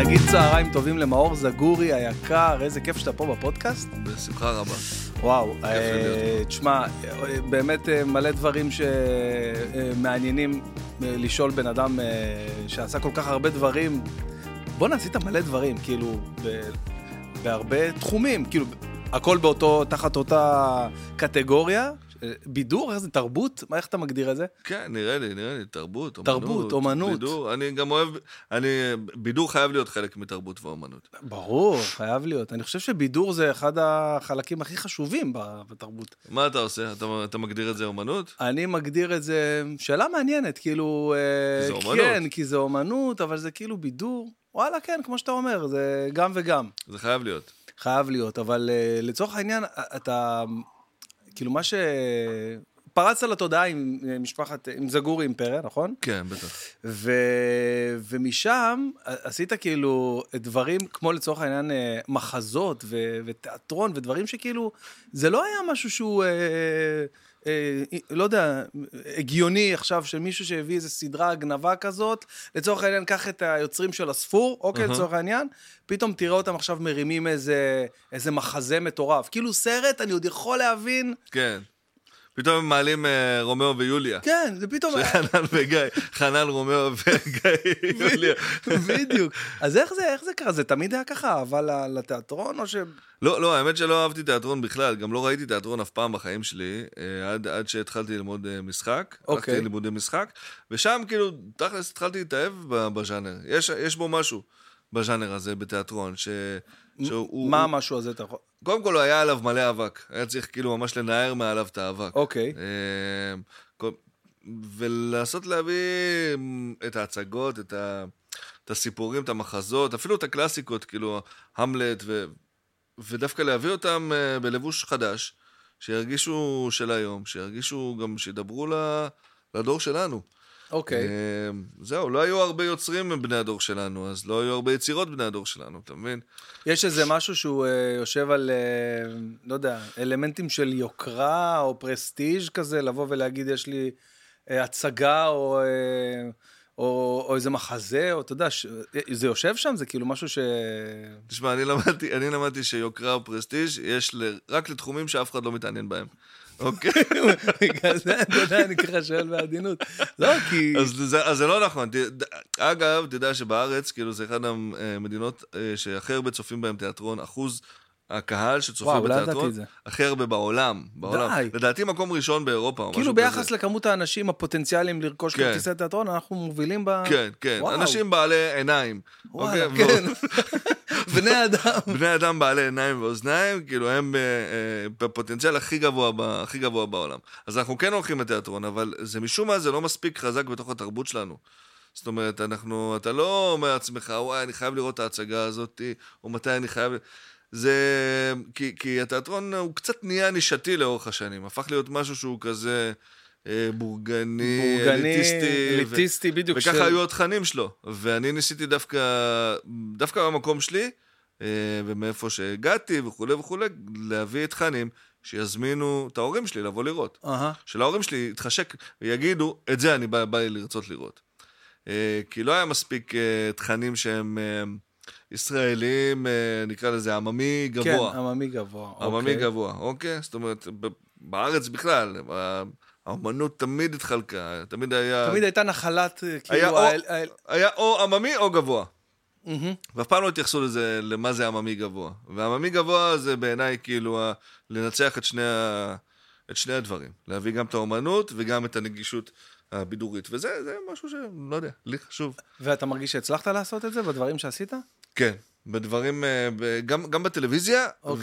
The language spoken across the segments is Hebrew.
נגיד צהריים טובים למאור זגורי היקר, איזה כיף שאתה פה בפודקאסט. בשמחה רבה. וואו, תשמע, באמת מלא דברים שמעניינים לשאול בן אדם שעשה כל כך הרבה דברים. בוא נעשית מלא דברים, כאילו, בהרבה תחומים, כאילו, הכל תחת אותה קטגוריה. בידור, איך זה? תרבות? איך אתה מגדיר את זה? כן, נראה לי, תרבות, אומנות. בידור, אני גם אוהב, בידור חייב להיות חלק מתרבות ואומנות. ברור, חייב להיות. אני חושב שבידור זה אחד החלקים הכי חשובים בתרבות. מה אתה עושה? אתה מגדיר את זה אומנות? אני מגדיר את זה, שאלה מעניינת, כאילו, זה אומנות. כן, כי זה אומנות, אבל זה כאילו בידור. וואלה, כן, כמו שאתה אומר, זה גם וגם. זה חייב להיות. חייב להיות, אבל לצורך העניין, אתה... כאילו מה פרצת לתודעה עם משפחת, עם זגורי אימפריה, נכון? כן, בטח. ומשם עשית כאילו דברים כמו לצורך העניין מחזות ותיאטרון ודברים שכאילו, זה לא היה משהו שהוא, לא יודע, הגיוני עכשיו של מישהו שהביא איזו סדרה גנבה כזאת, לצורך העניין קח את היוצרים של הספור, אוקיי, לצורך העניין, פתאום תראה אותם עכשיו מרימים איזה מחזה מטורף. כאילו סרט, אני עוד יכול להבין. כן. פתאום הם מעלים רומאו ויוליה. כן, זה פתאום... חנן וגיא, חנן רומאו וגיא יוליה. בדיוק. אז איך זה קרה? זה תמיד היה ככה, אבל לתיאטרון או ש... לא, האמת שלא אהבתי תיאטרון בכלל, גם לא ראיתי תיאטרון אף פעם בחיים שלי, עד שהתחלתי ללמוד משחק, הלכתי ללימודי משחק, ושם כאילו, תכלס התחלתי להתאהב בז'אנר. יש בו משהו בז'אנר הזה, בתיאטרון, מה המשהו הזה? קודם כל, הוא היה עליו מלא אבק. היה צריך כאילו ממש לנער מעליו את האבק. אוקיי. ולעשות להביא את ההצגות, את הסיפורים, את המחזות, אפילו את הקלאסיקות, כאילו, המלט, ודווקא להביא אותם בלבוש חדש, שירגישו של היום, שירגישו גם שידברו לדור שלנו. אוקיי. זהו, לא היו הרבה יוצרים מבני הדור שלנו, אז לא היו הרבה יצירות בני הדור שלנו, אתה מבין? יש איזה משהו שהוא יושב על, לא יודע, אלמנטים של יוקרה או פרסטיג' כזה, לבוא ולהגיד יש לי הצגה או איזה מחזה, או אתה יודע, זה יושב שם? זה כאילו משהו ש... תשמע, אני למדתי שיוקרה או פרסטיג' יש רק לתחומים שאף אחד לא מתעניין בהם. אוקיי. בגלל זה, אתה יודע, אני ככה שואל בעדינות. לא, כי... אז זה לא נכון. אגב, תדע שבארץ, כאילו, זה אחד המדינות שהכי הרבה צופים בהם תיאטרון, אחוז הקהל שצופה בתיאטרון, הכי הרבה בעולם. די. לדעתי מקום ראשון באירופה. כאילו ביחס לכמות האנשים הפוטנציאליים לרכוש כרטיסי תיאטרון, אנחנו מובילים ב... כן. אנשים בעלי עיניים. וואלה, כן. בני אדם. בני אדם בעלי עיניים ואוזניים, כאילו הם בפוטנציאל הכי גבוה בעולם. אז אנחנו כן הולכים לתיאטרון, אבל זה משום מה זה לא מספיק חזק בתוך התרבות שלנו. זאת אומרת, אתה לא אומר לעצמך, וואי, אני חייב לראות את ההצגה הזאת, או מתי אני חייב... זה... כי התיאטרון הוא קצת נהיה נישתי לאורך השנים. הפך להיות משהו שהוא כזה בורגני, אליטיסטי, בדיוק. וככה היו התכנים שלו. ואני ניסיתי דווקא במקום שלי, ומאיפה שהגעתי וכו', להביא תכנים שיזמינו את ההורים שלי לבוא לראות. שלהורים שלי יתחשק ויגידו, את זה אני בא לי לרצות לראות. כי לא היה מספיק תכנים שהם... ישראלים, נקרא לזה עממי גבוה. כן, עממי גבוה. עממי גבוה, אוקיי? זאת אומרת, בארץ בכלל, האמנות תמיד התחלקה, תמיד הייתה נחלת, היה או עממי או גבוה. ואף פעם לא התייחסו לזה, למה זה עממי גבוה. והעממי גבוה זה בעיניי כאילו לנצח את שני הדברים. להביא גם את האמנות וגם את הנגישות הבידורית. וזה משהו שלא יודע, לי חשוב. ואתה מרגיש שהצלחת לעשות את זה בדברים שעשית? כן, בדברים, גם בטלוויזיה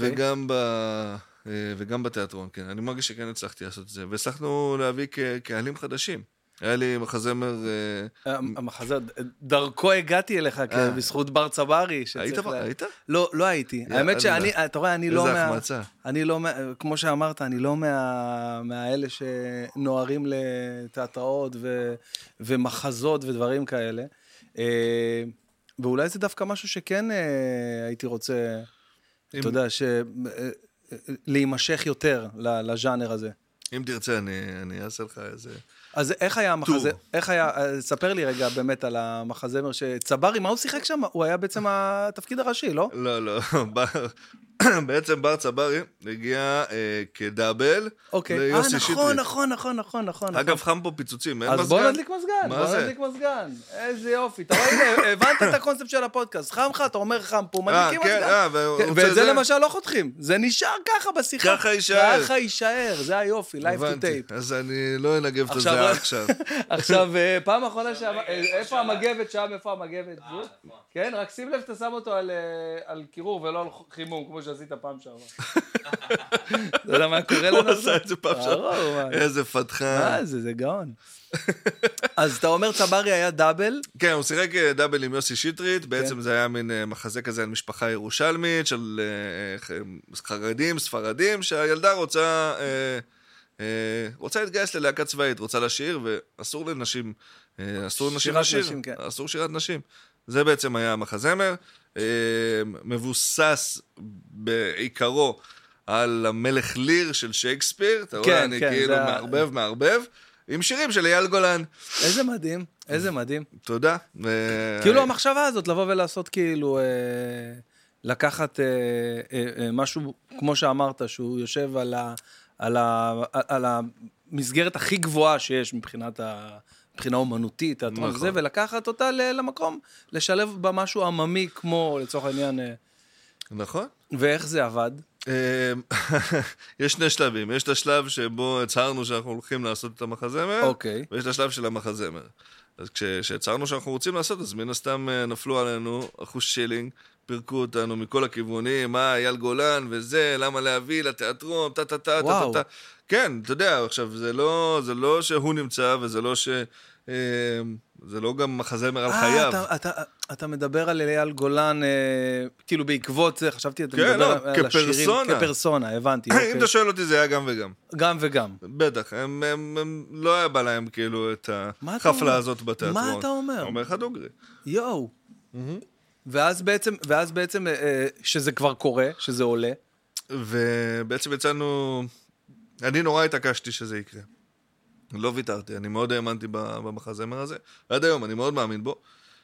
וגם בתיאטרון, כן. אני מרגיש שכן הצלחתי לעשות את זה. והצלחנו להביא קהלים חדשים. היה לי מחזמר... המחזמר, דרכו הגעתי אליך בזכות בר צברי. היית? לא הייתי. האמת שאני, אתה רואה, אני לא כמו שאמרת, אני לא מהאלה שנוערים לתיאטראות ומחזות ודברים כאלה. ואולי זה דווקא משהו שכן הייתי רוצה, אתה יודע, להימשך יותר לז'אנר הזה. אם תרצה, אני אעשה לך איזה... אז איך היה המחזה, ספר לי רגע באמת על המחזמר שצברי, מה הוא שיחק שם? הוא היה בעצם התפקיד הראשי, לא? לא, בעצם בר צברי הגיע כדאבל ליוסי שטרית. נכון. אגב, חם פה פיצוצים, אין מזגן? אז בוא נדליק מזגן. איזה יופי. אתה רואה, הבנת את הקונספט של הפודקאסט. חם לך, אתה אומר חם פה, מדליקים מזגן. ואת זה למשל לא חותכים. זה נשאר ככה בשיחה. ככה יישאר. זה היופי, live to tape. אז אני לא אנגב את זה עכשיו. עכשיו, פעם אחרונה, איפה המגבת שם, איפה המגבת? כן, רק שים לב, אתה שם אותו על קירור ולא על חימום, כמו שעשית פעם שעבר. אתה יודע מה קורה לנו? הוא עשה את זה פעם שעבר. איזה פתחן. מה זה גאון. אז אתה אומר צברי היה דאבל? כן, הוא שיחק דאבל עם יוסי שטרית, בעצם זה היה מין מחזה כזה על משפחה ירושלמית, של חרדים, ספרדים, שהילדה רוצה להתגייס ללהקה צבאית, רוצה לשיר, ואסור לנשים, אסור נשים לשיר, אסור שירת נשים. זה בעצם היה המחזמר, מבוסס בעיקרו על המלך ליר של שייקספיר, אתה רואה, אני כאילו מערבב, עם שירים של אייל גולן. איזה מדהים. תודה. כאילו המחשבה הזאת, לבוא ולעשות כאילו, לקחת משהו, כמו שאמרת, שהוא יושב על המסגרת הכי גבוהה שיש מבחינה אומנותית, זה, ולקחת אותה למקום, לשלב בה משהו עממי, כמו לצורך העניין. נכון. ואיך זה עבד? יש שני שלבים. יש את השלב שבו הצהרנו שאנחנו הולכים לעשות את המחזמר, ויש את השלב של המחזמר. אז כשהצהרנו שאנחנו רוצים לעשות, אז מן הסתם נפלו עלינו אחוז שילינג, פירקו אותנו מכל הכיוונים, מה, אייל גולן וזה, למה להביא לתיאטרון, טה. כן, אתה יודע, עכשיו, זה לא שהוא נמצא, וזה לא זה לא גם מחזמר על חייו. אתה מדבר על אייל גולן, כאילו בעקבות זה, חשבתי, אתה מדבר על השירים, כפרסונה, הבנתי. אם אתה שואל אותי, זה היה גם וגם. גם וגם. בטח, הם לא היה בא להם כאילו את החפלה הזאת בתיאטרון. מה אתה אומר? אומר לך דוגרי. יואו. ואז בעצם, שזה כבר קורה, שזה עולה. ובעצם יצאנו, אני נורא התעקשתי שזה יקרה. לא ויתרתי, אני מאוד האמנתי במחזמר הזה, ועד היום אני מאוד מאמין בו,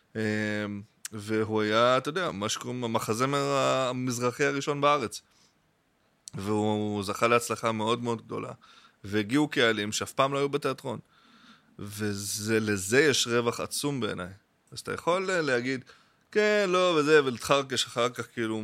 והוא היה, אתה יודע, מה שקוראים המחזמר המזרחי הראשון בארץ, והוא זכה להצלחה מאוד מאוד גדולה, והגיעו קהלים שאף פעם לא היו בתיאטרון, ולזה יש רווח עצום בעיניי. אז אתה יכול להגיד, כן, לא, וזה, ולתחרקש אחר כך, כאילו,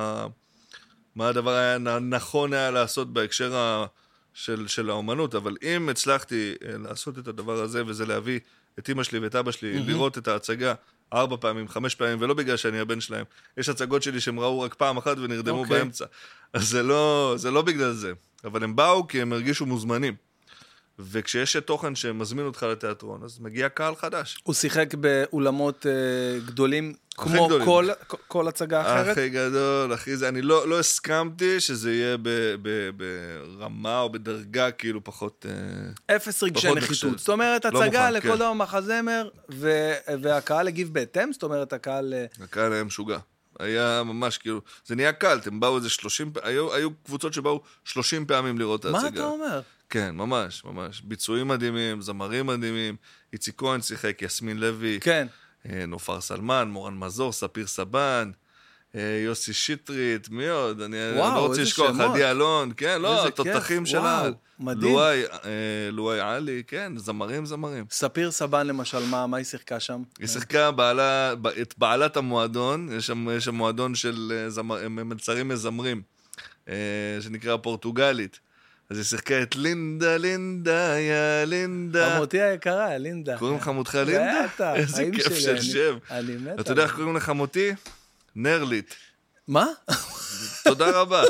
מה הדבר היה נכון היה לעשות בהקשר של האומנות, אבל אם הצלחתי לעשות את הדבר הזה, וזה להביא את אמא שלי ואת אבא שלי, לראות את ההצגה 4 פעמים, 5 פעמים, ולא בגלל שאני הבן שלהם, יש הצגות שלי שהם ראו רק פעם אחת ונרדמו באמצע, אז זה לא בגלל זה, אבל הם באו כי הם הרגישו מוזמנים, וכשיש תוכן שמזמין אותך לתיאטרון, אז מגיע קהל חדש. הוא שיחק באולמות גדולים, כמו כל הצגה אחרת? הכי גדול, הכי זה. אני לא הסכמתי שזה יהיה ברמה או בדרגה כאילו פחות... 0 רגשי נחיתות. זאת אומרת, הצגה לכל דבר מחזמר, והקהל הגיב בהתאם? זאת אומרת, הקהל היה משוגע. היה ממש כאילו, זה נהיה קלט, הם באו איזה 30, היו קבוצות שבאו 30 פעמים לראות את ההצגה. מה אתה אומר? כן, ממש. ביצועים מדהימים, זמרים מדהימים, איציק כהן שיחק, יסמין לוי, כן. נופר סלמן, מורן מזור, ספיר סבן, יוסי שטרית, מי עוד? אני לא רוצה לשכוח, עדי אלון, כן, לא, התותחים שלה. מדהים. לואי עלי, כן, זמרים. ספיר סבן למשל, מה היא שיחקה שם? היא שיחקה את בעלת המועדון, יש שם מועדון של מלצרים מזמרים, שנקרא פורטוגלית. אז היא שיחקה את לינדה, יא לינדה. חמותי היקרה, לינדה. קוראים חמותך לינדה? בטח, איזה כיף של שם. אני מת. אתה יודע איך קוראים לחמותי? נרלית. מה? תודה רבה.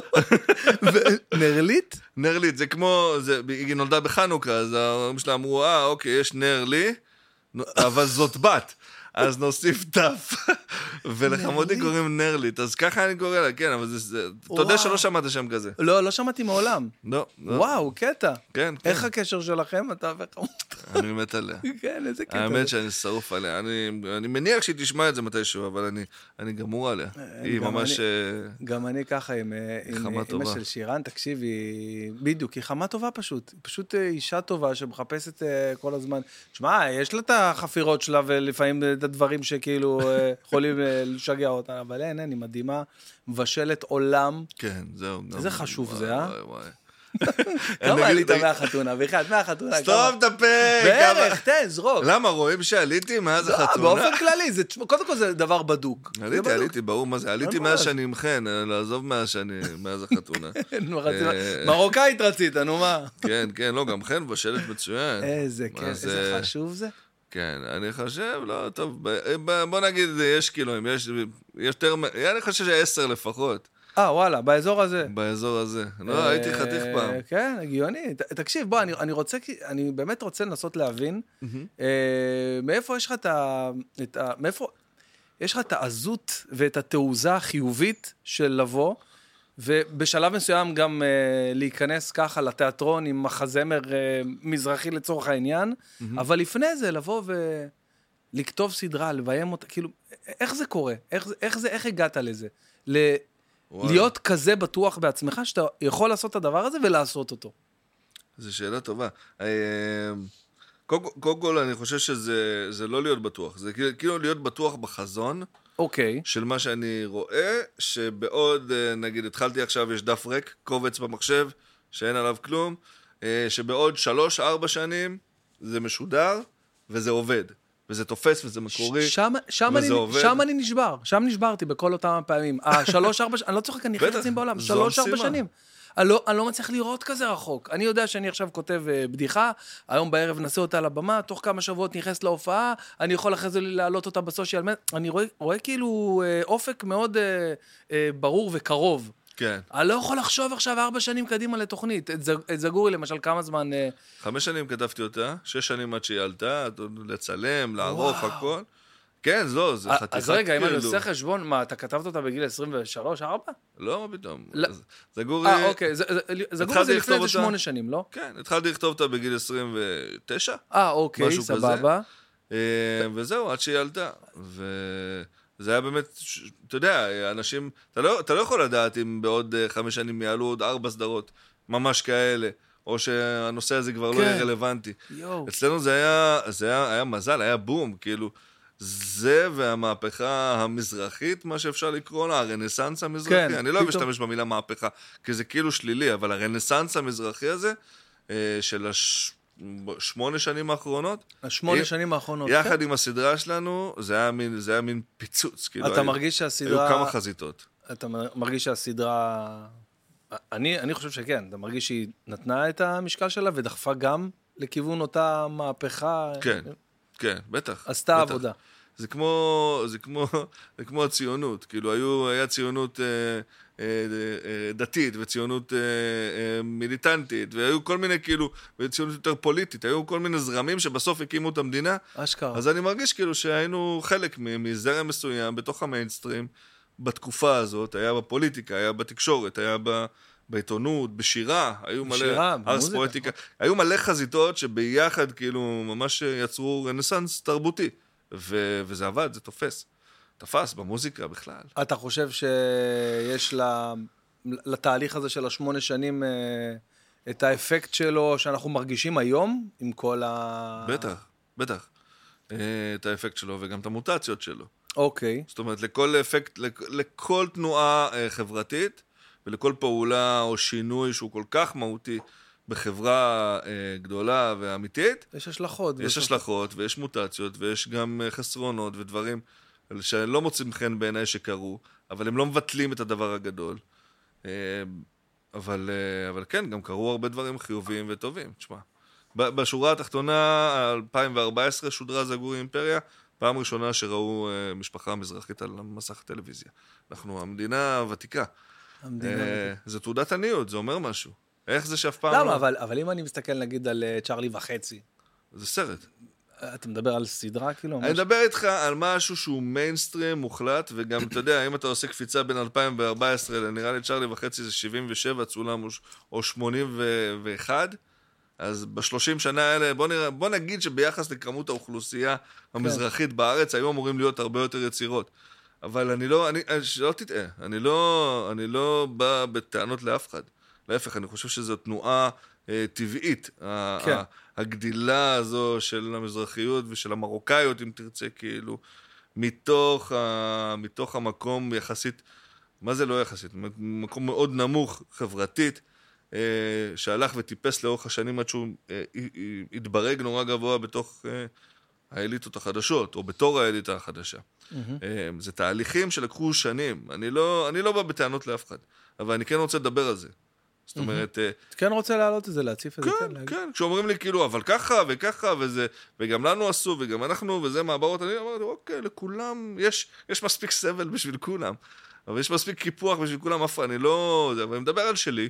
נרלית? נרלית, זה כמו, היא נולדה בחנוכה, אז ההורים שלה אמרו, אוקיי, יש נרלי, אבל זאת בת. אז נוסיף תף, ולחמותי קוראים נרלית, אז ככה אני קורא לה, כן, אבל זה, אתה יודע שלא שמעת שם כזה. לא שמעתי מעולם. לא. וואו, קטע. כן. איך הקשר שלכם, אתה וחמותך? אני מת עליה. כן, איזה קטע. האמת שאני שרוף עליה. אני מניח שהיא תשמע את זה מתישהו, אבל אני גמור עליה. היא ממש... גם אני ככה עם אמא של שירן, תקשיב, בדיוק, היא חמה טובה פשוט. פשוט אישה טובה שמחפשת כל הזמן. תשמע, יש לה את החפירות שלה ולפעמים את הדברים שכאילו יכולים לשגע אותה, אבל אין, היא מדהימה, מבשלת עולם. כן, זהו. איזה חשוב זה, אה? וואי. כמה עלית מהחתונה? באחד מהחתונה. סתום את הפה! בערך, תן, זרוק. למה, רואים שעליתי מאז החתונה? באופן כללי, קודם כל זה דבר בדוק. עליתי, ברור מה זה. עליתי מאז שאני עמכן, לעזוב מאז החתונה. מרוקאית רצית, נו מה? כן, כן, לא, גם חן מבשלת מצוין. איזה חשוב זה. כן, אני חושב, לא, טוב, בוא נגיד, יש קילואים, יש יותר, אני חושב ש10 לפחות. וואלה, באזור הזה. באזור הזה. לא, הייתי חתיך פעם. כן, הגיוני. תקשיב, בוא, אני באמת רוצה לנסות להבין, מאיפה יש לך מאיפה יש לך את העזות ואת התעוזה החיובית של לבוא, ובשלב מסוים גם להיכנס ככה לתיאטרון עם מחזמר מזרחי לצורך העניין, אבל לפני זה לבוא ולכתוב סדרה, לביים אותה, כאילו, איך זה קורה? איך הגעת לזה? להיות כזה בטוח בעצמך, שאתה יכול לעשות את הדבר הזה ולעשות אותו. זו שאלה טובה. קודם כל, אני חושב שזה לא להיות בטוח. זה כאילו להיות בטוח בחזון. אוקיי. של מה שאני רואה, שבעוד, נגיד, התחלתי עכשיו, יש דף ריק, קובץ במחשב, שאין עליו כלום, שבעוד 3-4 שנים זה משודר, וזה עובד. וזה תופס וזה מקורי, וזה עובד. שם אני נשבר, שם נשברתי בכל אותם הפעמים. 3-4 שנים, אני לא צוחק, אני חצים בעולם, 3-4 שנים. אני לא מצליח לראות כזה רחוק. אני יודע שאני עכשיו כותב בדיחה, היום בערב נעשה אותה על הבמה, תוך כמה שבועות נכנס להופעה, אני יכול אחרי זה להעלות אותה בסושיאל, אני רואה כאילו אופק מאוד ברור וקרוב. כן. אני לא יכול לחשוב עכשיו 4 שנים קדימה לתוכנית. את זגורי למשל, כמה זמן... 5 שנים כתבתי אותה, 6 שנים עד שהיא עלתה, לצלם, לערוך, הכל. כן, לא, זה חתיכת... אז רגע, אם אני עושה חשבון, מה, אתה כתבת אותה בגיל 23-4? לא, פתאום. זגורי... אוקיי, זגורי זה לפני 8 שנים, לא? כן, התחלתי לכתוב אותה בגיל 29. אוקיי, סבבה. וזהו, עד שהיא עלתה. זה היה באמת, אתה יודע, אנשים... אתה לא יכול לדעת אם בעוד 5 שנים יעלו עוד 4 סדרות, ממש כאלה. או שהנושא הזה כבר לא יהיה רלוונטי. אצלנו זה היה מזל, היה בום, כאילו, זה והמהפכה המזרחית, מה שאפשר לקרוא לה, הרנסנס המזרחי, אני לא אוהב להשתמש במילה מהפכה, כי זה כאילו שלילי, אבל הרנסנס המזרחי הזה, של 8 שנים האחרונות, 8 שנים האחרונות, יחד עם הסדרה שלנו, זה היה מין פיצוץ, כאילו, אתה מרגיש שהסדרה... היו כמה חזיתות. אתה מרגיש שהסדרה... אני חושב שכן, אתה מרגיש שהיא נתנה את המשקל שלה ודחפה גם לכיוון אותה מהפכה. כן, כן, בטח. עשתה עבודה. זה כמו הציונות, כאילו היה ציונות דתית וציונות מיליטנטית, והיו כל מיני כאילו, וציונות יותר פוליטית, היו כל מיני זרמים שבסוף הקימו את המדינה. אשכרה. אז אני מרגיש כאילו שהיינו חלק מזרם מסוים בתוך המיינסטרים, בתקופה הזאת, היה בפוליטיקה, היה בתקשורת, היה בעיתונות, בשירה, היו מלא ארס פואטיקה, היו מלא חזיתות שביחד כאילו ממש יצרו רנסנס תרבותי, וזה עבד, זה תפס במוזיקה בכלל. אתה חושב שיש לתהליך הזה של 8 שנים את האפקט שלו שאנחנו מרגישים היום עם כל בטח. את האפקט שלו וגם את המוטציות שלו. אוקיי. זאת אומרת, לכל אפקט, לכל תנועה חברתית, ולכל פעולה או שינוי שהוא כל כך מהותי בחברה גדולה ואמיתית. יש השלכות. יש השלכות ויש מוטציות ויש גם חסרונות ודברים שלא מוצאים חן בעיניי שקרו, אבל הם לא מבטלים את הדבר הגדול. אבל כן, גם קרו הרבה דברים חיוביים וטובים. תשמע, בשורה התחתונה, 2014 שודרה זגורי אימפריה, פעם ראשונה שראו משפחה מזרחית על מסך הטלוויזיה. אנחנו המדינה הוותיקה. זה תעודת עניות, זה אומר משהו. איך זה שאף פעם... למה? אבל אם אני מסתכל נגיד על צ'רלי וחצי... זה סרט. אתה מדבר על סדרה כאילו? אני מדבר איתך על משהו שהוא מיינסטרים מוחלט, וגם אתה יודע, אם אתה עושה קפיצה בין 2014, נראה לי צ'רלי וחצי זה 77 צולם או 81, אז ב-30 שנה האלה, בוא נגיד שביחס לכמות האוכלוסייה המזרחית בארץ, היו אמורים להיות הרבה יותר יצירות. אבל שלא תטעה, אני לא בא בטענות לאף אחד. להפך, אני חושב שזו תנועה טבעית. כן. הגדילה הזו של המזרחיות ושל המרוקאיות, אם תרצה, כאילו, מתוך המקום יחסית, מה זה לא יחסית? מקום מאוד נמוך, חברתית, שהלך וטיפס לאורך השנים עד שהוא התברג נורא גבוה בתוך האליטות החדשות, או בתור האליטה החדשה. זה תהליכים שלקחו שנים. אני לא בא בטענות לאף אחד, אבל אני כן רוצה לדבר על זה. זאת אומרת... כן רוצה להעלות את זה, להציף את זה. כן, כשאומרים לי כאילו, אבל ככה וככה, וגם לנו עשו, וגם אנחנו, וזה מעברות, אני אמרתי, אוקיי, לכולם, יש מספיק סבל בשביל כולם, אבל יש מספיק קיפוח בשביל כולם, אני לא... אבל אני מדבר על שלי,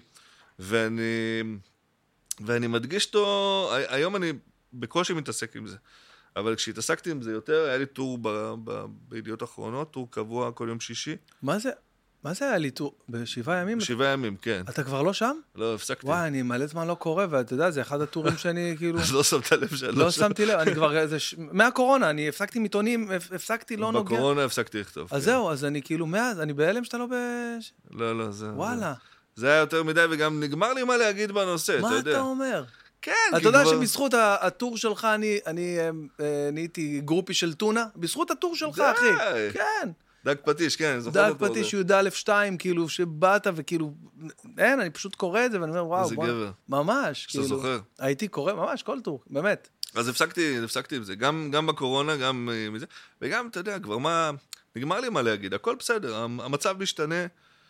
ואני מדגיש אותו, היום אני בקושי מתעסק עם זה, אבל כשהתעסקתי עם זה יותר, היה לי טור בידיעות האחרונות, טור קבוע כל יום שישי. מה זה היה לי טור? ב7 ימים? ב7 ימים, כן. אתה כבר לא שם? לא, הפסקתי. וואי, אני מלא זמן לא קורא, ואתה יודע, זה אחד הטורים שאני כאילו... אז לא שמת לב שאני לא שמתי לב, אני כבר... מהקורונה, אני הפסקתי מעיתונים, הפסקתי לא נוגע. בקורונה הפסקתי לכתוב. אז זהו, אז אני כאילו מאז, אני בהלם שאתה לא לא, זה... וואלה. זה היה יותר מדי, וגם נגמר לי מה להגיד בנושא, אתה יודע. מה אתה אומר? כן, אתה יודע שבזכות הטור שלך אני נהייתי גרופי של טונה? בזכות הטור שלך, אחי. כן. דג פטיש, כן, אני זוכר אותו. דג פטיש י"א2, כאילו, שבאת וכאילו, אין, אני פשוט קורא את זה, ואני אומר, וואו, איזה גבר. ממש, שאתה זוכר. הייתי קורא, ממש, כל טור, באמת. אז הפסקתי עם זה, גם בקורונה, גם מזה, וגם, אתה יודע, כבר מה, נגמר לי מה להגיד, הכל בסדר, המצב משתנה,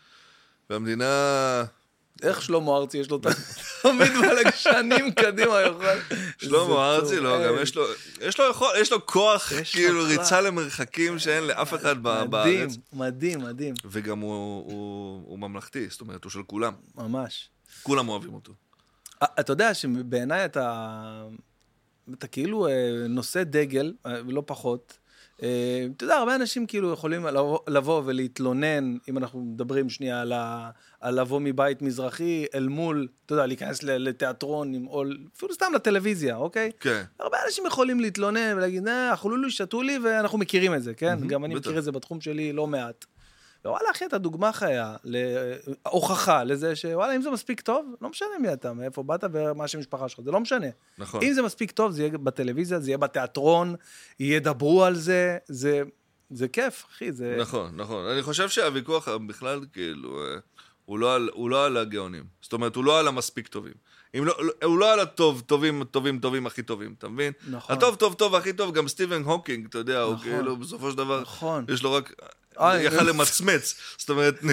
והמדינה... איך שלמה ארצי יש לו תמיד מלג שנים קדימה יכול. שלמה ארצי, לא, גם יש לו כוח, כאילו ריצה למרחקים שאין לאף אחד בארץ. מדהים. וגם הוא ממלכתי, זאת אומרת, הוא של כולם. ממש. כולם אוהבים אותו. אתה יודע שבעיניי אתה כאילו נושא דגל, ולא פחות. אתה יודע, הרבה אנשים כאילו יכולים לבוא ולהתלונן, אם אנחנו מדברים שנייה על לבוא מבית מזרחי, אל מול, אתה יודע, להיכנס לתיאטרון, או אפילו סתם לטלוויזיה, אוקיי? כן. הרבה אנשים יכולים להתלונן ולהגיד, אכלו לי, שתו לי, ואנחנו מכירים את זה, כן? גם אני מכיר את זה בתחום שלי לא מעט. ווואלה, אחי, אתה דוגמה חיה, הוכחה לזה שוואלה, אם זה מספיק טוב, לא משנה מי אתה, מאיפה באת ומה שמשפחה שלך, זה לא משנה. נכון. אם זה מספיק טוב, זה יהיה בטלוויזיה, זה יהיה בתיאטרון, ידברו על זה, זה כיף, אחי, זה... נכון. אני חושב שהוויכוח בכלל, כאילו, הוא לא על הגאונים. זאת אומרת, הוא לא על המספיק טובים. הוא לא על טובים, הכי טובים, אתה מבין? נכון. הטוב, הכי טוב, גם סטיבן הוקינג, אתה יודע, הוא כאילו, בסופו של דבר, יש לו רק... יכל למצמץ, זאת אומרת,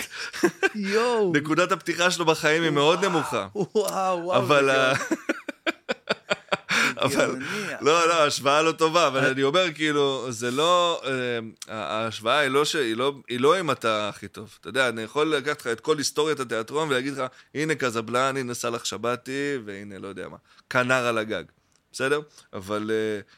נקודת הפתיחה שלו בחיים היא מאוד נמוכה. וואו. אבל... לא, השוואה לא טובה, אבל אני אומר, כאילו, זה לא... ההשוואה היא לא אם אתה הכי טוב. אתה יודע, אני יכול לקחת לך את כל היסטוריית התיאטרון ולהגיד לך, הנה קזבלן, הנה סלח שבתי, והנה לא יודע מה, כנר על הגג. בסדר? אבל...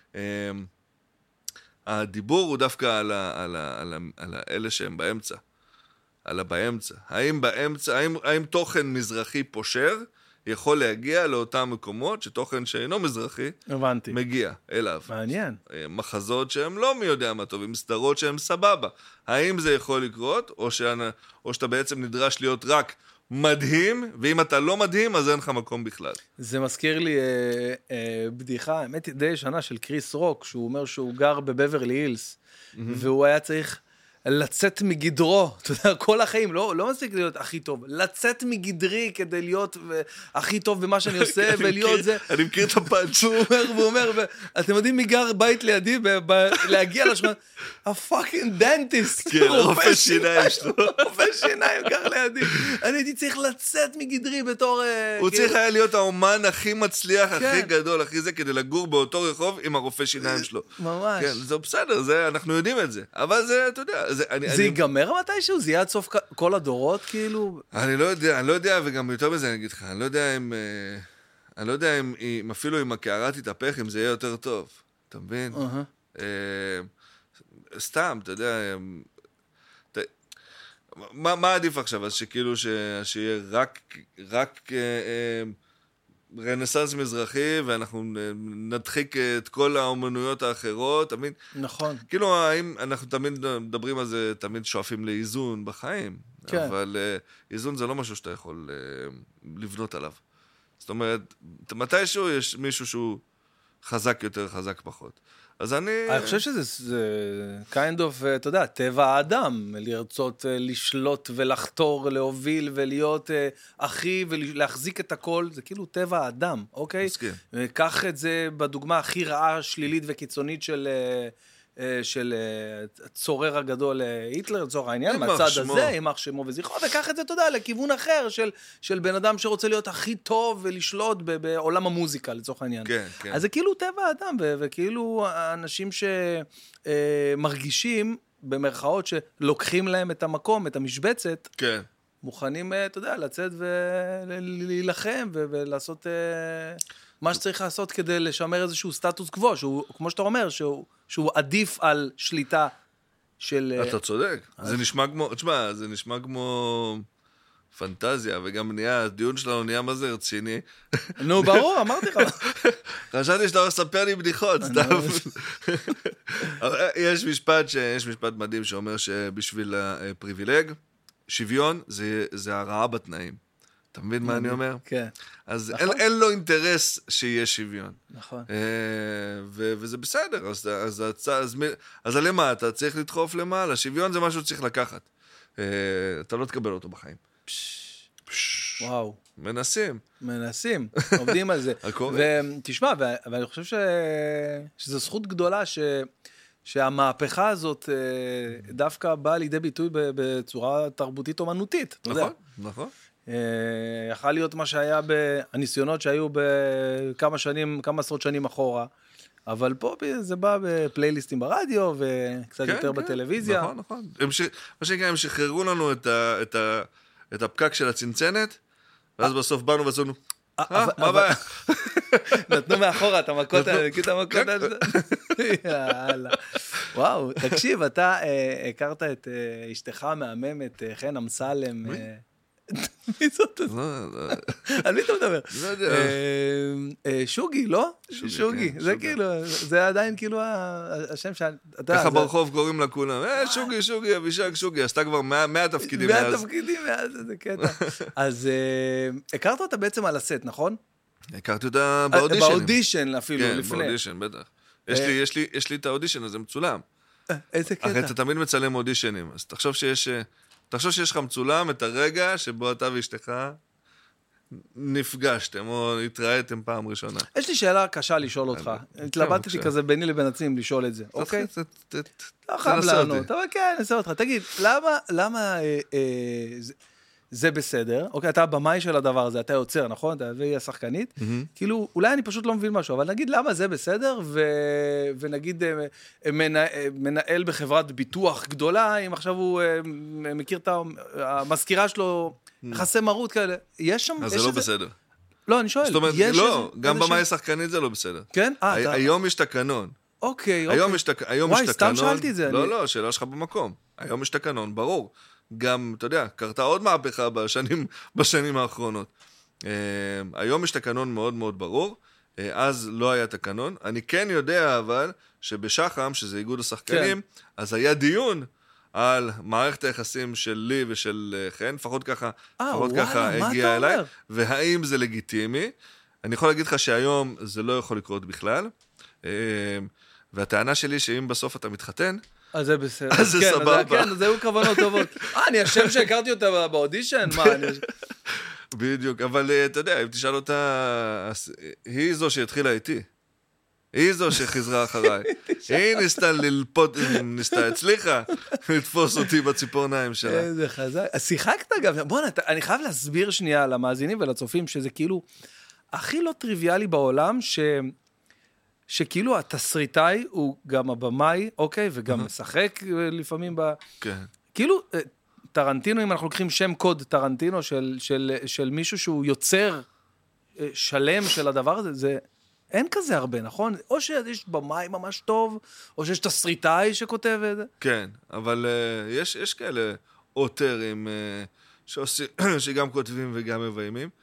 הדיבור הוא דווקא על אלה שהם באמצע. על הבאמצע. האם תוכן מזרחי פושר יכול להגיע לאותם מקומות שתוכן שאינו מזרחי מגיע אליו. מעניין. מחזות שהם לא מי יודע מה טובים, סדרות שהם סבבה. האם זה יכול לקרות, או שאתה בעצם נדרש להיות רק מדהים, ואם אתה לא מדהים, אז אין לך מקום בכלל. זה מזכיר לי בדיחה, האמת די שנה של קריס רוק, שהוא אומר שהוא גר בבברלי הילס, והוא היה צריך לצאת מגדרו, אתה יודע, כל החיים, לא מספיק להיות הכי טוב, לצאת מגדרי כדי להיות הכי טוב במה שאני עושה, ולהיות זה. אני מכיר את הפאנץ'. והוא אומר, אתם יודעים מי גר בית לידי, להגיע לשכונה, הפאקינג דנטיסט. כן, רופא שיניים שלו. רופא שיניים גר לידי. אני הייתי צריך לצאת מגדרי בתור... הוא צריך היה להיות האומן הכי מצליח, הכי גדול, הכי זה, כדי לגור באותו רחוב עם הרופא שיניים שלו. ממש. כן, זה בסדר, אנחנו יודעים את זה. אבל זה, אתה יודע, זה ייגמר מתישהו? זה יהיה עד סוף כל הדורות, כאילו? אני לא יודע, וגם יותר מזה אני אגיד לך, אני לא יודע אם אפילו אם הקערה תתהפך, אם זה יהיה יותר טוב. אתה מבין? סתם, אתה יודע, מה עדיף עכשיו? אז שכאילו שיהיה רק רנסנס מזרחי, ואנחנו נדחיק את כל האומנויות האחרות, תמיד. נכון. כאילו, האם אנחנו תמיד מדברים על זה, תמיד שואפים לאיזון בחיים, כן. אבל איזון זה לא משהו שאתה יכול לבנות עליו. זאת אומרת, מתישהו יש מישהו שהוא חזק יותר, חזק פחות. אז אני חושב שזה kind of, אתה יודע, טבע האדם, לרצות לשלוט ולחתור, להוביל ולהיות אחי ולהחזיק את הכל, זה כאילו טבע האדם, אוקיי? מסכים. קח את זה בדוגמה הכי רעה, שלילית וקיצונית של הצורר הגדול היטלר, לצורך העניין, מהצד הזה, יימח שמו וזכרו, וקח את זה, אתה יודע, לכיוון אחר של בן אדם שרוצה להיות הכי טוב ולשלוט בעולם המוזיקה, לצורך העניין. כן, כן. אז זה כאילו טבע האדם, וכאילו אנשים שמרגישים, במרכאות, שלוקחים להם את המקום, את המשבצת, כן. מוכנים, אתה יודע, לצאת ולהילחם ולעשות מה שצריך לעשות כדי לשמר איזשהו סטטוס קוו, שהוא, כמו שאתה אומר, שהוא עדיף על שליטה של... אתה צודק. זה נשמע כמו, תשמע, זה נשמע כמו פנטזיה, וגם הדיון שלנו נהיה מה זה רציני. נו, ברור, אמרתי לך. חשבתי שאתה הולך לספר לי בדיחות, סתם. יש משפט מדהים שאומר שבשביל הפריבילג, שוויון זה הרעה בתנאים. אתה מבין מה אני אומר? כן. אז אין לו אינטרס שיהיה שוויון. נכון. וזה בסדר, אז למה? אתה צריך לדחוף למעלה, שוויון זה משהו שצריך לקחת. אתה לא תקבל אותו בחיים. וואו. מנסים, עובדים על זה. ותשמע, ואני חושב שזו זכות גדולה שהמהפכה הזאת דווקא באה לידי ביטוי בצורה תרבותית אומנותית. נכון, נכון. יכול להיות מה שהיה בניסיונות שהיו כמה עשרות שנים אחורה, אבל פה זה בא בפלייליסטים ברדיו וקצת יותר בטלוויזיה. נכון, נכון. מה שנקרא, הם שחררו לנו את הפקק של הצנצנת, ואז בסוף באנו ועשינו, מה הבעיה? נתנו מאחורה את המכות האלה. יאללה. וואו, תקשיב, אתה הכרת את אשתך המהממת, חן אמסלם. מי זאת? על מי אתה מדבר? לא יודע. שוגי, לא? שוגי, זה כאילו, זה עדיין כאילו השם ש... ככה ברחוב קוראים לה כולם, שוגי, אבישג, שוגי, עשתה כבר 100 תפקידים מאז. 100 תפקידים מאז, זה קטע. אז הכרת אותה בעצם על הסט, נכון? הכרתי אותה באודישנים. באודישן אפילו, לפני. כן, באודישן, בטח. יש לי את האודישן הזה מצולם. איזה קטע. הרי אתה תמיד מצלם אודישנים, אז תחשוב שיש לך מצולם את הרגע שבו אתה ואשתך נפגשתם או התראיתם פעם ראשונה. יש לי שאלה קשה לשאול אותך. התלבטתי כזה ביני לבין עצמי לשאול את זה, אוקיי? לא חייב לענות, אבל כן, ננסה אותך. תגיד, למה זה בסדר? אוקיי, אתה הבמאי של הדבר הזה, אתה יוצר, נכון? אתה והיא השחקנית. כאילו, אולי אני פשוט לא מבין משהו, אבל נגיד למה זה בסדר, ונגיד מנהל בחברת ביטוח גדולה, אם עכשיו הוא מכיר את המזכירה שלו, יחסי מרות כאלה. יש שם... אז זה לא בסדר. לא, אני שואל. זאת אומרת, לא, גם במאי שחקנית זה לא בסדר. כן? היום יש תקנון. אוקיי. וואי, סתם שאלתי את זה. לא, שאלה שלך במקום. היום יש תקנון, ברור. גם, אתה יודע, קרתה עוד מהפכה בשנים האחרונות. היום יש תקנון מאוד מאוד ברור, אז לא היה תקנון. אני כן יודע, אבל, שבשחם, שזה איגוד השחקנים, אז היה דיון על מערכת היחסים של לי ושל חן, לפחות ככה הגיע אליי, והאם זה לגיטימי. אני יכול להגיד לך שהיום זה לא יכול לקרות בכלל, והטענה שלי שאם בסוף אתה מתחתן, אז זה בסדר. אז זה סבבה. כן, זהו כוונות טובות. אני השם שהכרתי אותה באודישן? מה, בדיוק, אבל אתה יודע, אם תשאל אותה, היא זו שהתחילה איתי. היא זו שחזרה אחריי. היא ניסתה הצליחה לתפוס אותי בציפורניים שלה. איזה חזק. אז שיחקת גם, בוא, אני חייב להסביר שנייה למאזינים ולצופים, שזה כאילו הכי לא טריוויאלי בעולם, שכאילו התסריטאי הוא גם הבמאי, אוקיי, וגם משחק לפעמים כן. כאילו, טרנטינו, אם אנחנו לוקחים שם קוד טרנטינו של מישהו שהוא יוצר שלם של הדבר הזה, זה אין כזה הרבה, נכון? או שיש במאי ממש טוב, או שיש תסריטאי שכותב את זה. כן, אבל יש כאלה אוטרים שגם כותבים וגם מביימים.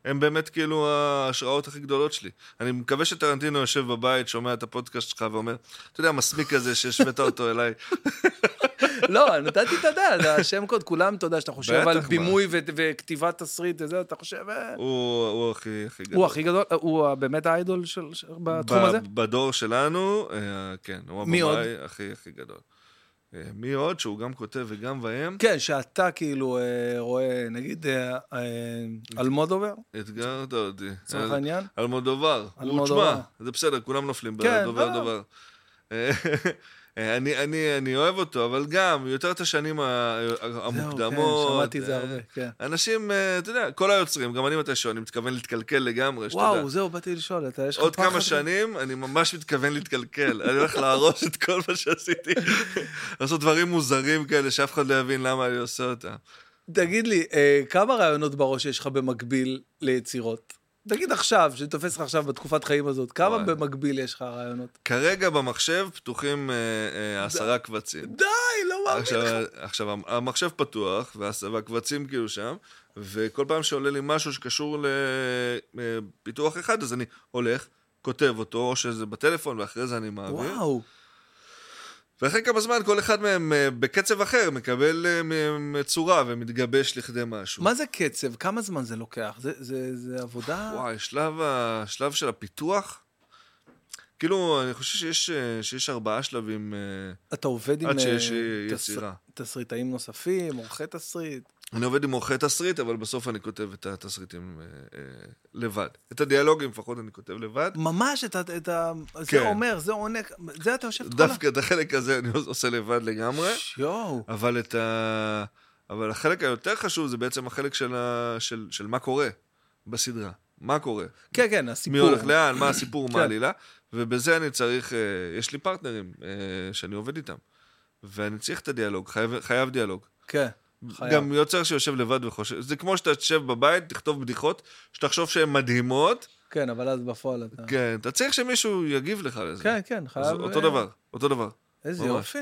הם באמת כאילו ההשראות הכי גדולות שלי. אני מקווה שטרנטינו יושב בבית, שומע את הפודקאסט שלך ואומר, אתה יודע, מסמיק כזה שהשווית אותו אליי. לא, נתתי את הדעת, השם קוד, כולם, אתה יודע, שאתה חושב על בימוי וכתיבת תסריט וזה, אתה חושב... הוא הכי גדול. הוא הכי גדול, הוא באמת האיידול בתחום הזה? בדור שלנו, כן, הוא הבמאי הכי גדול. מי עוד? שהוא גם כותב וגם והם. כן, שאתה כאילו רואה, נגיד, אלמודובר. אתגרת אותי. צורך העניין? אלמודובר. הוא תשמע, זה בסדר, כולם נופלים בדובר דבר. אני אוהב אותו, אבל גם יותר את השנים המוקדמות. שמעתי את זה הרבה, כן. אנשים, אתה יודע, כל היוצרים, גם אני מתישהו, אני מתכוון להתקלקל לגמרי, שתדע. וואו, זהו, באתי לשאול, יש לך עוד כמה שנים, אני ממש מתכוון להתקלקל. אני הולך להרוס את כל מה שעשיתי. לעשות דברים מוזרים כאלה, שאף אחד לא יבין למה אני עושה אותם. תגיד לי, כמה רעיונות בראש יש לך במקביל ליצירות? תגיד עכשיו, שתופס לך עכשיו בתקופת חיים הזאת, כמה במקביל יש לך רעיונות? כרגע במחשב פתוחים 10 קבצים. די, לא מאמין לך. עכשיו, המחשב פתוח, והקבצים כאילו שם, וכל פעם שעולה לי משהו שקשור לפיתוח אחד, אז אני הולך, כותב אותו, או שזה בטלפון, ואחרי זה אני מעביר. וואו. ואחרי כמה זמן, כל אחד מהם בקצב אחר מקבל צורה ומתגבש לכדי משהו. מה זה קצב? כמה זמן זה לוקח? זה עבודה? וואי, שלב של הפיתוח, כאילו, אני חושב שיש 4 שלבים אתה עובד עם עד שיש יצירה. תסריטאים נוספים, עורכי תסריט? אני עובד עם עורכי תסריט, אבל בסוף אני כותב את התסריטים לבד. את הדיאלוגים לפחות אני כותב לבד. ממש, זה אומר, זה עונה, זה אתה יושב את כל דווקא את החלק הזה אני עושה לבד לגמרי. יואו. אבל החלק היותר חשוב זה בעצם החלק של מה קורה בסדרה. מה קורה? כן, כן, הסיפור. מי הולך לאן, מה הסיפור, מה העלילה. ובזה אני צריך, יש לי פרטנרים שאני עובד איתם. ואני צריך את הדיאלוג, חייב דיאלוג. כן. גם יוצר שיושב לבד וחושב, זה כמו שאתה תשב בבית, תכתוב בדיחות, שתחשוב שהן מדהימות. כן, אבל אז בפועל אתה... כן, אתה צריך שמישהו יגיב לך לזה. כן, כן, חייב... אותו דבר. איזה יופי.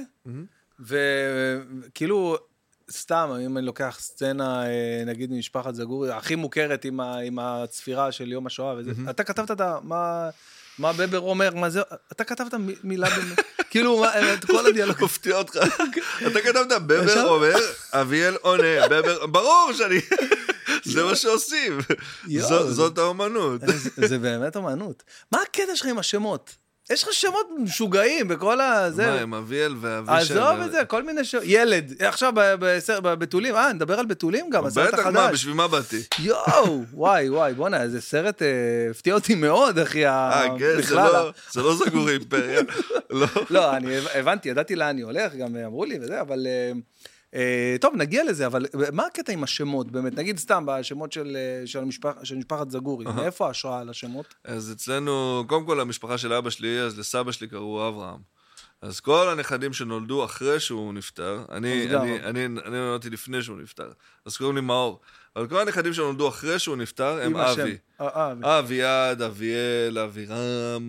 וכאילו, סתם, אם אני לוקח סצנה, נגיד ממשפחת זגורי, הכי מוכרת עם הצפירה של יום השואה וזה, אתה כתבת את מה בבר אומר, מה זה, אתה כתבת מילה, כאילו, את כל הדיאלוג. מפתיע אותך. אתה כתבת, בבר אומר, אביאל עונה, בבר, ברור שאני, זה מה שעושים. זאת האומנות. זה באמת אומנות. מה הקטע שלך עם השמות? יש לך שמות משוגעים בכל הזה. מה, עם אביאל ואבישל? עזוב את זה, כל מיני ילד. עכשיו בבתולים, נדבר על בתולים גם, הסרט החדש. בטח, מה, בשביל מה באתי? יואו, וואי, בוא'נה, איזה סרט הפתיע אותי מאוד, אחי, כן, זה לא זגורי אימפריה. לא, אני הבנתי, ידעתי לאן אני הולך, גם אמרו לי וזה, אבל... טוב, נגיע לזה, אבל מה הקטע עם השמות, באמת? נגיד סתם, בשמות של משפחת זגורי, מאיפה ההשראה על השמות? אז אצלנו, קודם כל, המשפחה של אבא שלי, אז לסבא שלי קראו אברהם. אז כל הנכדים שנולדו אחרי שהוא נפטר, אני נולדתי לפני שהוא נפטר, אז קוראים לי מאור. אבל כל הנכדים שנולדו אחרי שהוא נפטר, הם אבי. אביעד, אביאל, אבירם,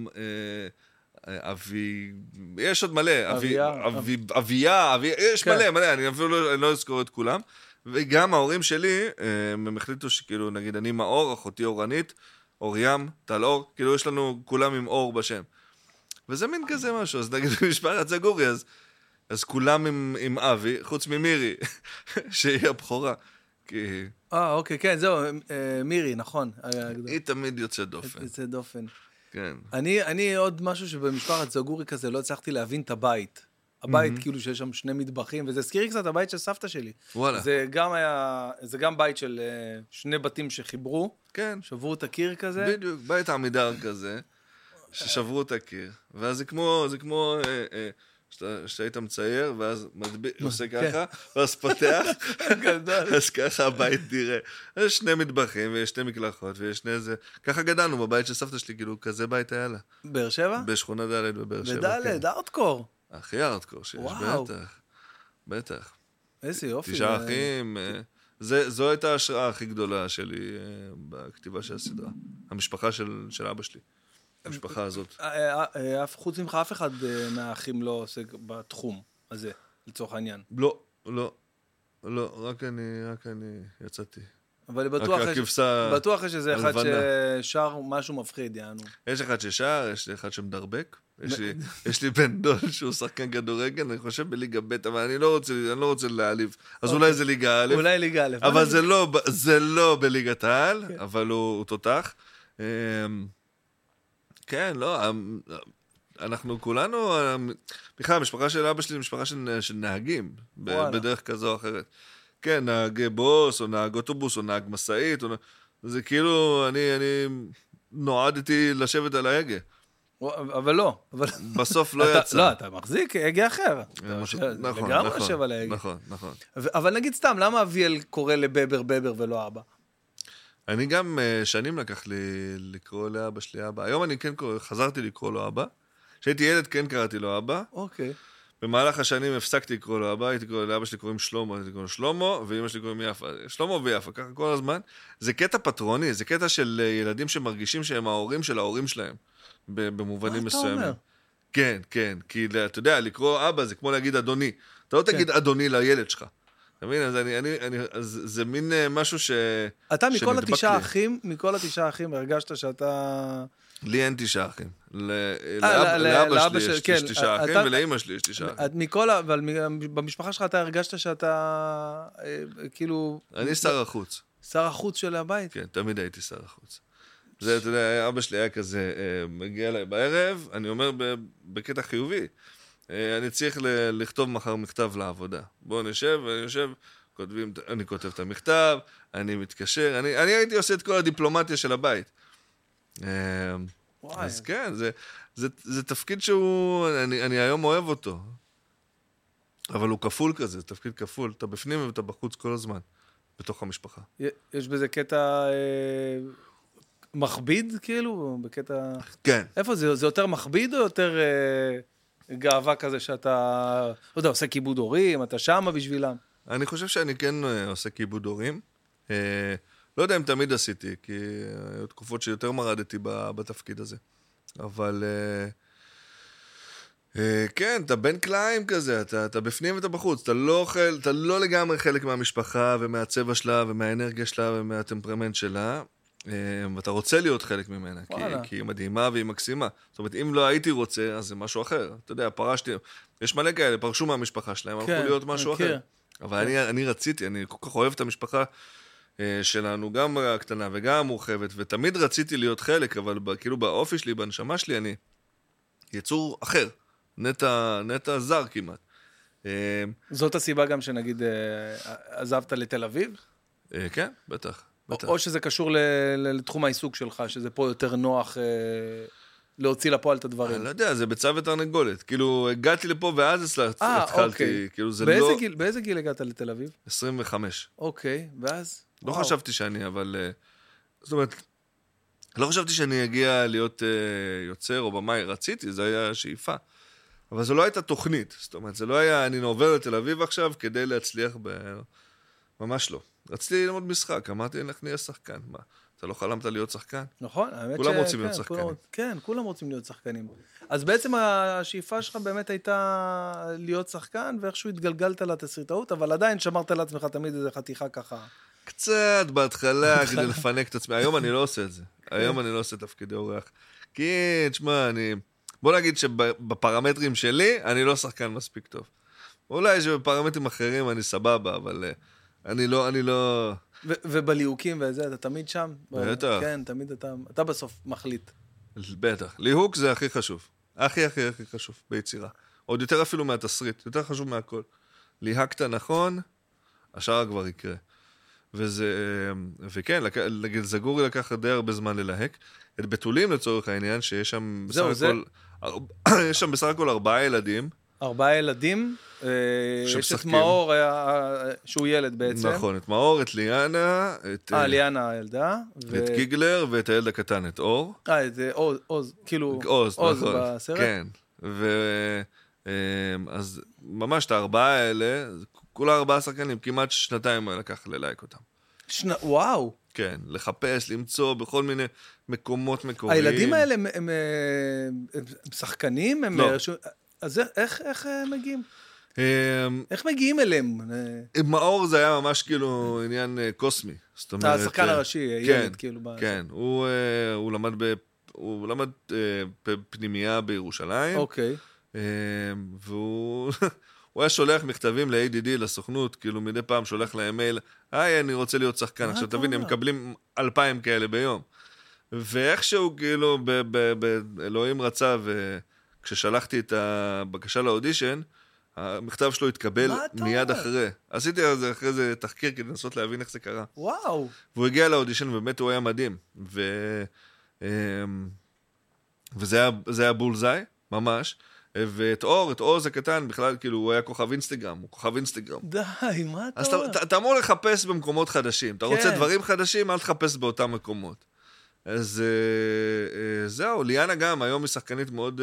יש עוד מלא, אביה, יש מלא, אני אפילו לא אזכור את כולם, וגם ההורים שלי, הם החליטו שכאילו, נגיד, אני מאור, אחותי אורנית, אוריים, טל אור, כאילו יש לנו כולם עם אור בשם. וזה מין כזה משהו, אז נגיד במשפחת זגורי, אז כולם עם אבי, חוץ ממירי, שהיא הבכורה. אוקיי, כן, זהו, מירי, נכון. היא תמיד יוצאת דופן. יוצאת דופן. כן. אני עוד משהו שבמשפחת זגורי כזה לא הצלחתי להבין את הבית. הבית כאילו שיש שם 2 מטבחים, וזה הזכיר לי קצת הבית של סבתא שלי. וואלה. זה גם בית של 2 בתים שחיברו. כן. שברו את הקיר כזה. בדיוק, בית עמידר כזה, ששברו את הקיר. ואז זה כמו שהיית מצייר, ואז עושה ככה, ואז פותח, אז ככה הבית נראה. יש 2 מטבחים, ויש 2 מקלחות, ויש 2 זה... ככה גדלנו בבית של סבתא שלי, כאילו, כזה בית היה לה. באר שבע? בשכונה ד' בבאר שבע. בד', ארטקור. הכי ארטקור שיש, בטח. איזה יופי. 9 אחים, זו הייתה ההשראה הכי גדולה שלי בכתיבה של הסדרה. המשפחה של אבא שלי. המשפחה הזאת. חוץ ממך אף אחד מהאחים לא עוסק בתחום הזה, לצורך העניין. לא, רק אני יצאתי. אבל הכבשה בטוח יש איזה אחד הלבנה. ששר משהו מפחיד, יענו. יש אחד ששר, יש אחד שמדרבק. יש לי בן דוד שהוא שחקן כדורגל, אני חושב בליגה ב', אבל אני לא רוצה להעליב. אז אולי זה ליגה א', אולי ליגה א'. אבל זה לא בליגת העל, אבל הוא תותח. כן, לא, אנחנו כולנו, בכלל, המשפחה של אבא שלי היא משפחה של נהגים, בדרך כזו או אחרת. כן, נהג בוס, או נהג אוטובוס, או נהג מסעית, זה כאילו, אני נועדתי לשבת על ההגה. אבל לא. בסוף לא יצא. לא, אתה מחזיק הגה אחר. נכון, לגמרי יושב על ההגה. נכון. אבל נגיד סתם, למה אביאל קורא בבר ולא אבא? אני גם שנים לקח לי לקרוא לאבא שלי אבא. היום אני כן חזרתי לקרוא לו אבא. כשהייתי ילד כן קראתי לו אבא. אוקיי. במהלך השנים הפסקתי לקרוא לו אבא, הייתי קורא לאבא שלי קוראים שלמה, הייתי קורא לו שלמה, ואמא שלי קוראים יפה. שלמה ויפה, ככה כל הזמן. זה קטע פטרוני, זה קטע של ילדים שמרגישים שהם ההורים של ההורים שלהם, במובנים מסוימים. מה אתה אומר? כן, כן, כי אתה יודע, לקרוא אבא זה כמו להגיד אדוני. אתה לא תגיד אדוני לילד שלך. אתה מבין? אז זה מין משהו אתה מכל התשעה אחים הרגשת שאתה... לי אין 9 אחים. לאבא שלי יש 9 אחים, ולאמא שלי יש 9 אחים. אבל במשפחה שלך אתה הרגשת שאתה, כאילו... אני שר החוץ. שר החוץ של הבית? כן, תמיד הייתי שר החוץ. זה, אתה יודע, אבא שלי היה כזה, מגיע אליי בערב, אני אומר בקטע חיובי, אני צריך לכתוב מחר מכתב לעבודה. בואו נשב, אני כותב את המכתב, אני מתקשר, אני הייתי עושה את כל הדיפלומטיה של הבית. אז כן, זה תפקיד שהוא, אני היום אוהב אותו. אבל הוא כפול כזה, זה תפקיד כפול. אתה בפנים ואתה בחוץ כל הזמן, בתוך המשפחה. יש בזה קטע מכביד, כאילו? בקטע... כן. איפה זה? זה יותר מכביד או יותר גאווה כזה שאתה, לא יודע, עושה כיבוד הורים, אתה שמה בשבילם? אני חושב שאני כן עושה כיבוד הורים. לא יודע אם תמיד עשיתי, כי היו תקופות שיותר מרדתי בתפקיד הזה. אבל כן, אתה בן קליים כזה, אתה בפנים ואתה בחוץ, אתה לא לגמרי חלק מהמשפחה ומהצבע שלה ומהאנרגיה שלה ומהטמפרמנט שלה, ואתה רוצה להיות חלק ממנה, כי היא מדהימה והיא מקסימה. זאת אומרת, אם לא הייתי רוצה, אז זה משהו אחר. אתה יודע, פרשתי, יש מלא כאלה, פרשו מהמשפחה שלהם, הלכו להיות משהו אחר. אבל אני רציתי, אני כל כך אוהב את המשפחה שלנו, גם הקטנה וגם המורחבת, ותמיד רציתי להיות חלק, אבל כאילו באופי שלי, בנשמה שלי, אני יצור אחר, נטע זר כמעט. זאת הסיבה גם שנגיד עזבת לתל אביב? כן, בטח. או שזה קשור לתחום העיסוק שלך, שזה פה יותר נוח להוציא לפועל את הדברים. אני לא יודע, זה ביצה ותרנגולת. כאילו, הגעתי לפה ואז התחלתי. כאילו, זה לא... באיזה גיל הגעת לתל אביב? 25. אוקיי, ואז? לא חשבתי שאני, אבל... זאת אומרת, לא חשבתי שאני אגיע להיות יוצר או במאי. רציתי, זה היה שאיפה. אבל זו לא הייתה תוכנית. זאת אומרת, זה לא היה, אני עובר לתל אביב עכשיו כדי להצליח ממש לא. רציתי ללמוד משחק, אמרתי, איך נהיה שחקן? מה, אתה לא חלמת להיות שחקן? נכון, האמת כולם רוצים להיות שחקנים. כן, כולם רוצים להיות שחקנים. אז בעצם השאיפה שלך באמת הייתה להיות שחקן, ואיכשהו התגלגלת לתסריטאות, אבל עדיין שמרת לעצמך תמיד איזה חתיכה ככה. קצת בהתחלה כדי לפנק את עצמי. היום אני לא עושה את זה. היום אני לא עושה תפקידי אורח. כי, תשמע, בוא נגיד שבפרמטרים שלי, אני לא שחקן מספיק טוב. אולי שבפרמטרים אחרים אני סבבה, אבל... אני לא... ובליהוקים וזה, אתה תמיד שם? בטח. כן, תמיד אתה בסוף מחליט. בטח. ליהוק זה הכי חשוב. הכי חשוב ביצירה. עוד יותר אפילו מהתסריט, יותר חשוב מהכל. ליהקת נכון, השאר כבר יקרה. וכן, זגורי לקח די הרבה זמן ללהק. את בתולים לצורך העניין, שיש שם בסך הכל 4 ילדים. 4 ילדים, יש את מאור, שהוא ילד בעצם. נכון, את מאור, את ליאנה, ליאנה הילדה. את קיגלר ואת הילד הקטן, את אור. את עוז, כאילו, עוז בסרט. כן, אז ממש את 4 האלה, כולה 4 שחקנים, כמעט 2 לקח ללייק אותם. וואו. כן, לחפש, למצוא בכל מיני מקומות מקוריים. הילדים האלה הם שחקנים? לא. אז איך הם מגיעים? איך מגיעים אליהם? מאור זה היה ממש כאילו עניין קוסמי. זאת אומרת... השחקן הראשי, ילד כאילו. כן, הוא למד בפנימייה בירושלים. אוקיי. והוא היה שולח מכתבים ל-ADD, לסוכנות, כאילו מדי פעם שולח להם מייל, אני רוצה להיות שחקן. עכשיו תבין, הם מקבלים 2,000 כאלה ביום. ואיכשהו כאילו, אלוהים רצה, וכששלחתי את הבקשה לאודישן, המכתב שלו התקבל מיד אחרי. עשיתי אחרי זה תחקיר כדי לנסות להבין איך זה קרה. וואו. והוא הגיע לאודישן, ובאמת הוא היה מדהים. וזה היה בולזאי, ממש. ואת אור זה קטן, בכלל, כאילו, הוא היה כוכב אינסטגרם, הוא כוכב אינסטגרם. די, מה אתה אז אומר? אתה אמור לחפש במקומות חדשים. אתה רוצה דברים חדשים, אל תחפש באותם מקומות. אז זהו, ליאנה גם, היום היא שחקנית מאוד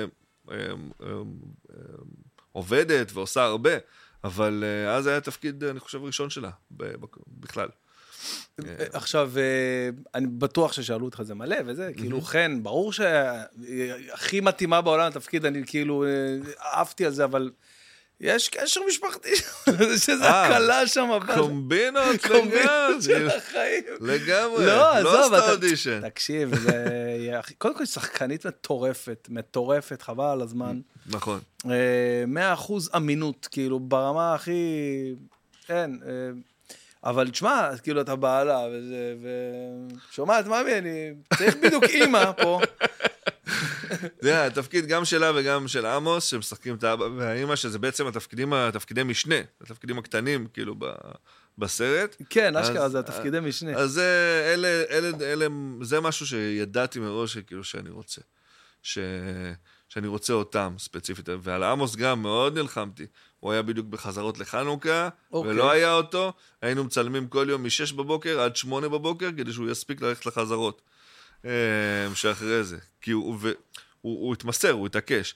עובדת ועושה הרבה, אבל אז היה תפקיד, אני חושב, ראשון שלה, בכלל. עכשיו, אני בטוח ששאלו אותך זה מלא, וזה, כאילו, כן, ברור שהכי מתאימה בעולם לתפקיד, אני כאילו, אהבתי על זה, אבל יש קשר משפחתי, שזה הקלה שם, קומבינות של החיים. לגמרי, לא עשתה אודישן. תקשיב, קודם כל שחקנית מטורפת, חבל על הזמן. נכון. 100% אמינות, כאילו, ברמה הכי, אין, אבל תשמע, כאילו אתה בעלה, ושומעת, מאמי, אני צריך בדיוק אימא פה. זה התפקיד גם שלה וגם של עמוס, שמשחקים את האבא והאימא, שזה בעצם התפקידי משנה, התפקידים הקטנים, כאילו, בסרט. כן, אשכרה, זה התפקידי משנה. אז זה משהו שידעתי מראש, כאילו, שאני רוצה. שאני רוצה אותם ספציפית, ועל עמוס גם מאוד נלחמתי. הוא היה בדיוק בחזרות לחנוכה, ולא היה אותו. היינו מצלמים כל יום מ-6 בבוקר עד 8 בבוקר, כדי שהוא יספיק ללכת לחזרות. שאחרי זה. כי הוא התמסר, הוא התעקש.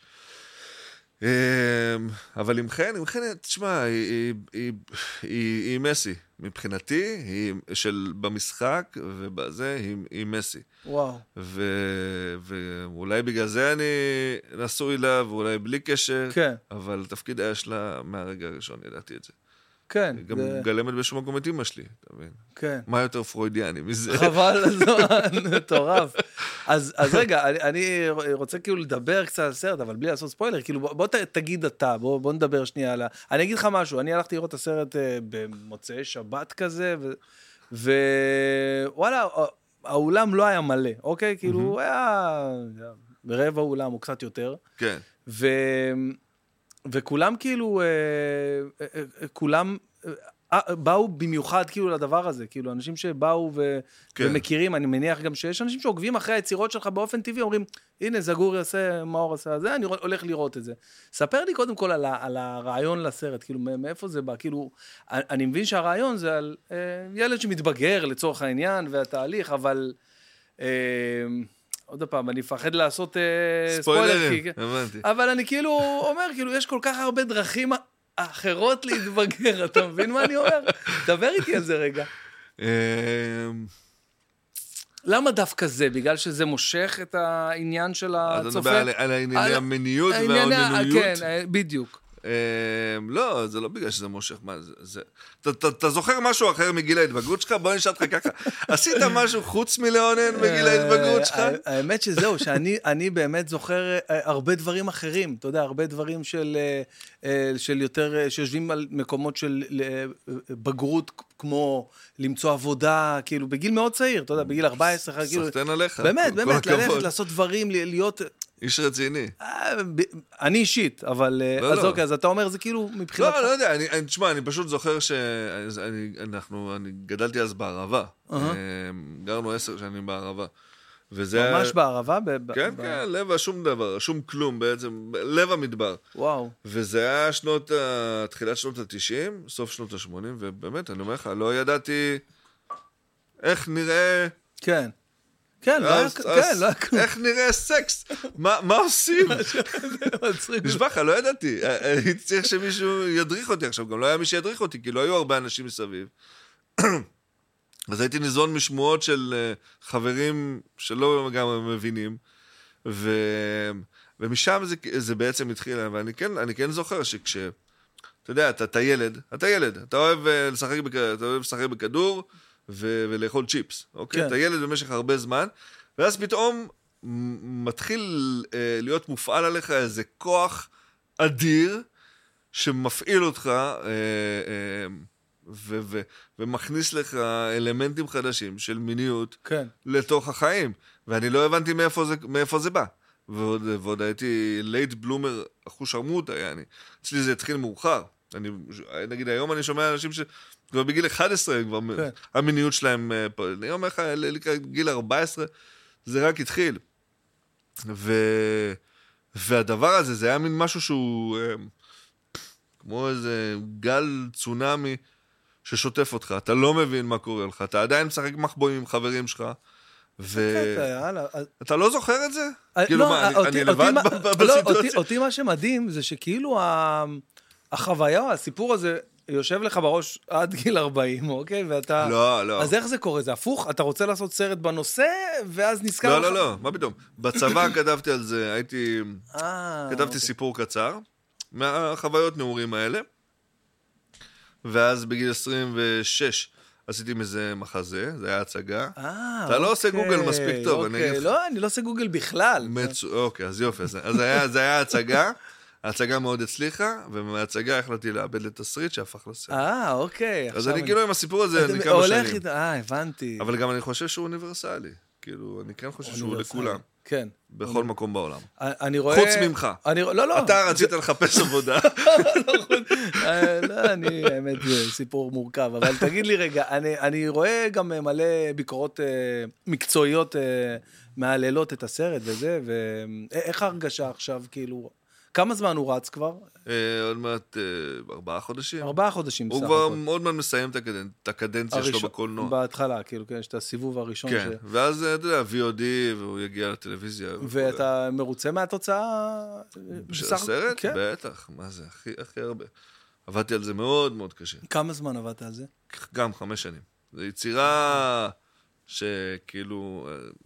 אבל עם חן, תשמע, היא מסי. מבחינתי, היא במשחק, ובזה היא מסי. וואו. ואולי בגלל זה אני נשוי לה, ואולי בלי קשר, כן. אבל התפקיד היה שלה מהרגע הראשון, ידעתי את זה. כן. היא גם גלמת בשום מקום את אמא שלי, אתה מבין? כן. מה יותר פרוידיאני מזה? חבל, מטורף. אז רגע, אני רוצה כאילו לדבר קצת על הסרט, אבל בלי לעשות ספוילר, כאילו בוא תגיד אתה, בוא נדבר שנייה על אני אגיד לך משהו, אני הלכתי לראות את הסרט במוצאי שבת כזה, ווואלה, האולם לא היה מלא, אוקיי? כאילו הוא היה ברבע האולם, הוא קצת יותר. כן. וכולם כאילו, כולם באו במיוחד כאילו לדבר הזה, כאילו אנשים שבאו ומכירים, אני מניח גם שיש אנשים שעוקבים אחרי היצירות שלך באופן טבעי, אומרים, הנה זגורי עושה, מאור עושה, זה, אני הולך לראות את זה. ספר לי קודם כל על הרעיון לסרט, כאילו מאיפה זה בא, כאילו, אני מבין שהרעיון זה על ילד שמתבגר לצורך העניין והתהליך, אבל עוד פעם, אני מפחד לעשות ספוילרים, הבנתי. אבל אני כאילו אומר, כאילו, יש כל כך הרבה דרכים אחרות להתבגר, אתה מבין מה אני אומר? דבר איתי על זה רגע. למה דווקא זה? בגלל שזה מושך את העניין של הצופה? אתה מדבר על הענייני המיניות והאוננויות? כן, בדיוק. לא, זה לא בגלל שזה מושך. אתה זוכר משהו אחר מגיל ההתבגרות שלך? בוא נשאל אותך ככה. עשית משהו חוץ מלאונן בגיל ההתבגרות שלך? האמת שזהו, שאני באמת זוכר הרבה דברים אחרים. אתה יודע, הרבה דברים של יותר, שיושבים על מקומות של בגרות, כמו למצוא עבודה, כאילו, בגיל מאוד צעיר, אתה יודע, בגיל 14. סחטן עליך. באמת, ללכת, לעשות דברים, להיות איש רציני. אני אישית, אבל אז אוקיי, אז אתה אומר, זה כאילו מבחינת... לא יודע, תשמע, אני פשוט זוכר אני גדלתי אז בערבה. גרנו 10 שנים בערבה. ממש בערבה? כן, כן, לב שום דבר, שום כלום בעצם, לב המדבר. וואו. וזה היה תחילת שנות ה-90, סוף שנות ה-80, ובאמת, אני אומר לך, לא ידעתי איך נראה... כן. כן, לא היה כלום. איך נראה סקס? מה עושים? נשבע לך, לא ידעתי. הייתי צריך שמישהו ידריך אותי עכשיו, גם לא היה מי שידריך אותי, כי לא היו הרבה אנשים מסביב. אז הייתי ניזון משמועות של חברים שלא גם מבינים, ומשם זה בעצם התחיל, ואני כן זוכר אתה יודע, אתה ילד, אתה אוהב לשחק בכדור ולאכול צ'יפס, אוקיי? אתה ילד במשך הרבה זמן, ואז פתאום מתחיל להיות מופעל עליך איזה כוח אדיר, שמפעיל אותך, ומכניס לך אלמנטים חדשים של מיניות לתוך החיים. ואני לא הבנתי מאיפה זה בא. ועוד הייתי לייט בלומר, אחוש ערמות היה אני. אצלי זה התחיל מאוחר. נגיד, היום אני שומע אנשים שכבר בגיל 11, כבר המיניות שלהם, אני אומר לך, גיל 14, זה רק התחיל. והדבר הזה, זה היה מין משהו שהוא כמו איזה גל צונמי ששוטף אותך. אתה לא מבין מה קורה לך. אתה עדיין משחק מחבואים עם חברים שלך. אתה לא זוכר את זה? כאילו מה, אני לבד בסיטואציה? אותי מה שמדהים זה שכאילו החוויה, הסיפור הזה יושב לך בראש עד גיל 40, אוקיי? ואתה... לא. אז איך זה קורה? זה הפוך? אתה רוצה לעשות סרט בנושא, ואז נזכר לך... לא, מה פתאום? בצבא כתבתי על זה, כתבתי סיפור קצר, מהחוויות נעורים האלה, ואז בגיל 26 עשיתי מזה מחזה, זה היה הצגה. אתה לא עושה גוגל מספיק טוב, אני אגיד לך. לא, אני לא עושה גוגל בכלל. אוקיי, אז יופי. אז זה היה הצגה, ההצגה מאוד הצליחה, ומההצגה החלטתי לאבד לתסריט שהפך לסרט. אוקיי. אז אני כאילו עם הסיפור הזה, אני כמה שנים. הבנתי. אבל גם אני חושב שהוא אוניברסלי. כאילו, אני כן חושב שהוא לכולם. כן. בכל מקום בעולם. אני רואה... חוץ ממך. לא. אתה רצית לחפש עבודה. לא, האמת, זה סיפור מורכב. אבל תגיד לי רגע, אני רואה גם מלא ביקורות מקצועיות מהלילות את הסרט וזה, ואיך ההרגשה עכשיו, כאילו... כמה זמן הוא רץ כבר? עוד מעט 4 חודשים. 4 חודשים בסך הכל. הוא כבר מאוד מאוד מסיים את הקדנציה שלו בקולנוע. בהתחלה, כאילו, יש את הסיבוב הראשון. כן, ואז, אתה יודע, VOD, והוא יגיע לטלוויזיה. ואתה מרוצה מהתוצאה? של הסרט? כן. בטח, מה זה, הכי הרבה. עבדתי על זה מאוד מאוד קשה. כמה זמן עבדת על זה? גם 5 שנים. זו יצירה שכאילו...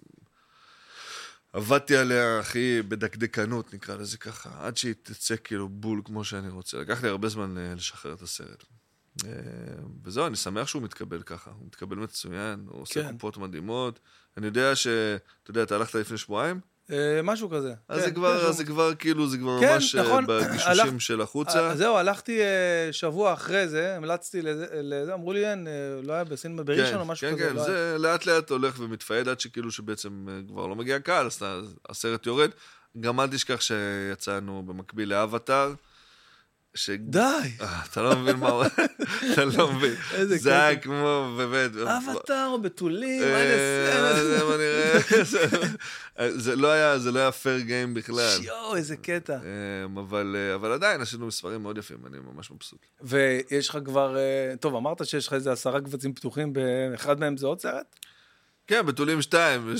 עבדתי עליה הכי בדקדקנות, נקרא לזה ככה, עד שהיא תצא כאילו בול כמו שאני רוצה. לקח לי הרבה זמן לשחרר את הסרט. וזהו, אני שמח שהוא מתקבל ככה. הוא מתקבל מצוין, הוא עושה קופות מדהימות. אני יודע אתה יודע, אתה הלכת לפני שבועיים? משהו כזה. אז זה כבר כאילו, זה כבר ממש בגישושים של החוצה. זהו, הלכתי שבוע אחרי זה, המלצתי לזה, אמרו לי, לא היה בסין בראשון או משהו כזה. כן, זה לאט לאט הולך ומתפעד עד שכאילו שבעצם כבר לא מגיע קהל, אז הסרט יורד. גם אל תשכח שיצאנו במקביל לאבטר, די! אתה לא מבין מה הוא... אתה לא מבין. זה היה כמו, באמת... אבטר או בתולים, זה מה נראה. זה לא היה פייר גיים בכלל. שיו, איזה קטע. אבל עדיין, עשינו מספרים מאוד יפים, אני ממש מבסוט. ויש לך כבר... טוב, אמרת שיש לך איזה 10 קבצים פתוחים, באחד מהם זה עוד סרט? כן, בתולים 2,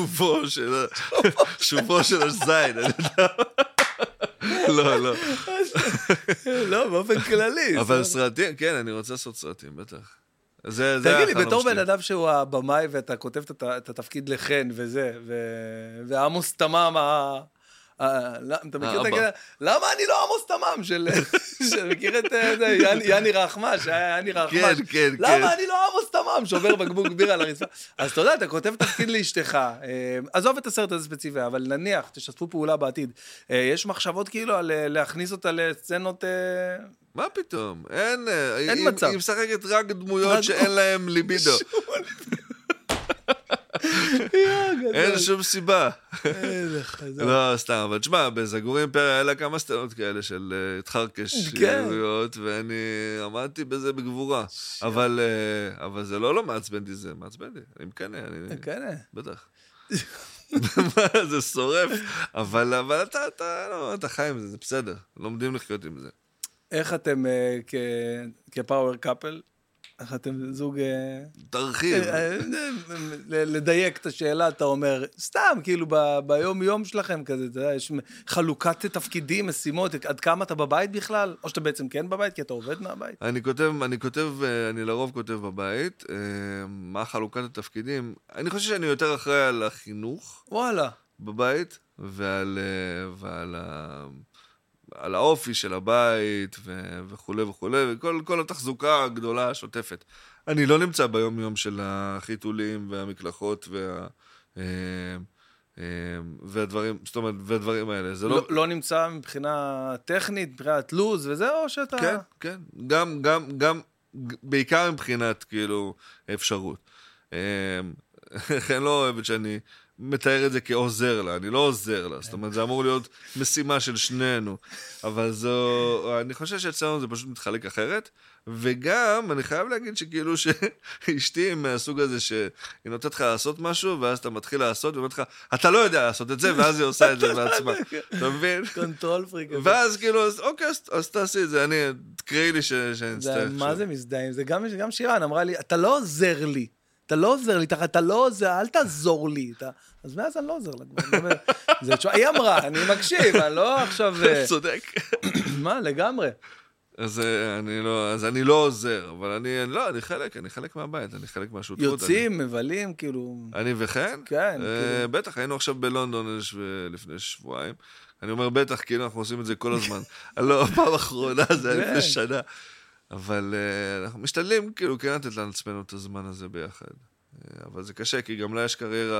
שובו של הזין, אני יודע. לא. לא, באופן כללי. אבל סרטים, כן, אני רוצה לעשות סרטים, בטח. תגיד לי, בתור בן אדם שהוא הבמאי, ואתה כותב את התפקיד לחן וזה, ועמוס תמם, אתה מכיר את הקטע? למה אני לא עמוס תמם שמכיר את יני רחמה, שהיה יני רחמה? כן. למה אני לא עמוס תמם שובר בקבוק בירה על הרצפה? אז אתה יודע, אתה כותב תפקיד לאשתך, עזוב את הסרט הזה ספציפי, אבל נניח, תשתפו פעולה בעתיד. יש מחשבות כאילו על להכניס אותה לסצנות... מה פתאום? אין מצב. היא משחקת רק דמויות שאין להם ליבידו. אין שום סיבה. לא, סתם, אבל תשמע, בזגורים פרא היה לה כמה סצנות כאלה של התחרקש ירויות, ואני עמדתי בזה בגבורה. אבל זה לא מעצבן לי, זה מעצבן לי. אני מקנא. בטח. זה שורף. אבל אתה חי עם זה, זה בסדר. לומדים לחיות עם זה. איך אתם כפאוור קאפל? איך אתם זוג... תרחיב. לדייק את השאלה, אתה אומר, סתם, כאילו ביום שלכם כזה, אתה יודע, יש חלוקת תפקידים, משימות, עד כמה אתה בבית בכלל? או שאתה בעצם כן בבית, כי אתה עובד מהבית? אני לרוב כותב בבית, מה חלוקת התפקידים? אני חושב שאני יותר אחראי על החינוך. וואלה. בבית, על האופי של הבית וכו' וכו', וכל התחזוקה הגדולה השוטפת. אני לא נמצא ביום יום של החיתולים והמקלחות והדברים, זאת אומרת, והדברים האלה. זה לא נמצא מבחינה טכנית, מבחינת לוז וזה, או שאתה... כן, כן. גם בעיקר מבחינת, כאילו, אפשרות. אני לא אוהבת שאני מתאר את זה כעוזר לה, אני לא עוזר לה, זאת אומרת, זה אמור להיות משימה של שנינו, אבל אני חושב שאצלנו זה פשוט מתחלק אחרת, וגם אני חייב להגיד שכאילו שאשתי מהסוג הזה שהיא נותנת לך לעשות משהו, ואז אתה מתחיל לעשות, ואומרת לך, אתה לא יודע לעשות את זה, ואז היא עושה את זה בעצמה, אתה מבין? קונטרול פריק. ואז כאילו, אוקיי, אז תעשי את זה, תקראי לי שאני אצטרך. מה זה מזדהים? זה גם שירן אמרה לי, אתה לא עוזר לי. אתה לא עוזר לי, אתה לא עוזר, אל תעזור לי. אז מאז אני לא עוזר לה. היא אמרה, אני מקשיב, אני לא עכשיו... צודק. מה, לגמרי. אז אני לא עוזר, אבל אני חלק מהבית, אני חלק מהשותפות. יוצאים, מבלים, כאילו... אני וכן? כן. בטח, היינו עכשיו בלונדון לפני שבועיים. אני אומר בטח, כאילו אנחנו עושים את זה כל הזמן. לא, פעם אחרונה, זה היה לפני שנה. אבל אנחנו משתדלים כאילו כן לתת לעצמנו את הזמן הזה ביחד. אבל זה קשה, כי גם לה יש קריירה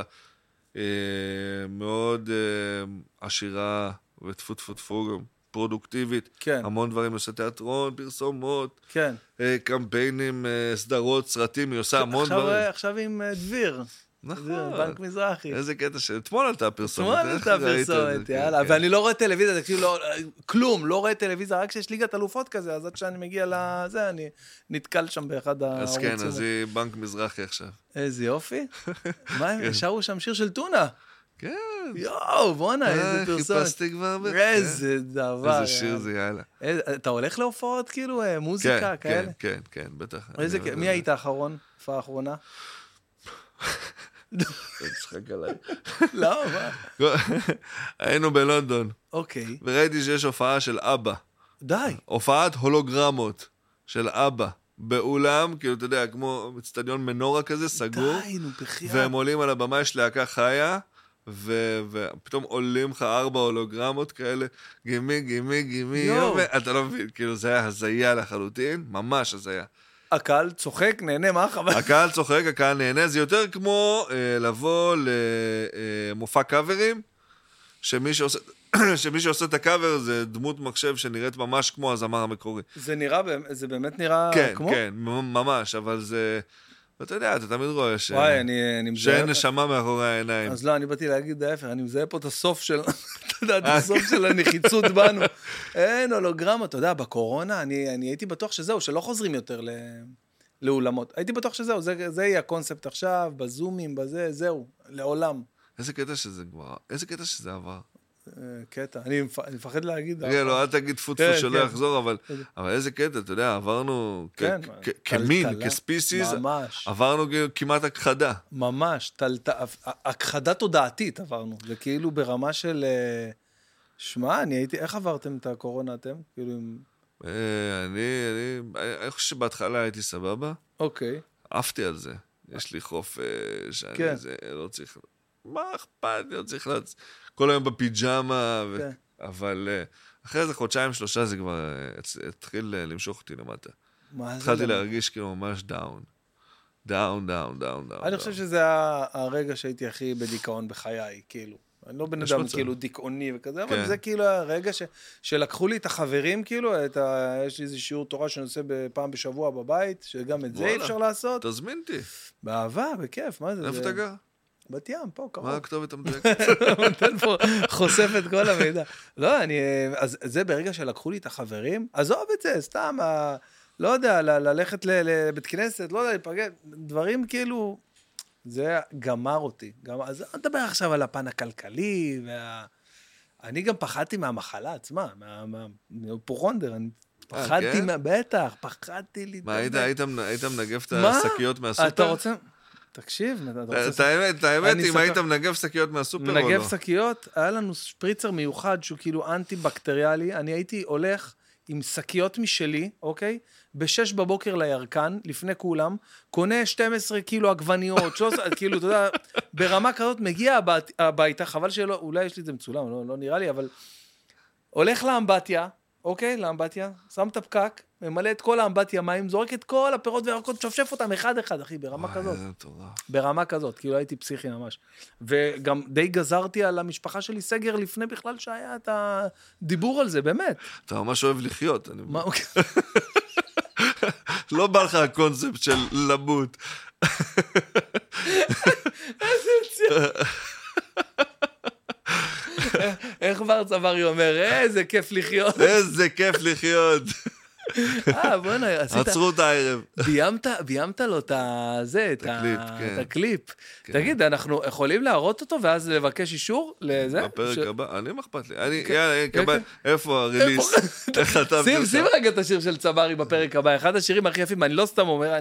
מאוד עשירה וטפו טפו טפו גם פרודוקטיבית. כן. המון דברים, עושה תיאטרון, פרסומות, כן. קמפיינים, סדרות, סרטים, היא עושה המון דברים. עכשיו עם דביר. נכון. בנק מזרחי. איזה קטע אתמול עלתה פרסומת. אתמול עלתה פרסומת, יאללה. ואני לא רואה טלוויזיה, תקשיב, כלום, לא רואה טלוויזיה, רק שיש ליגת אלופות כזה, אז עד שאני מגיע לזה, אני נתקל שם באחד הערוצים. אז כן, אז היא בנק מזרחי עכשיו. איזה יופי. מה, הם שרו שם שיר של טונה. כן. יואו, בואנה, איזה פרסומת. חיפשתי כבר. איזה דבר. איזה שיר זה, יאללה. אתה הולך להופעות, כאילו, מוזיקה, כאלה? כן, כן, בטח. מי היית האחרון? הופעה האחרונה? תצחק עליי. לא, מה? היינו בלונדון. אוקיי. וראיתי שיש הופעה של אבא. די. הופעת הולוגרמות של אבא. באולם, כאילו, אתה יודע, כמו אצטדיון מנורה כזה, סגור. די, נו, בחייאת. והם עולים על הבמה, יש להקה חיה, ופתאום עולים לך 4 הולוגרמות כאלה, גימי, אתה לא מבין, כאילו, זה היה הזיה לחלוטין, ממש הזיה. הקהל צוחק, נהנה, מה חבל? הקהל צוחק, הקהל נהנה, זה יותר כמו לבוא למופע קאברים, שמי שעושה את הקאבר זה דמות מחשב שנראית ממש כמו הזמר המקורי. זה באמת נראה כמו? כן, ממש, אבל זה... אתה יודע, אתה תמיד רואה שאין נשמה מאחורי העיניים. אז לא, אני באתי להגיד ההפך, אני מזהה פה את הסוף של, אתה יודע, את הסוף של הנחיצות בנו. אין הולוגרמה, אתה יודע, בקורונה, אני הייתי בטוח שזהו, שלא חוזרים יותר לאולמות. הייתי בטוח שזהו, זה יהיה הקונספט עכשיו, בזומים, בזה, זהו, לעולם. איזה קטע שזה עבר. קטע, אני מפחד להגיד. רגע, לא, אל תגיד טפו שלא יחזור, אבל איזה קטע, אתה יודע, עברנו כמין, כספיסיס, עברנו כמעט הכחדה. ממש, הכחדה תודעתית עברנו, זה כאילו ברמה של, שמע, איך עברתם את הקורונה אתם? אני חושב שבהתחלה הייתי סבבה. אוקיי. עפתי על זה, יש לי חופש, אני לא צריך, מה אכפת, לא צריך כל היום בפיג'מה, אבל אחרי זה 2-3 זה כבר התחיל למשוך אותי למטה. התחלתי להרגיש כאילו ממש דאון. אני חושב שזה הרגע שהייתי הכי בדיכאון בחיי, כאילו. אני לא בן אדם כאילו דיכאוני וכזה, אבל זה כאילו הרגע שלקחו לי את החברים, כאילו, יש לי איזה שיעור תורה שאני עושה פעם בשבוע בבית, שגם את זה אי אפשר לעשות. תזמין אותי. באהבה, בכיף, מה זה? איפה אתה גר? בת ים, פה, קרוב. מה הכתובת המדויקת? נותן פה, חושף את כל המידע. לא, אז זה ברגע שלקחו לי את החברים, עזוב את זה, סתם, לא יודע, ללכת לבית כנסת, לא יודע, להיפגש, דברים כאילו, זה גמר אותי. אז אני מדבר עכשיו על הפן הכלכלי, אני גם פחדתי מהמחלה עצמה, מהפורונדר, אני פחדתי, בטח, פחדתי לי. מה, היית מנגב את השקיות מהסופר? אתה רוצה... תקשיב, את האמת, אם היית מנגב שקיות מהסופר או לא? מנגב שקיות, היה לנו שפריצר מיוחד שהוא כאילו אנטי-בקטריאלי, אני הייתי הולך עם שקיות משלי, אוקיי? ב-6 בבוקר לירקן, לפני כולם, קונה 12 קילו עגבניות, כאילו, אתה יודע, ברמה כזאת מגיע הביתה, חבל שלא, אולי יש לי את זה מצולם, לא נראה לי, אבל הולך לאמבטיה, אוקיי, לאמבטיה, שם את הפקק, ממלא את כל האמבטיה מים, זורק את כל הפירות והירקות, שופשף אותם אחד, אחי, ברמה כזאת. ברמה כזאת, כאילו הייתי פסיכי ממש. וגם די גזרתי על המשפחה שלי סגר לפני בכלל שהיה את הדיבור על זה, באמת. אתה ממש אוהב לחיות. לא בא לך הקונספט של למות. איך בר צברי אומר, איזה כיף לחיות. איזה כיף לחיות. בוא'נה, עשית... עצרו את הערב. ביימת לו את הקליפ. כן. תגיד, אנחנו יכולים להראות אותו ואז לבקש אישור לזה? בפרק הבא, אני מחפת לי. איפה הריליס? שים רגע את השיר של צברי בפרק הבא, אחד השירים הכי יפים, אני לא סתם אומר,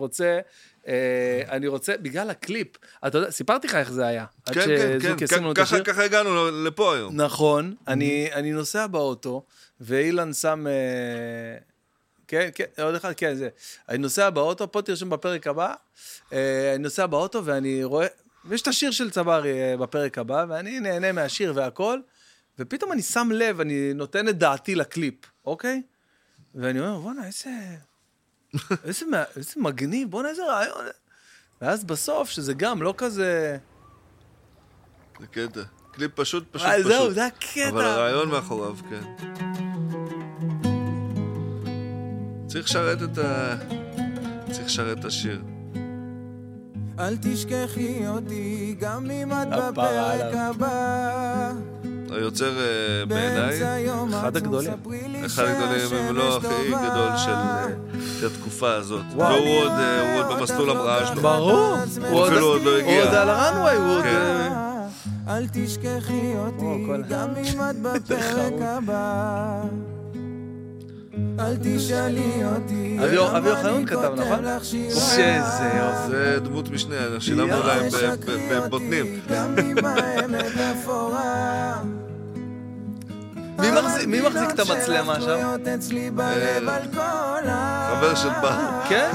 אני רוצה, בגלל הקליפ, אתה יודע, סיפרתי לך איך זה היה. כן, ככה הגענו לפה היום. נכון, אני נוסע באוטו, ואילן שם... כן, עוד אחד, כן, זה. אני נוסע באוטו, פה תרשום בפרק הבא, אני נוסע באוטו ואני רואה, ויש את השיר של צברי בפרק הבא, ואני נהנה מהשיר והכל, ופתאום אני שם לב, אני נותן את דעתי לקליפ, אוקיי? ואני אומר, בוא'נה, איזה מגניב, בוא'נה, איזה רעיון. ואז בסוף, שזה גם לא כזה... זה קטע. קליפ פשוט. זהו, זה הקטע. אבל הרעיון מאחוריו, כן. צריך לשרת את השיר. אל תשכחי אותי, גם אם את בפרק הבא. היוצר בעיניי, אחד הגדולים, אם לא הכי גדול של התקופה הזאת. והוא עוד במסלול המראה שלו. ברור. הוא אפילו עוד לא הגיע. הוא עוד על הרנווי, הוא עוד... אל תשכחי אותי, גם אם את בפרק הבא. אל תשאלי אותי. אבי אוחיון כתב, נכון? שזה יופי. זה דמות משנה, שילמנו להם בבוטנים. מי מחזיק את המצלמה שם? חבר של בר. כן?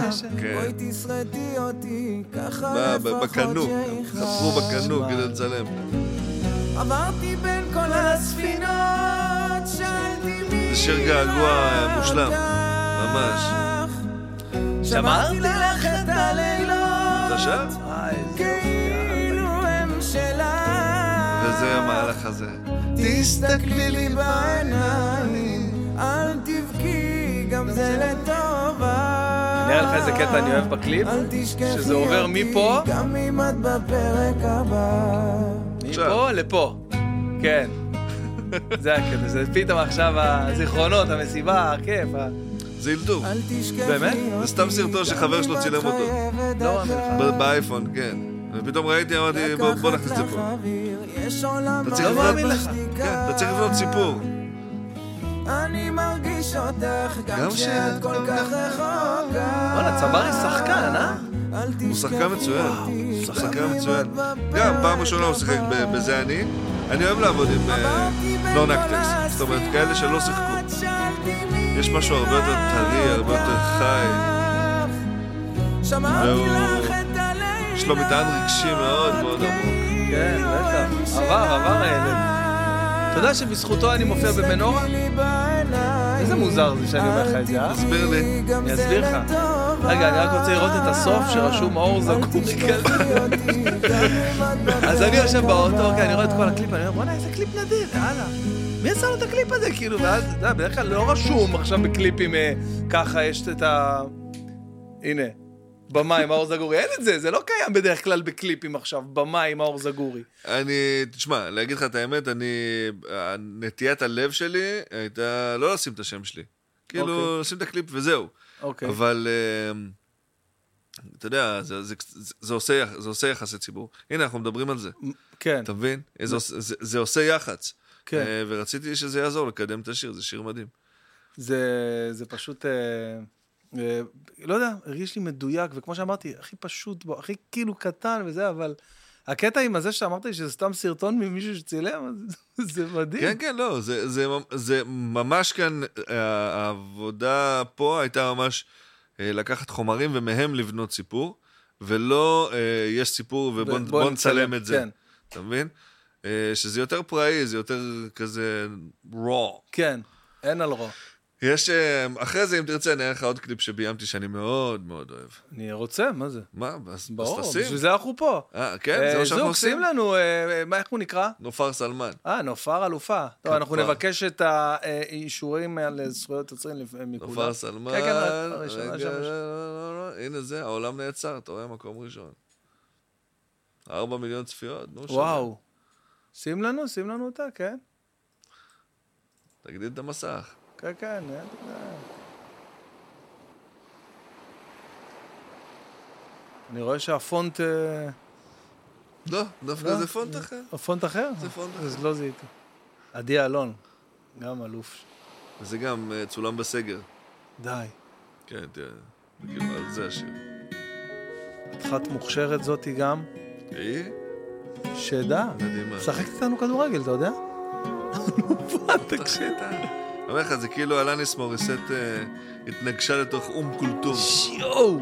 בקנוק, חפרו בקנוק כדי לצלם. עברתי בין כל הספינות, שאלתי מי... זה שיר געגוע מושלם, ממש. שמרתי לך את הלילות, אתה שם? כאילו הם שלך. וזה המהלך הזה. תסתכלי לי בעיניים, אל תבכי, גם זה לטובה. נראה לך איזה קטע אני אוהב בקליפ, שזה עובר מפה, גם אם את בפרק הבא. מפה לפה, כן. זה הקטע, זה פתאום עכשיו הזיכרונות, המסיבה, הכיף. זה ילדוב. באמת? זה סתם סרטון שחבר שלו צילם אותו. לא מאמין לך. באייפון, כן. ופתאום ראיתי, אמרתי, בוא נכניס את זה פה. לא מאמין לך. אתה צריך לבנות סיפור. אני מרגיש אותך, גם שאת כל כך רחוקה. וואלה, צברי שחקן, אה? הוא שחקן מצוין. הוא שחקן מצוין. גם פעם ראשונה הוא שיחק בזה אני אוהב לעבוד עם נון אקטרס. זאת אומרת, כאלה שלא שיחקו. יש משהו הרבה יותר טרי, הרבה יותר חי. יש לו מטען רגשי מאוד מאוד עמוק. כן, בטח. עבר הילד. אתה יודע שבזכותו אני מופיע במנורה? איזה מוזר זה שאני אומר לך את זה, אה? תסביר לי. אני אסביר לך. רגע, אני רק רוצה לראות את הסוף שרשום האור זגורי כזה. אז אני יושב באוטו, אוקיי, אני רואה את כל הקליפ, אני אומר, בוא'נה, איזה קליפ נדיר, יאללה. מי עשה לו את הקליפ הזה, כאילו? ואז, אתה יודע, בדרך כלל לא רשום עכשיו בקליפים ככה, יש את ה... הנה, במים, האור זגורי. אין את זה, זה לא קיים בדרך כלל בקליפים עכשיו, במים, האור זגורי. תשמע, להגיד לך את האמת, נטיית הלב שלי הייתה לא לשים את השם שלי. כאילו, לשים את הקליפ וזהו. אבל, אתה יודע, זה עושה יחסי ציבור. הנה, אנחנו מדברים על זה. כן. אתה מבין? זה עושה יח"צ. ורציתי שזה יעזור לקדם את השיר, זה שיר מדהים. זה פשוט... לא יודע, הרגיש לי מדויק, וכמו שאמרתי, הכי פשוט בו, הכי כאילו קטן וזה, אבל הקטע עם הזה שאמרת לי שזה סתם סרטון ממישהו שצילם, זה מדהים. כן, כן, לא, זה ממש כאן, העבודה פה הייתה ממש לקחת חומרים ומהם לבנות סיפור, ולא יש סיפור ובוא נצלם את זה. אתה מבין? שזה יותר פראי, זה יותר כזה raw. כן, אין על רוע. יש, אחרי זה אם תרצה, אני אראה לך עוד קליפ שביימתי שאני מאוד מאוד אוהב. אני רוצה, מה זה? מה? אז ברור, תשים. בשביל זה אנחנו פה. כן, זה מה שאנחנו עושים. שים לנו, איך הוא נקרא? נופר סלמן. נופר אלופה. טוב, אנחנו נבקש את האישורים על זכויות יוצרים מכולם. נופר סלמן. כן, הראשונה שם. הנה זה, העולם נעצר, אתה רואה מקום ראשון. 4 מיליון צפיות, נו. וואו. שים לנו אותה, כן? תגדיל את המסך. כן, אני רואה שהפונט... לא, דווקא זה פונט אחר. הפונט אחר? זה פונט אחר. אז לא זיהיתי. עדי אלון, גם אלוף. וזה גם צולם בסגר. די. כן, תראה, כאילו, על זה השיר. אחת מוכשרת זאתי גם. היא? שדה. מדהימה. משחקת איתנו כדורגל, אתה יודע? תקשיב. אומר לך, זה כאילו אלניס מוריסט התנגשה לתוך קולטום. שיו!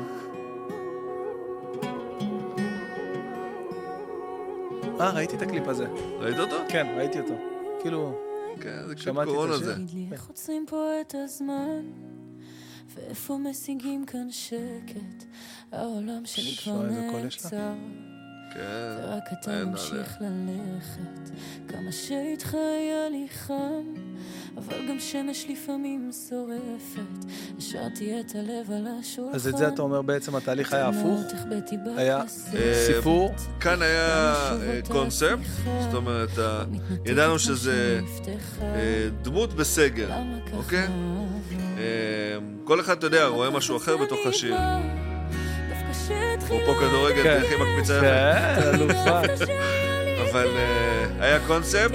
ראיתי את הקליפ הזה. ראית אותו? כן, ראיתי אותו. כאילו... כן, זה קליפ שמעתי את קורונה השיר. זה. תגיד לי איך עוצרים פה את הזמן ואיפה משיגים כאן שקט העולם שלי כבר איזה קול יש לה? נעצר כן. ורק אתה אין ממשיך ללכת כמה שאיתך היה לי חם אבל גם שמש לפעמים שורפת השארתי את הלב על השולחן אז את זה אתה אומר בעצם התהליך היה הפוך? תחבאתי היה בכסף סיפור? כאן היה קונספט, זאת אומרת, ידענו שזה דמות בסגר, אוקיי? כל אחד, אתה יודע, רואה משהו אחר בתוך השיר. אפרופו כדורגל, כן. תלכי מקפיצה יפה. כן, אלופה. אבל היה קונספט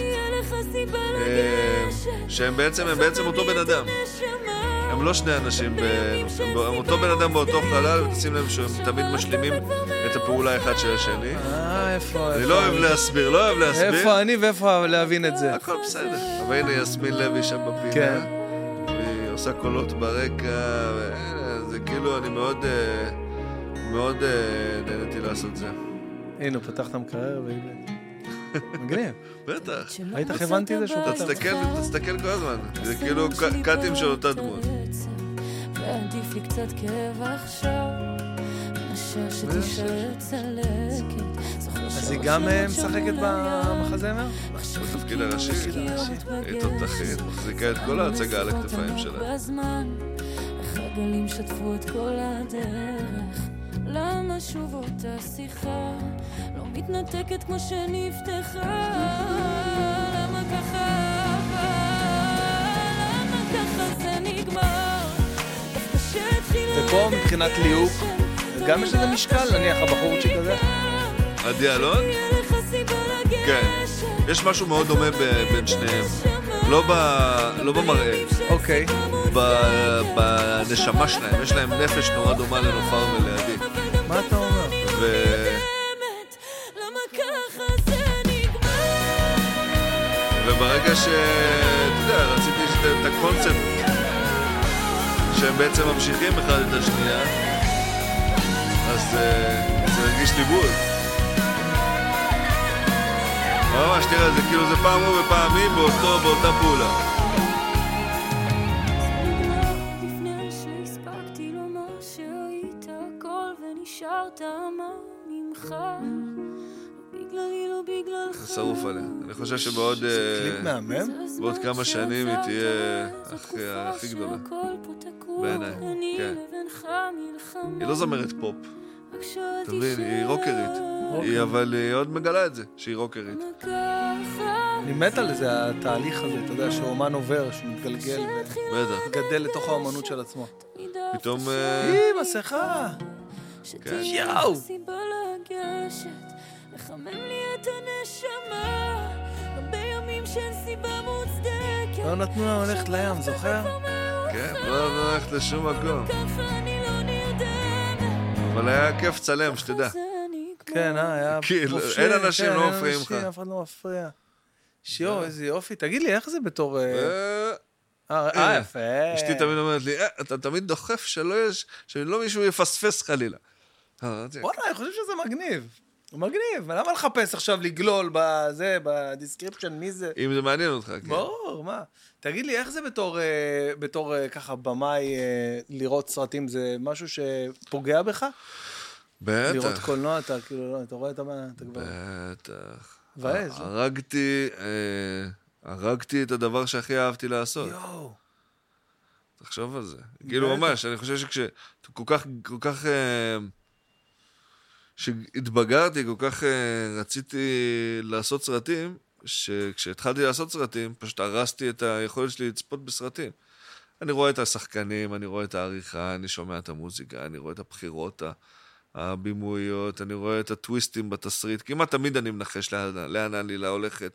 שהם בעצם אותו בן אדם. הם לא שני אנשים, הם אותו בן אדם באותו חלל, ותשים לב שהם תמיד משלימים את הפעולה אחד של השני. איפה? אני לא אוהב להסביר, איפה אני ואיפה להבין את זה? הכל בסדר. אבל הנה יסמין לוי שם בפינה, כן. והיא עושה קולות ברקע, זה כאילו, אני מאוד נהניתי לעשות זה. הנה, הוא פתח את המקרר והבאתי. מגניב. בטח. היית הבנתי את זה שהוא פתח. תסתכל כל הזמן. זה כאילו קאטים של אותה דמות. ועדיף לי קצת כאב עכשיו נשאר שתישאר צלקת אז היא גם משחקת במחזמר? בתפקיד הראשי, היא תותחית, מחזיקה את כל ההצגה על הכתפיים שלה. איך הגלים שטפו את כל הדרך למה שוב אותה שיחה לא מתנתקת כמו שנפתחה למה ככה זה נגמר ופה מבחינת ליהוק גם יש לזה משקל, נניח הבחורצ'יק הזה? עדי אלון? כן. יש משהו מאוד דומה בין שניהם. לא במראה. אוקיי. בנשמה שלהם. יש להם נפש נורא דומה לנופר ולעדי. מה אתה אומר? וברגע אתה יודע, רציתי את הקונספט שהם בעצם ממשיכים אחד את השנייה, אז זה הרגיש לי בול. ממש, תראה, זה כאילו זה פעם הוא ופעם היא באותה פעולה. לפני שהספקתי לומר שהיית הכל ונשארת מה ממך בגללי לא בגללך זה שרוף עליה. אני חושב שבעוד קליפ מהמם? בעוד כמה שנים היא תהיה הכי גדולה. בעיניי, כן. היא לא זמרת פופ. אתה מבין, היא רוקרית. אבל היא עוד מגלה את זה, שהיא רוקרית. אני מת על זה, התהליך הזה, אתה יודע, שאומן עובר, שהוא מתגלגל וגדל לתוך האומנות של עצמו. פתאום... מסכה! כן. יאו! לחמם לי את הנשמה גם בימים שאין סיבה מוצדקת לא נתנו לה ללכת לים, זוכר? כן, לא הולכת לשום מקום. ככה אני לא נרדמת אבל היה כיף צלם, שתדע. כן, היה כאילו, חופשי, אין אנשים כן, לא אין מפריעים אנשים, לך. אף אחד לא מפריע. שיו, איזה יופי. תגיד לי, איך זה בתור... הנה, יפה. אשתי תמיד אומרת לי, אתה תמיד דוחף שלא מישהו יפספס חלילה. וואלה, אני חושב שזה מגניב. מגניב, למה לחפש עכשיו לגלול בזה, בדיסקריפשן, מי זה? אם זה מעניין אותך, כן. ברור, מה? תגיד לי, איך זה בתור ככה במאי לראות סרטים, זה משהו שפוגע בך? בטח. לראות קולנוע, אתה כאילו, אתה רואה את מה, אתה כבר... בטח. ועז. הרגתי את הדבר שהכי אהבתי לעשות. יואו. תחשוב על זה. כאילו ממש, אני חושב כל כך שהתבגרתי, כל כך רציתי לעשות סרטים, שכשהתחלתי לעשות סרטים, פשוט הרסתי את היכולת שלי לצפות בסרטים. אני רואה את השחקנים, אני רואה את העריכה, אני שומע את המוזיקה, אני רואה את הבחירות הבימויות, אני רואה את הטוויסטים בתסריט, כמעט תמיד אני מנחש לאן הלילה הולכת.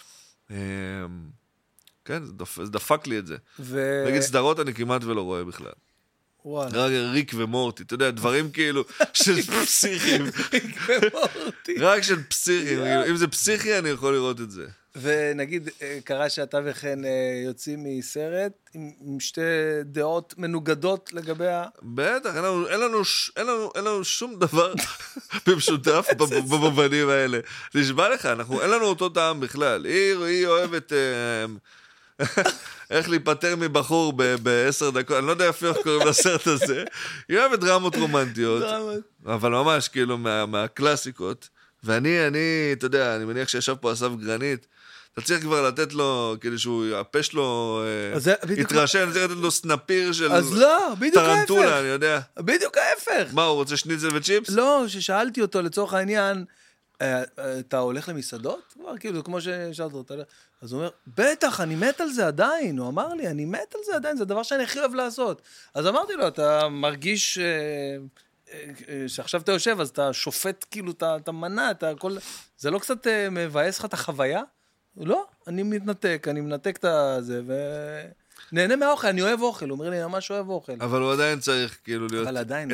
כן, זה דפק לי את זה. נגיד סדרות אני כמעט ולא רואה בכלל. וואלה. רק ריק ומורטי, אתה יודע, דברים כאילו של פסיכים. ריק ומורטי. רק של פסיכים, אם זה פסיכי אני יכול לראות את זה. ונגיד, קרה שאתה וכן יוצאים מסרט עם שתי דעות מנוגדות לגבי בטח, אין לנו שום דבר במשותף במובנים האלה. נשבע לך, אין לנו אותו טעם בכלל. היא אוהבת... איך להיפטר מבחור ב10 דקות, אני לא יודע אפילו איך קוראים לסרט הזה, היא אוהבת דרמות רומנטיות, אבל ממש כאילו מהקלאסיקות, ואני, אתה יודע, אני מניח שישב פה אסף גרנית, אתה צריך כבר לתת לו, כאילו שהוא יאפש לו, יתרשם, אני צריך לתת לו סנפיר של טרנטולה, אני יודע. בדיוק ההפך. מה, הוא רוצה שניצל וצ'יפס? לא, ששאלתי אותו לצורך העניין, אתה הולך למסעדות? כאילו, כמו ששאלת אותו, אז הוא אומר, בטח, אני מת על זה עדיין. הוא אמר לי, אני מת על זה עדיין, זה הדבר שאני הכי אוהב לעשות. אז אמרתי לו, אתה מרגיש שעכשיו אתה יושב, אז אתה שופט כאילו, אתה מנע, זה לא קצת מבאס לך את החוויה? לא, אני מנתק את זה, ונהנה מהאוכל, אני אוהב אוכל, הוא אומר לי, אני ממש אוהב אוכל. אבל הוא עדיין צריך כאילו להיות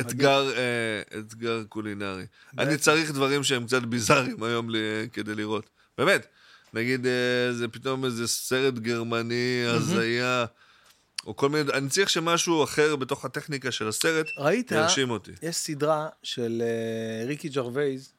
אתגר קולינרי. אני צריך דברים שהם קצת ביזאריים היום כדי לראות. באמת. נגיד, זה פתאום איזה סרט גרמני, הזיה, או כל מיני, אני צריך שמשהו אחר בתוך הטכניקה של הסרט, ירשים אותי. יש סדרה של ריקי ג'רווייז,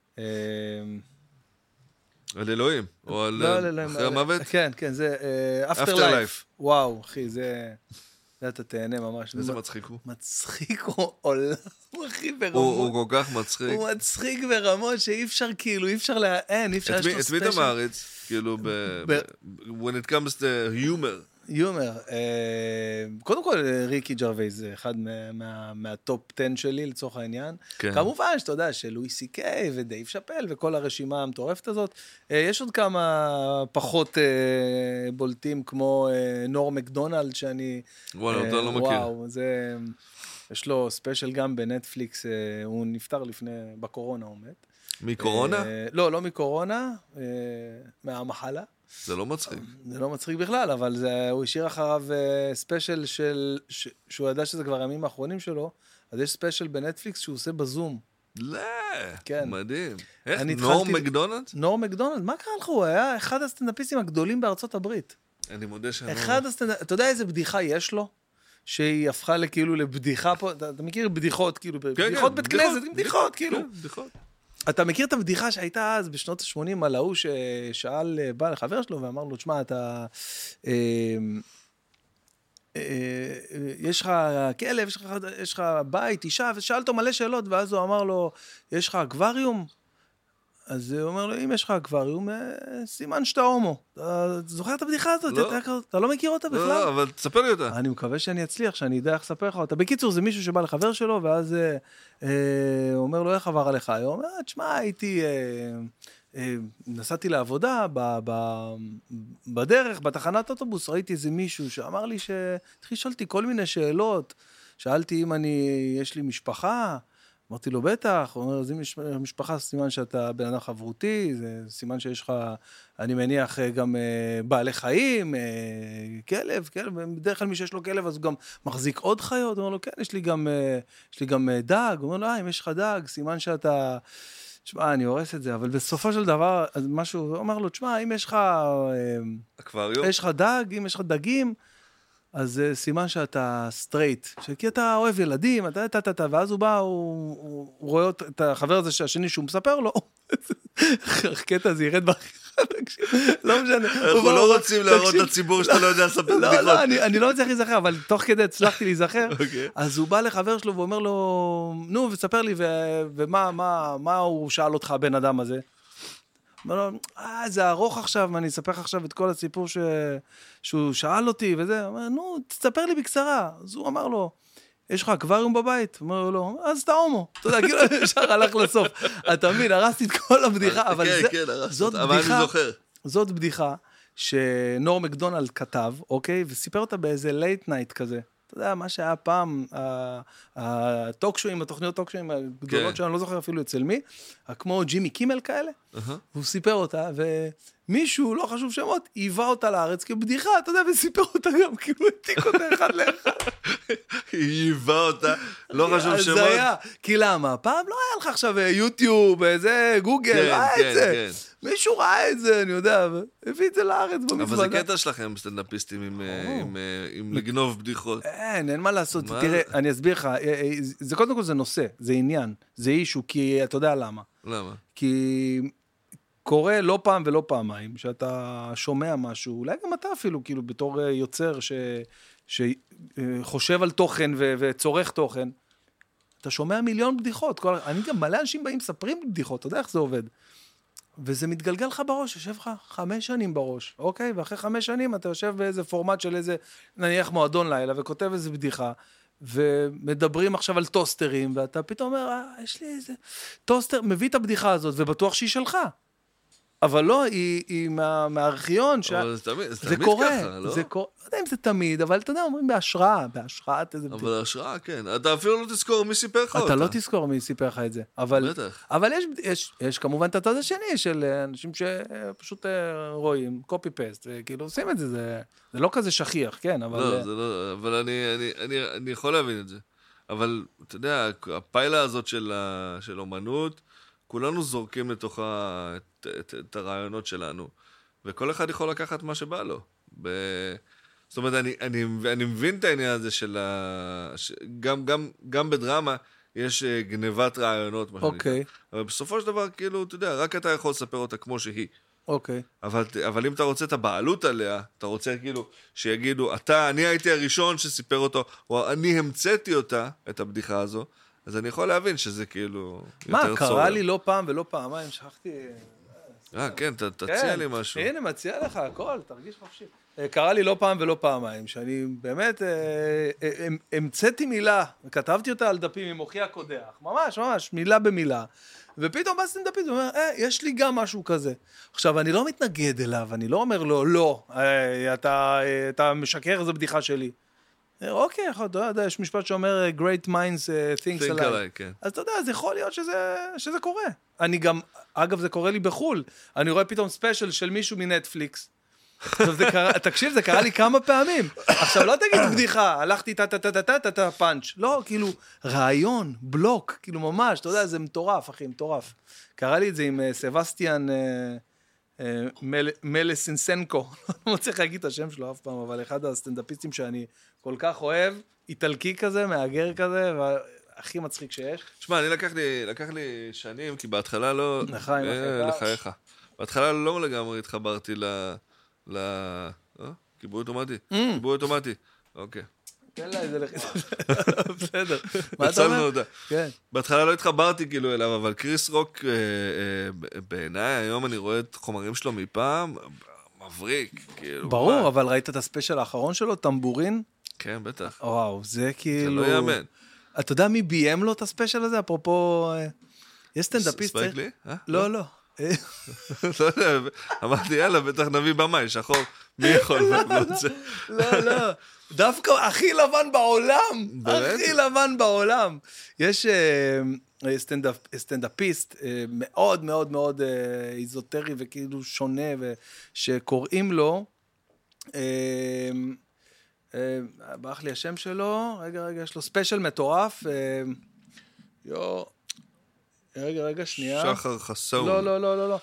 על אלוהים, או על אחרי המוות? כן, זה Afterlife. וואו, אחי, זה אתה תהנה ממש. איזה מצחיק הוא? מצחיק הוא עולם, אחי, ברמות. הוא כל כך מצחיק. הוא מצחיק ברמות שאי אפשר, כאילו, אי אפשר להען, אי אפשר לשתו ספיישל. את מי אתה מעריץ? כאילו, when it comes to humor. יומר. קודם כל, ריקי ג'רווייז זה אחד מהטופ 10 שלי לצורך העניין. כמובן שאתה יודע שלואי סי קיי ודייב שאפל וכל הרשימה המטורפת הזאת. יש עוד כמה פחות בולטים כמו נור מקדונלד שאני... וואלה, אתה לא מכיר. וואו, זה... יש לו ספיישל גם בנטפליקס, הוא נפטר בקורונה הוא מת. מקורונה? לא מקורונה, מהמחלה. זה לא מצחיק. זה לא מצחיק בכלל, אבל הוא השאיר אחריו ספיישל שהוא ידע שזה כבר הימים האחרונים שלו, אז יש ספיישל בנטפליקס שהוא עושה בזום. לא, כן. מדהים. איך? נור מקדונלד? נור מקדונלד, מה קרה לך? הוא היה אחד הסטנדאפיסטים הגדולים בארצות הברית. אני מודה שאני... אתה יודע איזה בדיחה יש לו? שהיא הפכה לכאילו לבדיחה פה, אתה מכיר בדיחות, כאילו, בדיחות בית כנסת, בדיחות, כאילו. בדיחות. אתה מכיר את הבדיחה שהייתה אז בשנות ה-80 על ההוא ששאל בא לחבר שלו ואמר לו, תשמע, אתה... יש לך כלב, יש לך בית, אישה, ושאל אותו מלא שאלות, ואז הוא אמר לו, יש לך אקווריום? אז הוא אומר לו, אם יש לך אקווריום, סימן שאתה הומו. אתה זוכר את הבדיחה הזאת? אתה לא מכיר אותה בכלל? לא, אבל תספר לי אותה. אני מקווה שאני אצליח, שאני יודע איך לספר לך אותה. בקיצור, זה מישהו שבא לחבר שלו, ואז הוא אומר לו, איך עבר עליך? הוא אומר, תשמע, נסעתי לעבודה, בדרך, בתחנת אוטובוס, ראיתי איזה מישהו שאמר לי התחיל לשאול אותי כל מיני שאלות. שאלתי אם יש לי משפחה, אמרתי לו, בטח, הוא אומר, זה משפחה, סימן שאתה בן אדם חברותי, זה סימן שיש לך, אני מניח, גם בעלי חיים, כלב, בדרך כלל מי שיש לו כלב, אז הוא גם מחזיק עוד חיות, הוא אומר לו, כן, יש לי גם דג, הוא אומר לו, אם יש לך דג, סימן שאתה, תשמע, אני הורס את זה, אבל בסופו של דבר, משהו, הוא אומר לו, תשמע, אם יש לך, אקווריום? יש לך דג, אם יש לך דגים, אז זה סימן שאתה סטרייט, כי אתה אוהב ילדים, ואז הוא בא, הוא רואה את החבר הזה השני שהוא מספר לו, הקטע הזה ירד בעריכה, תקשיב, לא משנה. אנחנו לא רוצים להראות לציבור שאתה לא יודע לספר בדיחות. לא, אני לא מצליח להיזכר, אבל תוך כדי הצלחתי להיזכר, אז הוא בא לחבר שלו ואומר לו, נו, וספר לי, ומה הוא שאל אותך, הבן אדם הזה? אומר לו, זה ארוך עכשיו, אני אספר לך עכשיו את כל הסיפור שהוא שאל אותי, וזה, אומר, נו, תספר לי בקצרה. אז הוא אמר לו, יש לך אקווריום בבית? אומר לו, אז אתה הומו. אתה יודע, כאילו ישר הלך לסוף. אתה מבין, הרסתי את כל הבדיחה, אבל זאת בדיחה שנור מקדונלד כתב, אוקיי, וסיפר אותה באיזה לייט נייט כזה. אתה יודע, מה שהיה פעם, הטוקשואים, התוכניות טוקשואים הגדולות שאני לא זוכר אפילו אצל מי, כמו ג'ימי קימל כאלה, הוא סיפר אותה, ומישהו, לא חשוב שמות, היווה אותה לארץ כבדיחה, אתה יודע, וסיפר אותה גם, כאילו התיק אותה אחד לאחד. היווה אותה, לא חשוב שמות. זה היה, כי למה? פעם לא היה לך עכשיו יוטיוב, איזה גוגל, ראה את זה. מישהו ראה את זה, אני יודע, הביא את זה לארץ במזוודה. אבל זה קטע שלכם, סטנדאפיסטים, עם לגנוב בדיחות. אין מה לעשות. תראה, אני אסביר לך, זה קודם כל זה נושא, זה עניין, זה אישו, כי אתה יודע למה. למה? כי קורה לא פעם ולא פעמיים, שאתה שומע משהו, אולי גם אתה אפילו, כאילו, בתור יוצר שחושב על תוכן וצורך תוכן, אתה שומע מיליון בדיחות. אני גם מלא אנשים באים, מספרים בדיחות, אתה יודע איך זה עובד. וזה מתגלגל לך בראש, יושב לך 5 שנים בראש, אוקיי? ואחרי 5 שנים אתה יושב באיזה פורמט של איזה, נניח מועדון לילה, וכותב איזה בדיחה, ומדברים עכשיו על טוסטרים, ואתה פתאום אומר, יש לי איזה טוסטר, מביא את הבדיחה הזאת, ובטוח שהיא שלך. אבל לא, היא מהארכיון, אבל זה תמיד ככה, לא? זה קורה, לא יודע אם זה תמיד, אבל אתה יודע, אומרים בהשראת איזה בדיחה. אבל ההשראה, כן. אתה אפילו לא תזכור מי סיפר לך אותה. אתה לא תזכור מי סיפר לך את זה. אבל יש כמובן את הצד השני של אנשים שפשוט רואים, קופי פסט, וכאילו עושים את זה, זה לא כזה שכיח, כן, אבל... לא, זה לא, אבל אני יכול להבין את זה. אבל, אתה יודע, הפיילה הזאת של אומנות, כולנו זורקים לתוך את הרעיונות שלנו, וכל אחד יכול לקחת מה שבא לו. זאת אומרת, אני מבין את העניין הזה של גם בדרמה יש גנבת רעיונות, מה שנקרא. אבל בסופו של דבר, כאילו, אתה יודע, רק אתה יכול לספר אותה כמו שהיא. אוקיי. אבל אם אתה רוצה את הבעלות עליה, אתה רוצה כאילו שיגידו, אני הייתי הראשון שסיפר אותו, או אני המצאתי אותה, את הבדיחה הזו, אז אני יכול להבין שזה כאילו יותר צורם. מה, קרה לי לא פעם ולא פעמיים, שכחתי... כן, תציע לי משהו. הנה, מציע לך הכל, תרגיש חופשי. קרה לי לא פעם ולא פעמיים, שאני באמת המצאתי מילה, וכתבתי אותה על דפים עם מוחי הקודח, ממש, מילה במילה, ופתאום בא סטנדאפיסט, הוא אומר, יש לי גם משהו כזה. עכשיו, אני לא מתנגד אליו, אני לא אומר לו, לא, אתה משקר, זו בדיחה שלי. אוקיי, אתה יודע, יש משפט שאומר, great minds think alike. אז אתה יודע, אז יכול להיות שזה קורה. אני גם, אגב, זה קורה לי בחול. אני רואה פתאום ספיישל של מישהו מנטפליקס. תקשיב, זה קרה לי כמה פעמים. עכשיו, לא תגיד בדיחה, הלכתי פאנץ'. לא, כאילו, רעיון, בלוק, כאילו ממש, אתה יודע, זה מטורף, אחי, מטורף. קרה לי את זה עם סבסטיאן מלסינסנקו. לא מצליח להגיד את השם שלו אף פעם, אבל אחד הסטנדאפיסטים שאני כל כך אוהב, איטלקי כזה, מהגר כזה, והכי מצחיק שיש. תשמע, אני לקח לי שנים, כי בהתחלה לא... לחייך. בהתחלה לא לגמרי התחברתי כיבוי אוטומטי. כיבוי אוטומטי. אוקיי. תן לה איזה לחיסה. בסדר. מה אתה אומר? כן. בהתחלה לא התחברתי כאילו אליו, אבל קריס רוק, בעיניי, היום אני רואה את חומרים שלו מפעם, מבריק, כאילו. ברור, אבל ראית את הספיישל האחרון שלו, טמבורין? כן, בטח. וואו, זה כאילו... זה לא יאמן. אתה יודע מי ביים לו את הספיישל הזה? אפרופו... יש סטנדאפיסט... ספייק לי? לא. לא יודע, אמרתי, יאללה, בטח נביא במאי, שחור, מי יכול? לא. דווקא הכי לבן בעולם. הכי לבן בעולם. יש סטנדאפיסט מאוד מאוד מאוד איזוטרי וכאילו שונה, שקוראים לו, ברח לי השם שלו, רגע, יש לו ספיישל מטורף, רגע, שנייה. שחר חסון. לא.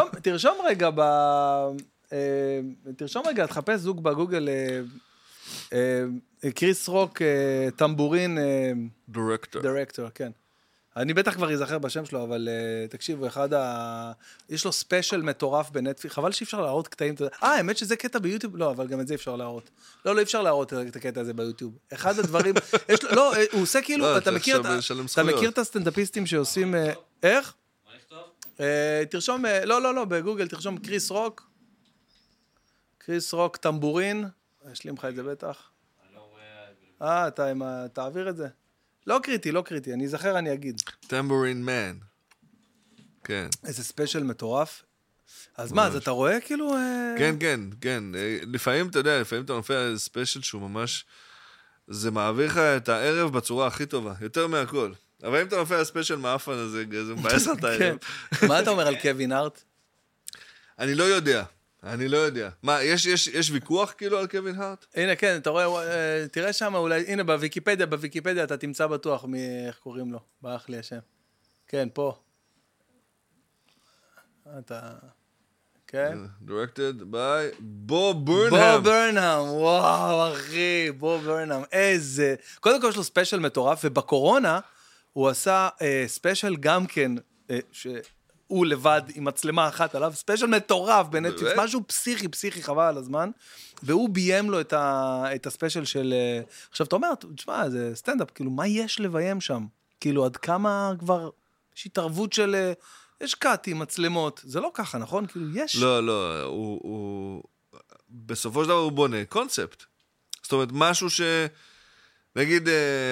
תרשום רגע, תחפש זוג בגוגל, קריס רוק, טמבורין, דירקטור, כן. אני בטח כבר אזכר בשם שלו, אבל תקשיבו, יש לו ספיישל מטורף בנטפליקס, חבל שאי אפשר להראות קטעים, האמת שזה קטע ביוטיוב? לא, אבל גם את זה אפשר להראות. לא, אי אפשר להראות את הקטע הזה ביוטיוב. אחד הדברים, לא, הוא עושה כאילו, אתה מכיר את הסטנדאפיסטים שעושים, איך? מה לכתוב? תרשום, לא, בגוגל תרשום קריס רוק טמבורין, יש לי ממך את זה בטח. אני לא רואה... תעביר את זה. לא קריטי, אני אזכר, אני אגיד. טמבורין מן. כן. איזה ספיישל מטורף. אז מה, אז אתה רואה כאילו... כן. לפעמים אתה יודע, לפעמים אתה נופל על ספיישל שהוא ממש... זה מעביר לך את הערב בצורה הכי טובה, יותר מהכל. אבל אם אתה נופל על ספיישל מאפן, אז זה מבאס לך את הערב. מה אתה אומר על קווין הארט? אני לא יודע. מה, יש ויכוח כאילו על קווין הארט? הנה, כן, אתה רואה, תראה שם אולי, הנה בוויקיפדיה אתה תמצא בטוח איך קוראים לו, ברח לי השם. כן, פה. אתה... כן? Directed by בוב ברנהאם. וואו, אחי, בוב ברנהאם, איזה... קודם כל יש לו ספיישל מטורף, ובקורונה הוא עשה ספיישל גם כן, הוא לבד עם מצלמה אחת עליו, ספיישל מטורף בנטפליקס, משהו פסיכי חבל על הזמן, והוא ביים לו את הספיישל של... עכשיו אתה אומר, תשמע, זה סטנדאפ, כאילו, מה יש לביים שם? כאילו, עד כמה כבר יש התערבות של... יש קאטים, מצלמות, זה לא ככה, נכון? כאילו, יש... לא, הוא... בסופו של דבר הוא בונה קונספט. זאת אומרת, משהו ש... נגיד...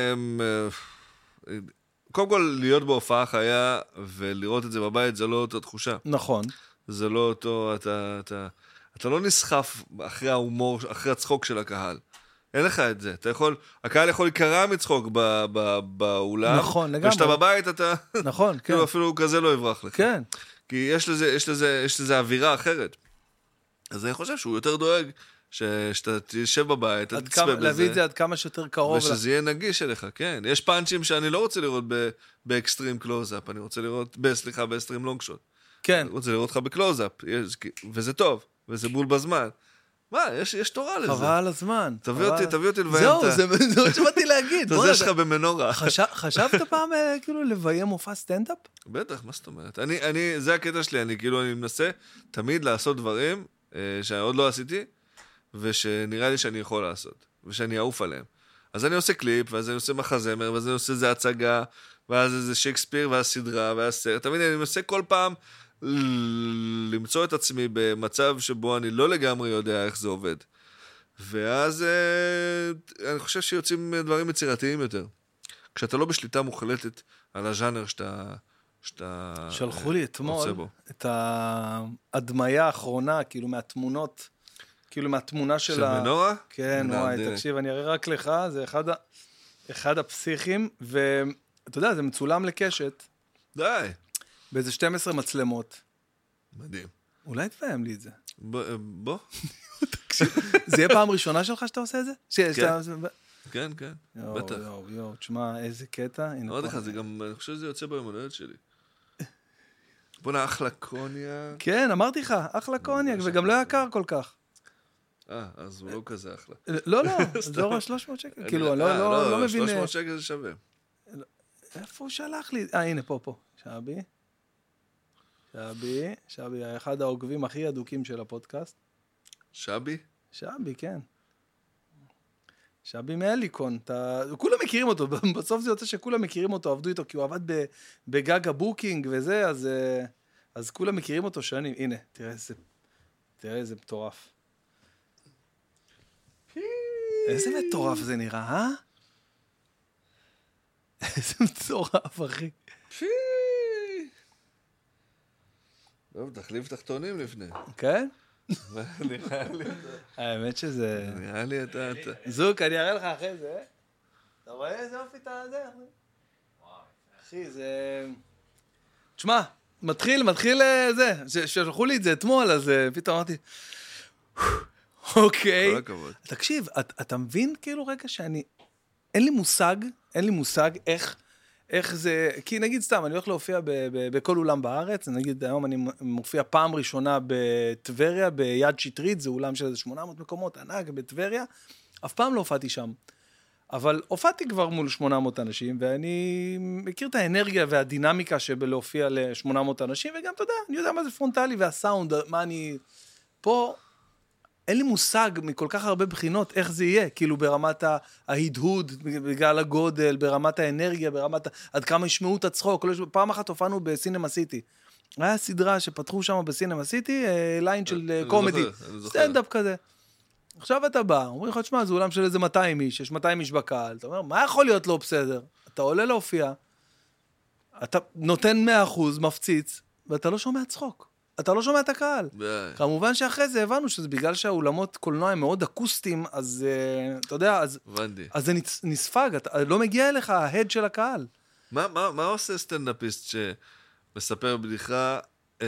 קודם כל, להיות בהופעה חיה ולראות את זה בבית, זה לא אותה תחושה. נכון. זה לא אותו, אתה לא נסחף אחרי ההומור, אחרי הצחוק של הקהל. אין לך את זה. הקהל יכול להיקרע מצחוק באולם. נכון, לגמרי. וכשאתה בבית, אתה... נכון, כן. כאילו אפילו כזה לא יברח לך. כן. כי יש לזה אווירה אחרת. אז אני חושב שהוא יותר דואג שאתה תשב בבית, אתה תצפה בזה. להביא את זה עד כמה שיותר קרוב. ושזה יהיה נגיש אליך, כן. יש פאנצ'ים שאני לא רוצה לראות באקסטרים קלוז-אפ, אני רוצה לראות, באקסטרים לונג שוט. כן. אני רוצה לראות לך בקלוז-אפ, וזה טוב, וזה בול בזמן. מה, יש תורה לזה. חבל על הזמן. תביא אותי לביים את זהו, זה מה שבאתי להגיד. זה שלך במנורה. חשבת פעם כאילו לביים מופע סטנדאפ? בטח, מה זאת אומרת? זה הקטע שלי, אני מנסה תמיד לעשות דברים שאני עוד לא עשיתי, ושנראה לי שאני יכול לעשות, ושאני אעוף עליהם. אז אני עושה קליפ, ואז אני עושה מחזמר, ואז אני עושה איזה הצגה, ואז איזה שייקספיר, ואז סדרה, ואז סרט. תמיד אני מנסה כל פעם למצוא את עצמי במצב שבו אני לא לגמרי יודע איך זה עובד. ואז אני חושב שיוצאים דברים יצירתיים יותר. כשאתה לא בשליטה מוחלטת על הז'אנר שאתה שלחו לי אתמול את ההדמיה האחרונה, כאילו מהתמונות, כאילו מהתמונה של מנורה? כן, וואי, תקשיב, אני אראה רק לך, זה אחד הפסיכים, ואתה יודע, זה מצולם לקשת. די. באיזה 12 מצלמות. מדהים. אולי תפעם לי את זה. בוא. תקשיב, זה יהיה פעם ראשונה שלך שאתה עושה את זה? כן, בטח. יואו, תשמע, איזה קטע. לא יודע לך, זה גם, אני חושב שזה יוצא ביום הולדת שלי. בוא אחלה קוניאק. כן, אמרתי לך, אחלה קוניאק, וגם לא יקר כל כך. אז הוא לא כזה אחלה. לא, זה לא 300 שקל. כאילו, לא מבין... 300 שקל זה שווה. איפה הוא שלח לי? הנה, פה. שבי, אחד העוקבים הכי אדוקים של הפודקאסט. שבי, כן. שבי מהליקון, כולם מכירים אותו, בסוף זה יוצא שכולם מכירים אותו, עבדו איתו, כי הוא עבד בגג הבוקינג וזה, אז כולם מכירים אותו שנים. הנה, תראה איזה מטורף. איזה מטורף זה נראה, איזה מטורף, אחי. טוב, תחליף תחתונים לפני. כן? נראה לי. האמת שזה... נראה לי אתה... זוק, אני אראה לך אחרי זה. אתה רואה איזה אופי אתה זה? אחי, זה... תשמע, מתחיל זה. שלחו לי את זה אתמול, אז פתאום אמרתי... אוקיי. כל הכבוד. תקשיב, אתה מבין כאילו רגע שאני... אין לי מושג איך זה, כי נגיד סתם, אני הולך להופיע בכל אולם בארץ, נגיד היום אני מופיע פעם ראשונה בטבריה, ביד שטרית, זה אולם של 800 מקומות, ענק בטבריה, אף פעם לא הופעתי שם. אבל הופעתי כבר מול 800 אנשים, ואני מכיר את האנרגיה והדינמיקה שבלהופיע ל-800 אנשים, וגם, אתה יודע, אני יודע מה זה פרונטלי, והסאונד, מה אני... פה אין לי מושג מכל כך הרבה בחינות איך זה יהיה, כאילו ברמת ההדהוד, בגלל הגודל, ברמת האנרגיה, ברמת עד כמה ישמעו את הצחוק. פעם אחת הופענו בסינמה סיטי. היה סדרה שפתחו שם בסינמה סיטי, ליין של קומדי, סטנדאפ כזה. עכשיו אתה בא, אומרים לך, תשמע, זה אולם של איזה 200 איש, יש 200 איש בקהל, אתה אומר, מה יכול להיות לא בסדר? אתה עולה להופיע, אתה נותן 100%, מפציץ, ואתה לא שומע צחוק. אתה לא שומע את הקהל. כמובן שאחרי זה הבנו שזה בגלל שהאולמות קולנוע הם מאוד אקוסטיים, אז אתה יודע, אז זה נספג, אתה לא מגיע אליך ההד של הקהל. מה עושה סטנדאפיסט שמספר בדיחה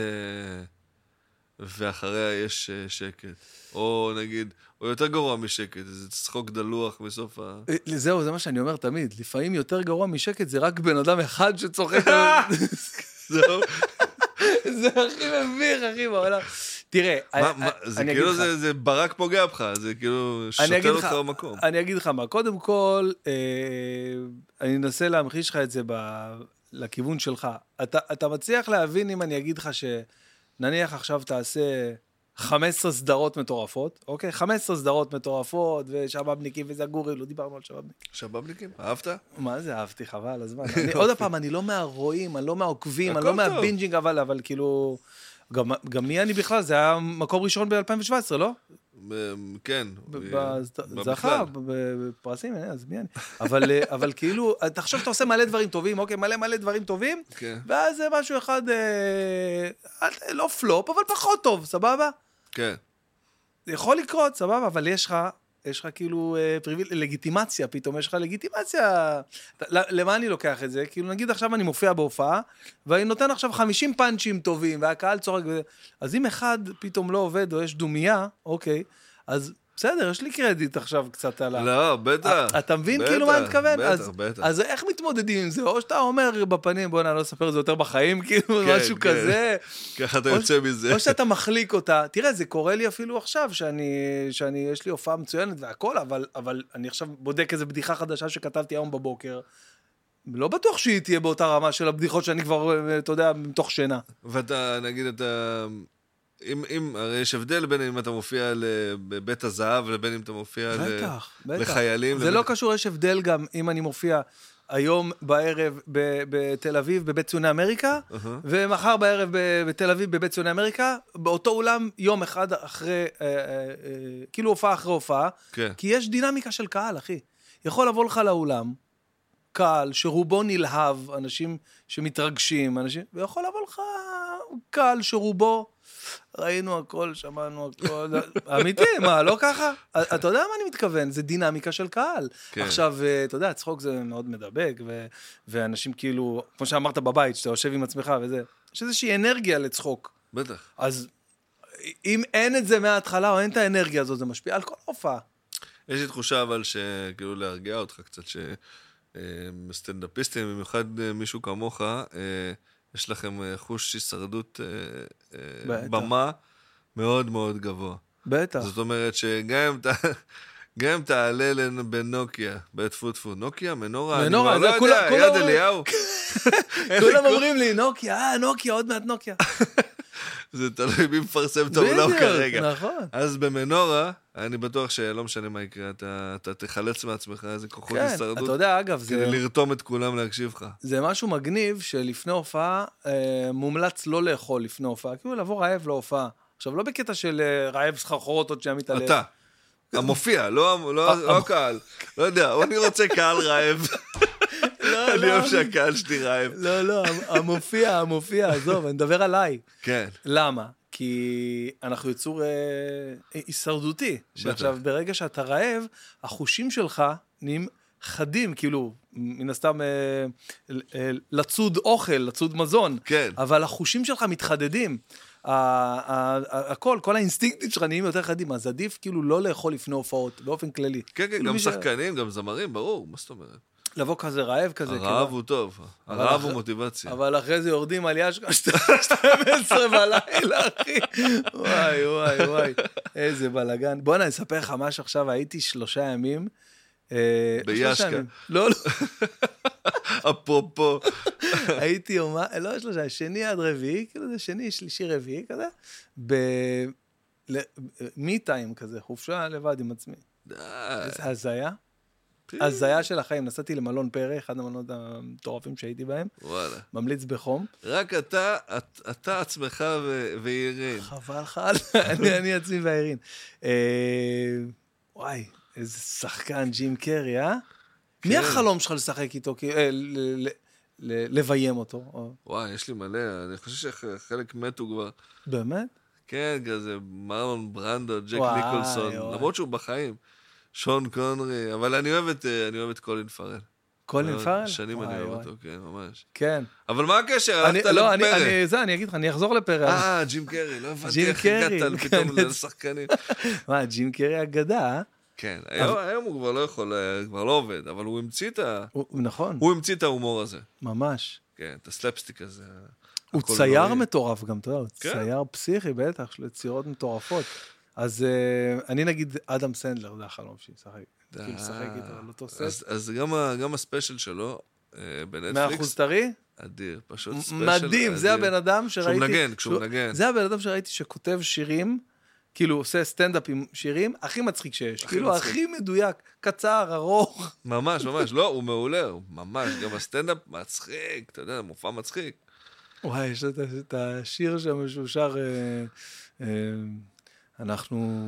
ואחריה יש שקט? או נגיד, או יותר גרוע משקט, איזה צחוק דלוח מסוף זהו, זה מה שאני אומר תמיד. לפעמים יותר גרוע משקט זה רק בן אדם אחד שצוחק. זהו. זה הכי מביך, הכי בעולם. תראה, זה כאילו זה ברק פוגע בך, זה כאילו שוטר אותך במקום. אני אגיד לך מה, קודם כל, אני אנסה להמחיש לך את זה לכיוון שלך. אתה מצליח להבין אם אני אגיד לך שנניח עכשיו תעשה 15 סדרות מטורפות, אוקיי? 15 סדרות מטורפות, ושבבניקים וזגורי, לא דיברנו על שבבניקים. שבבניקים? אהבת? מה זה אהבתי? חבל, הזמן. עוד הפעם, אני לא מהרואים, אני לא מהעוקבים, אני לא מהבינג'ינג, אבל כאילו, גם מי אני בכלל? זה היה מקום ראשון ב-2017, לא? כן. זכה, בפרסים, אז מי אני? אבל כאילו, תחשוב שאתה עושה מלא דברים טובים, אוקיי, מלא דברים טובים, ואז זה משהו אחד, לא פלופ, אבל פחות טוב, סבבה? כן. זה יכול לקרות, סבבה, אבל יש לך כאילו לגיטימציה, פתאום יש לך לגיטימציה. למה אני לוקח את זה? כאילו נגיד עכשיו אני מופיע בהופעה, ואני נותן עכשיו 50 פאנצ'ים טובים, והקהל צורק, אז אם אחד פתאום לא עובד, או יש דומיה, אוקיי, אז בסדר, יש לי קרדיט עכשיו קצת על לא, בטח. אתה מבין כאילו מה אני מתכוון? בטח. אז איך מתמודדים עם זה? או שאתה אומר בפנים, בוא לא אספר את זה יותר בחיים, כאילו משהו כזה. ככה אתה יוצא מזה. או שאתה מחליק אותה. תראה, זה קורה לי אפילו עכשיו, יש לי הופעה מצוינת והכל, אבל אני עכשיו בודק איזו בדיחה חדשה שכתבתי היום בבוקר. לא בטוח שהיא תהיה באותה רמה של הבדיחות שאני כבר, אתה יודע, מתוך שינה. ואתה, נגיד, הרי יש הבדל בין אם אתה מופיע בבית הזהב, לבין אם אתה מופיע לחיילים. זה לא קשור, יש הבדל גם אם אני מופיע היום בערב בתל אביב בבית ציוני אמריקה, ומחר בערב בתל אביב בבית ציוני אמריקה, באותו אולם יום אחד אחרי, כאילו הופעה אחרי הופעה, כי יש דינמיקה של קהל, אחי. יכול לבוא לך לאולם, קהל שרובו נלהב, אנשים שמתרגשים, ויכול לבוא לך קהל שרובו, ראינו הכל, שמענו הכל, אמיתי, מה, לא ככה? אתה יודע מה אני מתכוון? זה דינמיקה של קהל. עכשיו, אתה יודע, צחוק זה מאוד מדבק, ואנשים כאילו, כמו שאמרת בבית, שאתה יושב עם עצמך וזה, יש איזושהי אנרגיה לצחוק. בטח. אז אם אין את זה מההתחלה, או אין את האנרגיה הזאת, זה משפיע על כל הופעה. יש לי תחושה, אבל שכאילו להרגיע אותך קצת, סטנדאפיסטים, במיוחד מישהו כמוך, יש לכם חוש הישרדות במה מאוד מאוד גבוה. בטח. זאת אומרת שגם אם תעלה בנוקיה, בטפו-טפו, נוקיה, מנורה, אני לא יודע, יד אליהו. כולם אומרים לי, נוקיה, נוקיה, עוד מעט נוקיה. זה תלוי מי מפרסם את העולם כרגע. נכון. אז במנורה, אני בטוח שלא משנה מה יקרה, אתה תחלץ מעצמך איזה כוחות הישרדות. כן, אתה יודע, אגב, כדי לרתום את כולם להקשיב לך. זה משהו מגניב שלפני הופעה, מומלץ לא לאכול לפני הופעה, כאילו לבוא רעב להופעה. עכשיו, לא בקטע של רעב סחרחורות עוד שם מתעלם. אתה, המופיע, לא הקהל. לא יודע, אני רוצה קהל רעב. אני אוהב שהקהל שלי רעב. לא, המופיע, עזוב, אני מדבר עליי. כן. למה? כי אנחנו יצור הישרדותי. שעכשיו, ברגע שאתה רעב, החושים שלך נהיים חדים, כאילו, מן הסתם לצוד אוכל, לצוד מזון. כן. אבל החושים שלך מתחדדים. כל האינסטינקטים שלך נהיים יותר חדים, אז עדיף כאילו לא לאכול לפני הופעות, באופן כללי. כן, גם שחקנים, גם זמרים, ברור, מה זאת אומרת? לבוא כזה רעב כזה. הרעב הוא טוב, הרעב הוא מוטיבציה. אבל אחרי זה יורדים על ישקה 12 בלילה, אחי. וואי, וואי, וואי. איזה בלגן. בוא נספר לך משהו עכשיו, הייתי 3 ימים. בישקה. לא, לא. אפרופו. הייתי לא 3, שני עד רביעי, כאילו זה שני, שלישי, רביעי כזה. מי טיים כזה, חופשה לבד עם עצמי. איזה הזיה. הזיה של החיים, נסעתי למלון פרא, אחד המלונות המטורפים שהייתי בהם. וואלה. ממליץ בחום. רק אתה עצמך ואירין. חבל לך, אני עצמי ואירין. וואי, איזה שחקן ג'ים קרי, אה? מי החלום שלך לשחק איתו, לביים אותו? וואי, יש לי מלא, אני חושב שחלק מתו כבר. באמת? כן, כזה מרלון ברנדו, ג'ק ניקולסון, למרות שהוא בחיים. שון קונרי, אבל אני אוהב את קולין פארל. קולין פארל? שנים אני אוהב אותו, כן, ממש. כן. אבל מה הקשר? הלכת לפרא. אני אגיד לך, אני אחזור לפרא. ג'ים קרי, לא הבנתי איך הגעת פתאום לשחקנים. מה, ג'ים קרי אגדה? כן, היום הוא כבר לא יכול, כבר לא עובד, אבל הוא המציא את נכון. הוא המציא את ההומור הזה. ממש. כן, את הסלפסטיק הזה. הוא צייר מטורף גם, אתה יודע, הוא צייר פסיכי בטח, של יצירות מטורפות. אז אני נגיד אדם סנדלר, זה החלום שלי, כאילו שחק איתו על אותו סט. אז גם הספיישל שלו בנטפליקס. 100% טרי? אדיר, פשוט ספיישל. מדהים, זה הבן אדם שראיתי. כשהוא מנגן. זה הבן אדם שראיתי שכותב שירים, כאילו עושה סטנדאפ עם שירים, הכי מצחיק שיש. כאילו הכי מדויק, קצר, ארוך. ממש, ממש. לא, הוא מעולה, ממש. גם הסטנדאפ מצחיק, אתה יודע, מופע מצחיק. וואי, יש את השיר שם שהוא שר... אנחנו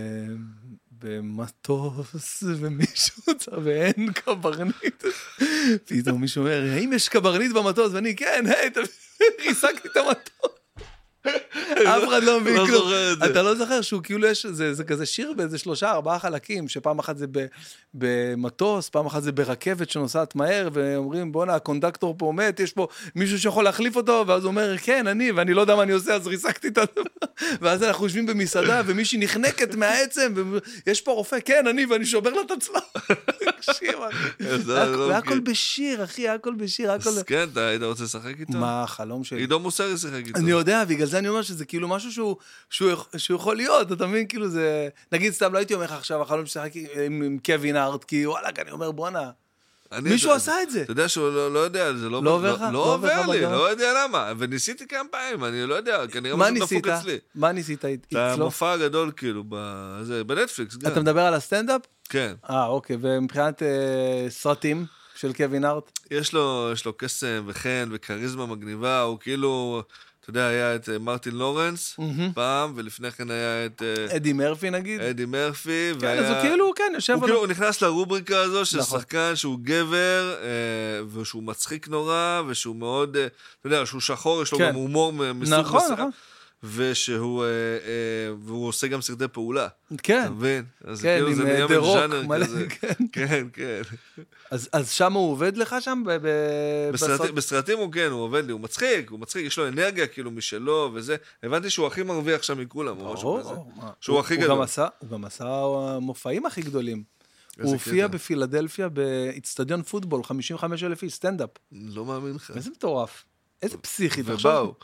במטוס ומישהו ואין קברניט. פתאום מישהו אומר, האם יש קברניט במטוס? ואני, כן, ריסקתי את המטוס. אף אחד לא מבין כלום. אתה לא זוכר שהוא כאילו יש, זה כזה שיר באיזה 3-4 חלקים, שפעם אחת זה במטוס, פעם אחת זה ברכבת שנוסעת מהר, ואומרים, בוא'נה, הקונדקטור פה מת, יש פה מישהו שיכול להחליף אותו, ואז הוא אומר, כן, אני, ואני לא יודע מה אני עושה, אז ריסקתי את זה. ואז אנחנו יושבים במסעדה, ומישהי נחנקת מהעצם, ויש פה רופא, כן, אני, ואני שובר לה את עצמה. תקשיב, אחי. והכל בשיר, אחי, הכל בשיר, הכל... אז כן, אתה היית רוצה לשחק איתו? מה החלום שלי? עידו מוסרי שחק איתו. אני יודע, בגלל זה אני אומר שזה כאילו משהו שהוא יכול להיות, אתה מבין? כאילו זה... נגיד סתם, לא הייתי אומר לך עכשיו, החלום ששחק עם קווין הארט, כי וואלה, אני אומר, בואנה, מישהו עשה את זה. אתה יודע שהוא לא יודע, זה לא עובר לך? לא עובר לי, לא יודע למה. וניסיתי כמה פעמים, אני לא יודע, כנראה משהו דפוק אצלי. מה ניסית אצלו? המופע הגדול כאילו, בנטפליקס גם. אתה מדבר על הסטנדאפ? כן. אוקיי, ומבחינת סרטים של קווין הארט? יש לו קסם וחן וכריזמה מגניבה, הוא כאילו... אתה יודע, היה את מרטין לורנס פעם, ולפני כן היה את... אדי מרפי נגיד. אדי מרפי. כן, אז הוא כאילו, כן, יושב... הוא נכנס לרובריקה הזו של שחקן שהוא גבר, ושהוא מצחיק נורא, ושהוא מאוד, אתה יודע, שהוא שחור, יש לו גם הומור מסוג נכון, נכון. ושהוא עושה גם סרטי פעולה. כן. אתה מבין? כן, עם דרוק מלא. כן, כן. אז שם הוא עובד לך שם? בסרטים הוא כן, הוא עובד לי, הוא מצחיק, יש לו אנרגיה כאילו משלו וזה. הבנתי שהוא הכי מרוויח שם מכולם, או משהו כזה. שהוא הכי גדול. הוא גם עשה מופעים הכי גדולים. הוא הופיע בפילדלפיה באצטדיון פוטבול, 55,000 איש, סטנדאפ. לא מאמין לך. איזה מטורף. איזה פסיכי. ובאו.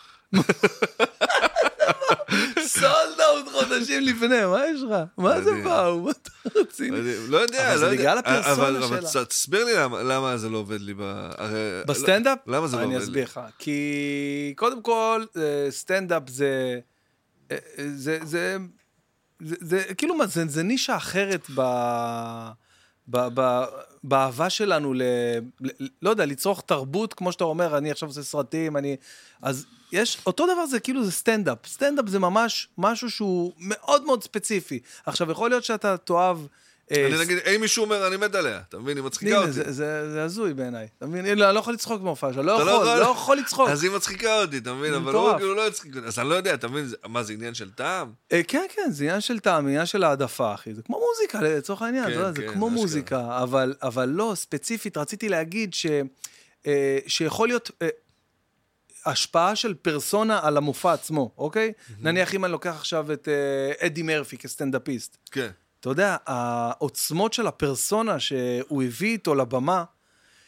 סולד אאוט חודשים לפני, מה יש לך? מה זה באו? מה אתה רציני? לא יודע, אבל זה בגלל הפרסונה שלה. אבל תסביר לי למה זה לא עובד לי בסטנדאפ? למה זה לא עובד לי? אני אסביר לך. כי קודם כל, סטנדאפ זה כאילו מה, זה נישה אחרת באהבה שלנו, לא יודע, לצרוך תרבות, כמו שאתה אומר, אני עכשיו עושה סרטים, אז יש, אותו דבר זה כאילו זה סטנדאפ. סטנדאפ זה ממש משהו שהוא מאוד מאוד ספציפי. עכשיו, יכול להיות שאתה תאהב... אני נגיד, מישהו אומר, אני מת עליה, אתה מבין, היא מצחיקה אותי. זה הזוי בעיניי, אתה מבין? אני לא יכול לצחוק מהופעה שלה, לא יכול לצחוק. אז היא מצחיקה אותי, אתה מבין, אבל הוא כאילו לא יצחיק אותי. אז אני לא יודע, אתה מבין, מה זה עניין של טעם? כן, זה עניין של טעם, עניין של העדפה, אחי. זה כמו מוזיקה, לצורך העניין, זה כמו מוזיקה, אבל לא, ספציפית, רציתי להגיד שיכול להיות... השפעה של פרסונה על המופע עצמו, אוקיי? נניח אם אני לוקח עכשיו את אדי מרפי כסטנדאפיסט. כן. אתה יודע, העוצמות של הפרסונה שהוא הביא איתו לבמה,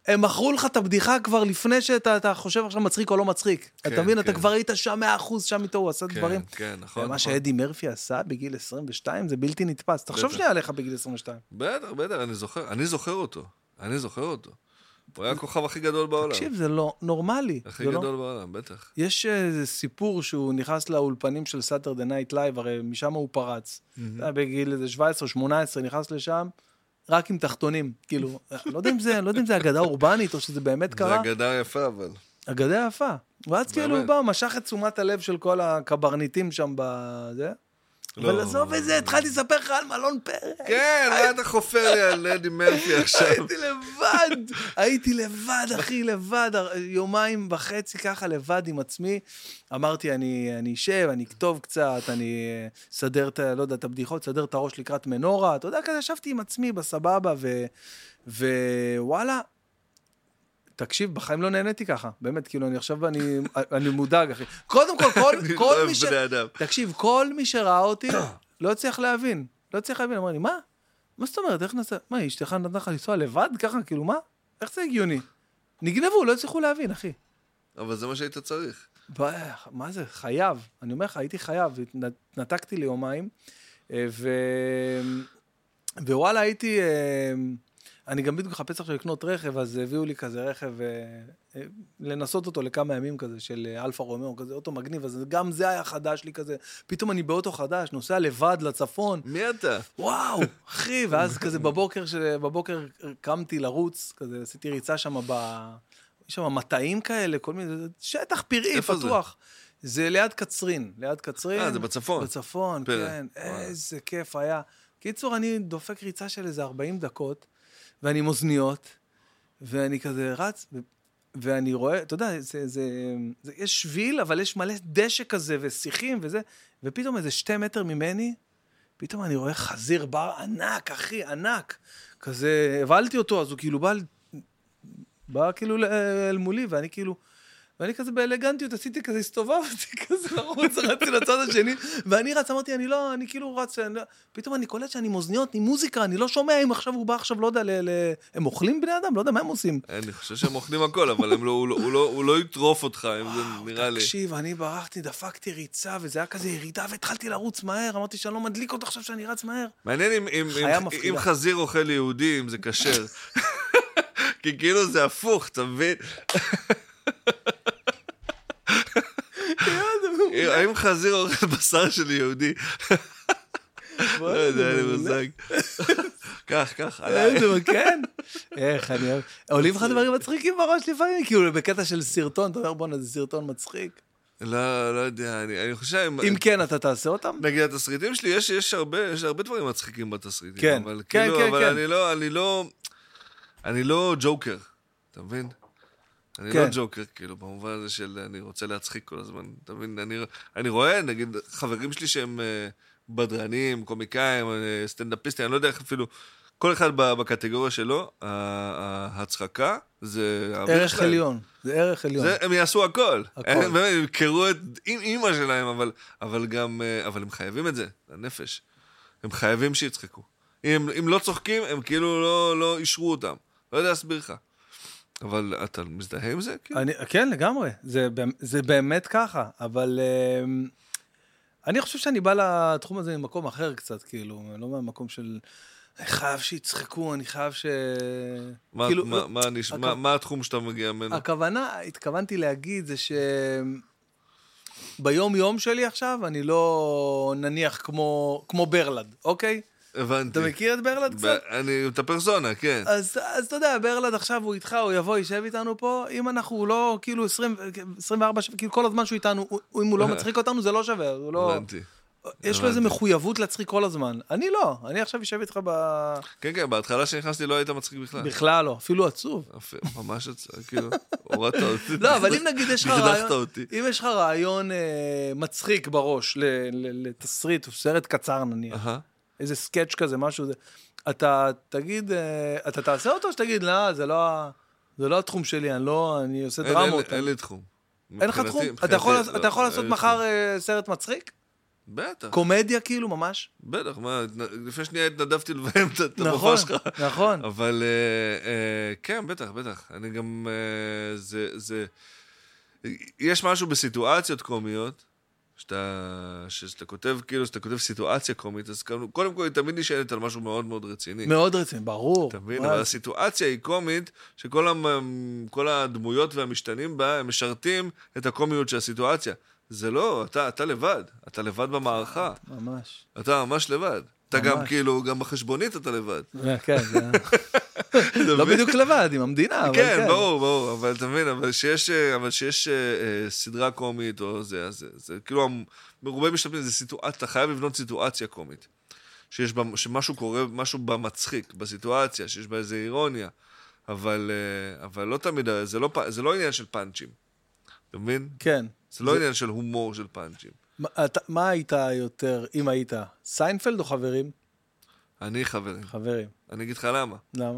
הם מכרו לך את הבדיחה כבר לפני שאתה חושב עכשיו מצחיק או לא מצחיק. אתה מבין, אתה כבר היית שם 100% שם איתו, הוא עשה דברים. כן, נכון. ומה שאדי מרפי עשה בגיל 22, זה בלתי נתפס. תחשוב שנייה עליך בגיל 22. בטח, אני זוכר אותו. הוא היה הכוכב הכי גדול בעולם. תקשיב, זה לא נורמלי. הכי גדול בעולם, בטח. יש סיפור שהוא נכנס לאולפנים של Saturday Night Live, הרי משם הוא פרץ. בגיל 17-18 נכנס לשם, רק עם תחתונים. כאילו, לא יודע אם זה אגדה אורבנית, או שזה באמת קרה. זה אגדה יפה, אבל. אגדה יפה. ואז כאילו הוא בא, משך את תשומת הלב של כל הקברניטים שם בזה. אבל עזוב את זה, התחלתי לספר לך על מלון פרק. כן, מה אתה חופר לי על אדי מרפי עכשיו? הייתי לבד, אחי, לבד, 2.5 ימים ככה לבד עם עצמי. אמרתי, אני אשב, אני אכתוב קצת, אני אסדר את הבדיחות, אסדר את הראש לקראת מנורה. אתה יודע, כזה ישבתי עם עצמי בסבבה, ווואלה, תקשיב, בחיים לא נהניתי ככה, באמת, כאילו, אני מודאג, אחי. קודם כל מי תקשיב, כל מי שראה אותי, לא הצליח להבין, אמר לי, מה זאת אומרת, איך נסע, מה, אשתך נתנה לך לנסוע לבד ככה, כאילו, מה? איך זה הגיוני? נגנבו, לא הצליחו להבין, אחי. אבל זה מה שהיית צריך. מה זה? חייב. אני אומר לך, הייתי חייב, נתקתי לי 2 ימים, ווואלה, הייתי... אני גם בדיוק מחפש עכשיו לקנות רכב, אז הביאו לי כזה רכב, לנסות אותו לכמה ימים כזה, של אלפה רומאו, כזה אוטו מגניב, אז גם זה היה חדש לי כזה, פתאום אני באוטו חדש, נוסע לבד לצפון. מי אתה? וואו, אחי, ואז כזה בבוקר קמתי לרוץ, כזה עשיתי ריצה שם יש שם מטעים כאלה, כל מיני, שטח פראי, פתוח. זה ליד קצרין. זה בצפון. בצפון, כן, איזה כיף היה. קיצור, אני דופק ריצה של איזה 40 דקות, ואני מוזניות, ואני כזה רץ, ואני רואה, אתה יודע, יש שביל, אבל יש מלא דשא כזה, ושיחים וזה, ופתאום איזה 2 מטר ממני, פתאום אני רואה חזיר בר ענק, אחי, ענק, כזה, הבלתי אותו, אז הוא כאילו בא כאילו אל מולי, ואני כזה באלגנטיות, עשיתי כזה, הסתובבתי כזה לרוץ, רצתי לצד השני, ואני רץ, אמרתי, אני כאילו רץ, פתאום אני קולט שאני מוזניות, עם מוזיקה, אני לא שומע אם עכשיו הוא בא עכשיו, לא יודע, הם אוכלים בני אדם? לא יודע מה הם עושים. אני חושב שהם אוכלים הכל, אבל הוא לא יטרוף אותך, אם זה נראה לי. תקשיב, אני ברחתי, דפקתי ריצה, וזה היה כזה ירידה, והתחלתי לרוץ מהר, אמרתי שאני לא מדליק אותו עכשיו שאני רץ מהר. מעניין אם חזיר אוכל יהודי, אם זה כשר. כי כאילו זה הפוך, אתה מבין? האם חזיר אוכל בשר של יהודי? לא יודע, אני מוזג. כך, עליי. איזה מקן. איך, אני אוהב. עולים לך דברים מצחיקים בראש לפעמים, כאילו בקטע של סרטון, אתה אומר, בוא'נה, זה סרטון מצחיק. לא יודע, אני חושב... אם כן, אתה תעשה אותם? נגיד, התסריטים שלי, יש הרבה דברים מצחיקים בתסריטים. כן, כן. אבל אני לא ג'וקר, אתה מבין? אני לא ג'וקר, כאילו, במובן הזה של אני רוצה להצחיק כל הזמן, אתה מבין? אני רואה, נגיד, חברים שלי שהם בדרנים, קומיקאים, סטנדאפיסטים, אני לא יודע איך אפילו, כל אחד בקטגוריה שלו, ההצחקה, זה... ערך עליון, זה ערך עליון. הם יעשו הכל. הם יקראו את אימא שלהם, אבל הם חייבים את זה, הנפש. הם חייבים שיצחקו. אם לא צוחקים, הם כאילו לא אישרו אותם. לא יודע להסביר לך. אבל אתה מזדהה עם זה? כן, לגמרי. זה באמת ככה. אבל אני חושב שאני בא לתחום הזה ממקום אחר קצת, כאילו, לא מהמקום של... אני חייב שיצחקו, אני חייב ש... מה התחום שאתה מגיע ממנו? הכוונה, התכוונתי להגיד, זה ביום יום שלי עכשיו, אני לא נניח כמו ברלד, אוקיי? הבנתי. אתה מכיר את ברלד קצת? את הפרסונה, כן. אז אתה יודע, ברלד עכשיו הוא איתך, הוא יבוא, יישב איתנו פה, אם אנחנו לא, כאילו 24, כאילו כל הזמן שהוא איתנו, אם הוא לא מצחיק אותנו, זה לא שווה, הוא לא... הבנתי. יש לו איזו מחויבות להצחיק כל הזמן. אני לא, אני עכשיו יושב איתך כן, בהתחלה שנכנסתי לא היית מצחיק בכלל. בכלל לא, אפילו עצוב. ממש עצוב, כאילו, הורדת אותי. לא, אבל אם נגיד יש לך רעיון מצחיק בראש לתסריט, או סרט קצר נניח, איזה סקאץ' כזה, משהו, אתה תגיד, אתה תעשה אותו, שתגיד, לא, זה לא התחום שלי, אני עושה דרמות. אין לי תחום. אין לך תחום? אתה יכול לעשות מחר סרט מצחיק? בטח. קומדיה כאילו, ממש? בטח, מה, לפני שנייה התנדבתי לביים את נכון, המופע שלך. נכון. אבל כן, בטח. אני גם, יש משהו בסיטואציות קומיות, שאתה כותב, כאילו, שאתה כותב סיטואציה קומית, אז קודם כל היא תמיד נשאלת על משהו מאוד מאוד רציני. מאוד רציני, ברור. אתה מבין? אבל הסיטואציה היא קומית, שכל הדמויות והמשתנים בה, הם משרתים את הקומיות של הסיטואציה. זה לא, אתה לבד. אתה לבד במערכה. ממש. אתה ממש לבד. אתה גם כאילו, גם בחשבונית אתה לבד. כן, זה... לא בדיוק לבד, עם המדינה, אבל כן. כן, ברור, אבל אתה מבין, אבל שיש סדרה קומית או זה, זה כאילו, מרובי משתתפים, אתה חייב לבנות סיטואציה קומית. שמשהו קורה, משהו במצחיק, בסיטואציה, שיש בה איזו אירוניה, אבל לא תמיד, זה לא עניין של פאנצ'ים. אתה מבין? כן. זה לא עניין של הומור של פאנצ'ים. מה היית יותר, אם היית, סיינפלד או חברים? אני חברים. חברים. אני אגיד לך למה. למה?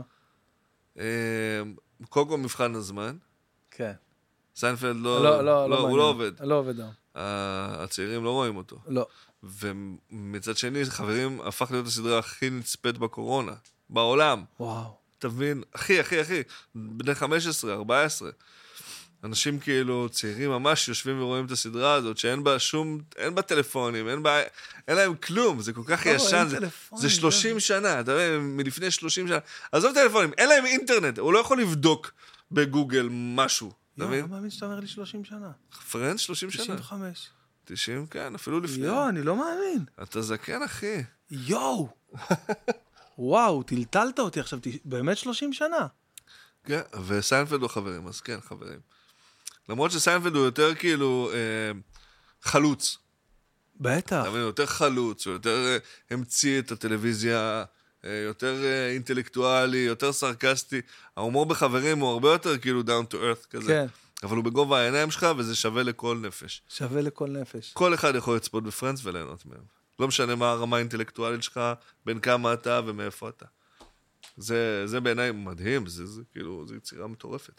קודם כל מבחן הזמן. כן. סיינפלד הוא לא עובד. לא עובד. הצעירים לא רואים אותו. לא. ומצד שני, חברים הפך להיות הסדרה הכי נצפית בקורונה. בעולם. וואו. תבין, הכי. בני 15, 14. אנשים כאילו צעירים ממש יושבים ורואים את הסדרה הזאת, שאין בה אין בה טלפונים, אין להם כלום, זה כל כך ישן, זה 30 שנה, אתה יודע, מלפני 30 שנה. עזוב טלפונים, אין להם אינטרנט, הוא לא יכול לבדוק בגוגל משהו, אתה מבין? לא מאמין שאתה אומר לי 30 שנה. פרנץ 30 שנה. 95. 90, כן, אפילו לפני. אני לא מאמין. אתה זקן, אחי. וואו, טלטלת אותי עכשיו, באמת 30 שנה. כן, וסיינפלד הוא חברים, אז כן, חברים. למרות שסיינפלד הוא יותר כאילו חלוץ. בטח. הוא יותר חלוץ, הוא יותר המציא את הטלוויזיה, יותר אינטלקטואלי, יותר סרקסטי. ההומור בחברים הוא הרבה יותר כאילו down to earth כזה. כן. אבל הוא בגובה העיניים שלך, וזה שווה לכל נפש. שווה לכל נפש. כל אחד יכול לצפות בפרנץ וליהנות מהם. לא משנה מה הרמה האינטלקטואלית שלך, בין כמה אתה ומאיפה אתה. זה בעיניי מדהים, זה כאילו, זה יצירה מטורפת.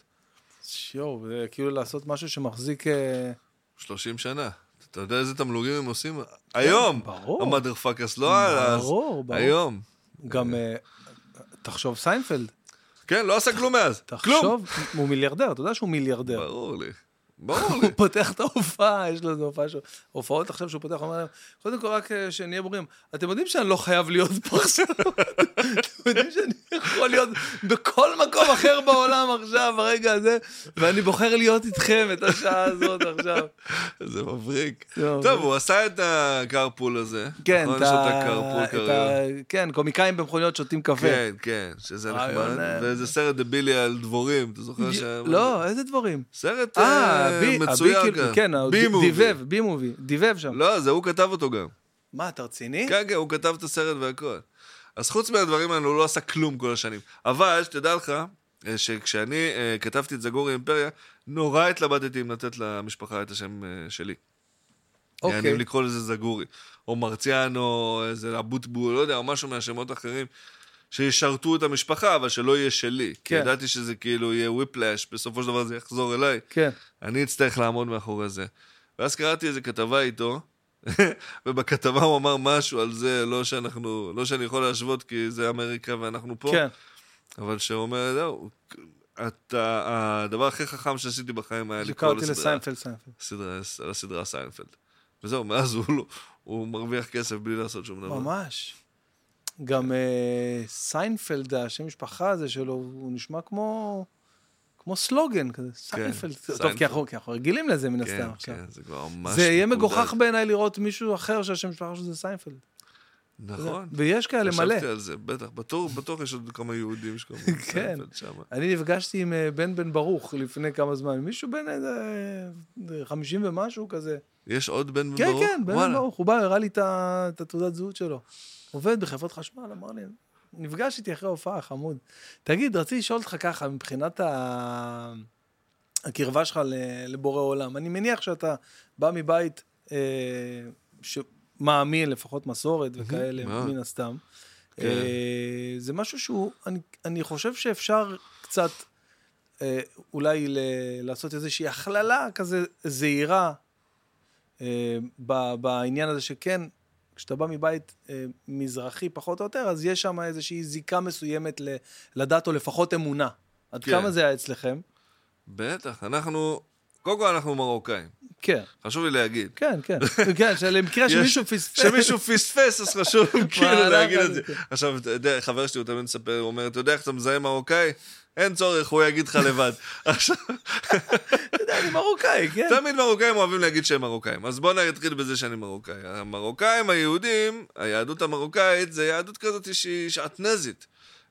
זה כאילו לעשות משהו שמחזיק... 30 שנה. אתה יודע איזה תמלוגים הם עושים? היום! ברור. המאדרפאקרס לא אז. ברור. היום. גם, תחשוב סיינפלד. כן, לא עשה כלום מאז. תחשוב, הוא מיליארדר, אתה יודע שהוא מיליארדר. ברור לי. הוא פותח את ההופעה, יש לו איזו הופעות עכשיו שהוא פותח, הוא אומר להם, קודם כל רק שנהיה ברורים, אתם יודעים שאני לא חייב להיות פה עכשיו? אתם יודעים שאני יכול להיות בכל מקום אחר בעולם עכשיו, ברגע הזה, ואני בוחר להיות איתכם את השעה הזאת עכשיו. זה מבריק. טוב, הוא עשה את הקרפול הזה. כן, כן, קומיקאים במכוניות שותים קפה. כן, כן, שזה נחמד. ואיזה סרט דבילי על דבורים, אתה זוכר ש... לא, איזה דברים? סרט מצוין גם. כן, בי-מובי, דיבב שם. לא, זה הוא כתב אותו גם. מה, אתה רציני? כן, הוא כתב את הסרט והכל. אז חוץ מהדברים האלה, הוא לא עשה כלום כל השנים. אבל, שתדע לך, שכשאני כתבתי את זגורי אימפריה, נורא התלבטתי אם לתת למשפחה את השם שלי. יעני אם לקרוא לזה זגורי. או מרציאן, או איזה אבוטבול, לא יודע, או משהו מהשמות אחרים, שישרתו את המשפחה, אבל שלא יהיה שלי. כי ידעתי שזה כאילו יהיה וויפלאש, בסופו של דבר זה יחזור אליי. כן. אני אצטרך לעמוד מאחורי זה. ואז קראתי איזה כתבה איתו, ובכתבה הוא אמר משהו על זה, לא שאני יכול להשוות, כי זה אמריקה ואנחנו פה. כן. אבל שהוא אומר, זהו, הדבר הכי חכם שעשיתי בחיים היה לקרוא לסדרה סיינפלד. וזהו, מאז הוא מרוויח כסף בלי לעשות שום דבר. ממש. גם סיינפלד, השם משפחה הזה שלו, הוא נשמע כמו סלוגן כזה, סיינפלד. טוב, כי אנחנו רגילים לזה מן הסתם עכשיו. כן, זה כבר ממש... זה יהיה מגוחך בעיניי לראות מישהו אחר שהשם משפחה שזה סיינפלד. נכון. ויש כאלה מלא. חשבתי על זה, בטח. בטוח יש עוד כמה יהודים שקוראים סיינפלד שם. אני נפגשתי עם בן ברוך לפני כמה זמן. מישהו בן איזה 50 ומשהו כזה. יש עוד בן ברוך? כן, בן ברוך. הוא בא, הראה לי את התעודת זהות שלו. עובד בחברת חשמל, אמר לי, נפגש איתי אחרי הופעה, חמוד. תגיד, רציתי לשאול אותך ככה, מבחינת הקרבה שלך לבורא עולם. אני מניח שאתה בא מבית שמאמין, לפחות מסורת וכאלה, מן הסתם. זה משהו שהוא, אני חושב שאפשר קצת, אולי לעשות איזושהי הכללה כזה זהירה, בעניין הזה שכן, כשאתה בא מבית מזרחי פחות או יותר, אז יש שם איזושהי זיקה מסוימת לדת או לפחות אמונה. עד כמה זה היה אצלכם? בטח, קודם כל אנחנו מרוקאים. כן. חשוב לי להגיד. כן, כן. כן, למקרה שמישהו פספס. שמישהו פספס, אז חשוב כאילו להגיד את זה. עכשיו, חבר שלי הוא תמיד מספר, הוא אומר, אתה יודע איך אתה מזהה מרוקאי? אין צורך, הוא יגיד לך לבד. עכשיו... אתה יודע, אני מרוקאי, כן? תמיד מרוקאים אוהבים להגיד שהם מרוקאים. אז בואו נתחיל בזה שאני מרוקאי. המרוקאים היהודים, היהדות המרוקאית, זה יהדות כזאת שהיא שעטנזית.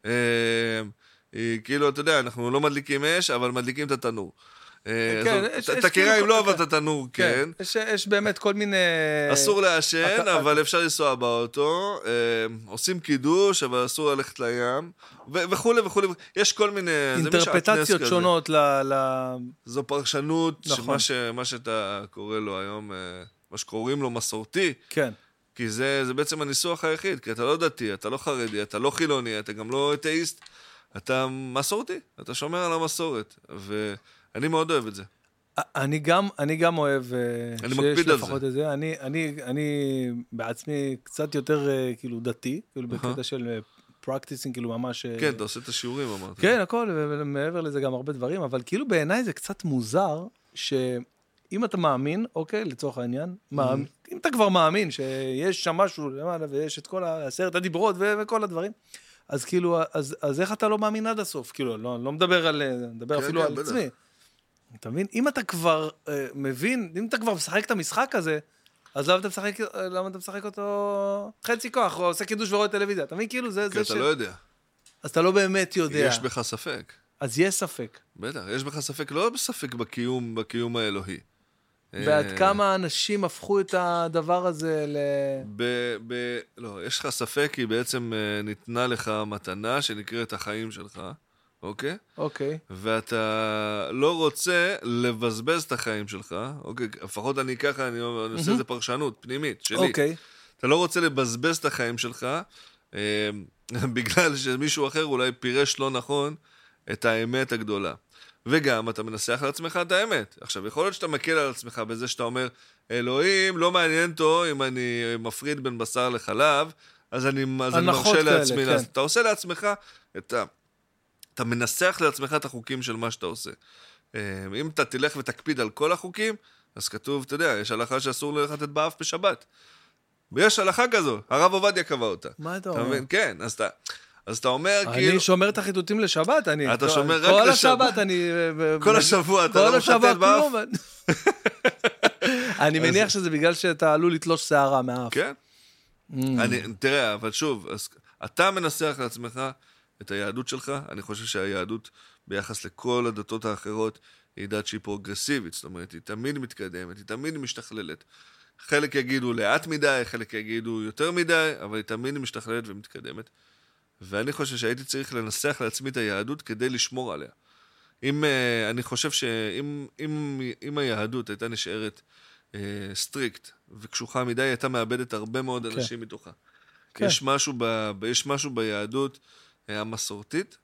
כאילו, אתה יודע, אנחנו לא מדליקים אש, אבל מדליקים את התנור. אתה קירה אם לא, אבל את התנור, כן. יש באמת כל מיני... אסור לעשן, אבל אפשר לנסוע באוטו. עושים קידוש, אבל אסור ללכת לים. וכו' וכו'. יש כל מיני... אינטרפטציות שונות זו פרשנות, מה שאתה קורא לו היום, מה שקוראים לו מסורתי. כן. כי זה בעצם הניסוח היחיד, כי אתה לא דתי, אתה לא חרדי, אתה לא חילוני, אתה גם לא אתאיסט, אתה מסורתי, אתה שומר על המסורת. אני מאוד אוהב את זה. אני גם אוהב שיש לפחות את זה. אני בעצמי קצת יותר כאילו דתי, כאילו בקטע של practicing, כאילו ממש... כן, אתה עושה את השיעורים, אמרתי. כן, הכל, ומעבר לזה גם הרבה דברים, אבל כאילו בעיניי זה קצת מוזר, שאם אתה מאמין, אוקיי, לצורך העניין, אם אתה כבר מאמין שיש שם משהו, ויש את כל 10 הדיברות וכל הדברים, אז כאילו, אז איך אתה לא מאמין עד הסוף? כאילו, לא מדבר אפילו על עצמי. אתה מבין? אם אתה כבר מבין, אם אתה כבר משחק את המשחק הזה, אז למה אתה משחק אותו חצי כוח, או עושה קידוש ורואה טלוויזיה? אתה מבין? כאילו זה... כי אתה לא יודע. אז אתה לא באמת יודע. יש בך ספק. אז יש ספק. בטח, יש בך ספק, לא בספק בקיום האלוהי. ועד כמה אנשים הפכו את הדבר הזה לא, יש לך ספק, כי בעצם ניתנה לך מתנה שנקראת החיים שלך. אוקיי? אוקיי. ואתה לא רוצה לבזבז את החיים שלך, אוקיי? לפחות אני ככה, אני עושה איזה פרשנות פנימית שלי. אוקיי. אתה לא רוצה לבזבז את החיים שלך, בגלל שמישהו אחר אולי פירש לא נכון את האמת הגדולה. וגם אתה מנסח לעצמך את האמת. עכשיו, יכול להיות שאתה מקל על עצמך בזה שאתה אומר, אלוהים, לא מעניין אותו אם אני מפריד בין בשר לחלב, אז אני מרשה לעצמי. כן. אתה עושה לעצמך אתה מנסח לעצמך את החוקים של מה שאתה עושה. אם אתה תלך ותקפיד על כל החוקים, אז כתוב, אתה יודע, יש הלכה שאסור ללכת את באף בשבת. ויש הלכה כזו, הרב עובדיה קבע אותה. מה אתה אומר? כן, אז אתה אומר כאילו... אני שומר את החיטוטים לשבת, אתה שומר רק לשבת. כל השבת אני... כל השבוע אתה לא מחטט באף. אני מניח שזה בגלל שאתה עלול לתלוש שערה מהאף. כן. תראה, אבל שוב, אתה מנסח לעצמך את היהדות שלך. אני חושב שהיהדות ביחס לכל הדתות האחרות היא דת שהיא פרוגרסיבית, זאת אומרת, היא תמיד מתקדמת, היא תמיד משתכללת. חלק יגידו לאט מדי, חלק יגידו יותר מדי, אבל היא תמיד משתכללת ומתקדמת. ואני חושב שהייתי צריך לנסח לעצמי את היהדות כדי לשמור עליה. אני חושב שאם היהדות הייתה נשארת סטריקט וקשוחה מדי, הייתה מאבדת הרבה מאוד אנשים מתוכה. כן. יש משהו ביהדות המסורתית,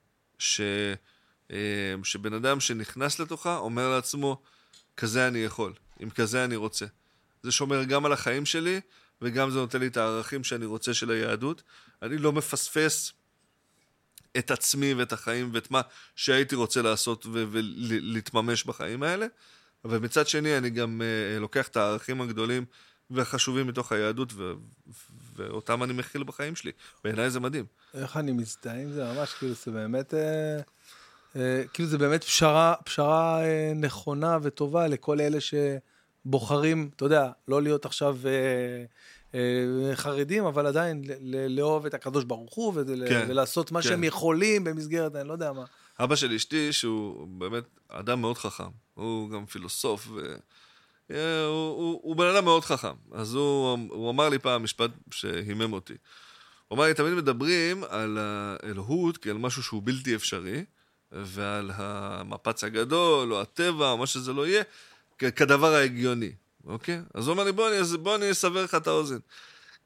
שבן אדם שנכנס לתוכה אומר לעצמו, כזה אני יכול, אם כזה אני רוצה. זה שומר גם על החיים שלי, וגם זה נותן לי את הערכים שאני רוצה של היהדות. אני לא מפספס את עצמי ואת החיים ואת מה שהייתי רוצה לעשות ולהתממש בחיים האלה. אבל מצד שני אני גם לוקח את הערכים הגדולים והחשובים מתוך היהדות, ואותם אני מכיל בחיים שלי. בעיניי זה מדהים. איך אני מזדהה עם זה? ממש כאילו זה באמת... כאילו זה באמת פשרה נכונה וטובה לכל אלה שבוחרים, אתה יודע, לא להיות עכשיו חרדים, אבל עדיין לאהוב את הקדוש ברוך הוא ולעשות מה שהם יכולים במסגרת, אני לא יודע מה. אבא של אשתי, שהוא באמת אדם מאוד חכם, הוא גם פילוסוף, הוא בן אדם מאוד חכם. אז הוא אמר לי פעם משפט שהימם אותי. הוא אמר לי, תמיד מדברים על האלוהות כעל משהו שהוא בלתי אפשרי, ועל המפץ הגדול, או הטבע, או מה שזה לא יהיה, כדבר ההגיוני, אוקיי? אז הוא אומר לי, בוא אני אסבר לך את האוזן.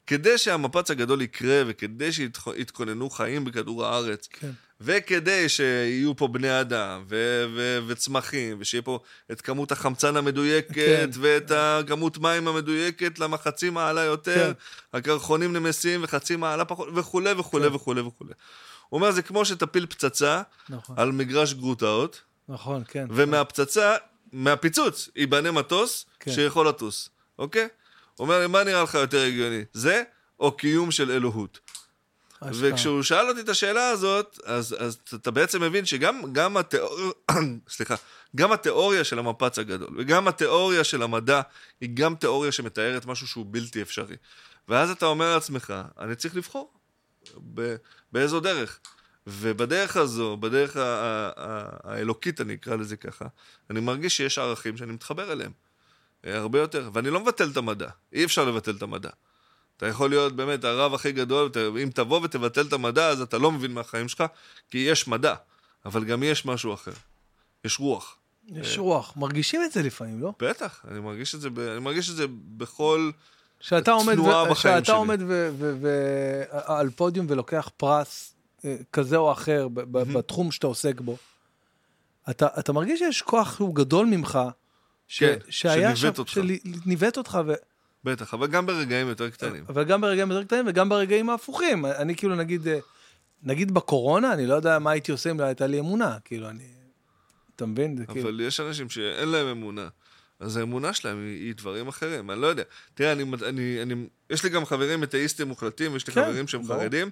כדי שהמפץ הגדול יקרה, וכדי שיתכוננו חיים בכדור הארץ, כן. וכדי שיהיו פה בני אדם, וצמחים, ושיהיה פה את כמות החמצן המדויקת, כן. ואת הכמות מים המדויקת לחצי מעלה יותר, כן. הקרחונים נמסים וחצי מעלה פחות, וכו' וכו' כן. וכו' וכו'. הוא אומר, זה כמו שתפיל פצצה נכון. על מגרש גרוטאות, נכון, כן. ומהפצצה, מהפיצוץ, ייבנה מטוס כן. שיכול לטוס, אוקיי? הוא אומר, מה נראה לך יותר הגיוני? זה או קיום של אלוהות? וכשהוא שאל אותי את השאלה הזאת, אז אתה בעצם מבין שגם גם התיאוריה של המפץ הגדול, וגם התיאוריה של המדע, היא גם תיאוריה שמתארת משהו שהוא בלתי אפשרי. ואז אתה אומר לעצמך, אני צריך לבחור באיזו דרך. ובדרך הזו, בדרך האלוקית, אני אקרא לזה ככה, אני מרגיש שיש ערכים שאני מתחבר אליהם. הרבה יותר. ואני לא מבטל את המדע. אי אפשר לבטל את המדע. אתה יכול להיות באמת הרב הכי גדול, אם תבוא ותבטל את המדע, אז אתה לא מבין מהחיים שלך, כי יש מדע, אבל גם יש משהו אחר. יש רוח. יש רוח. מרגישים את זה לפעמים, לא? בטח, אני מרגיש את זה בכל שאתה תנועה בחיים שלי. שאתה עומד על פודיום ולוקח פרס כזה או אחר בתחום שאתה עוסק בו, אתה מרגיש שיש כוח שהוא גדול ממך, כן, שניווט אותך. בטח, אבל גם ברגעים יותר קטנים. אבל גם ברגעים יותר קטנים וגם ברגעים ההפוכים. אני כאילו נגיד בקורונה, אני לא יודע מה הייתי עושה אם לא הייתה לי אמונה. כאילו אתה מבין? אבל יש אנשים שאין להם אמונה. אז האמונה שלהם היא דברים אחרים. אני לא יודע. תראה, יש לי גם חברים אתאיסטים מוחלטים, ויש לי חברים שהם חרדים.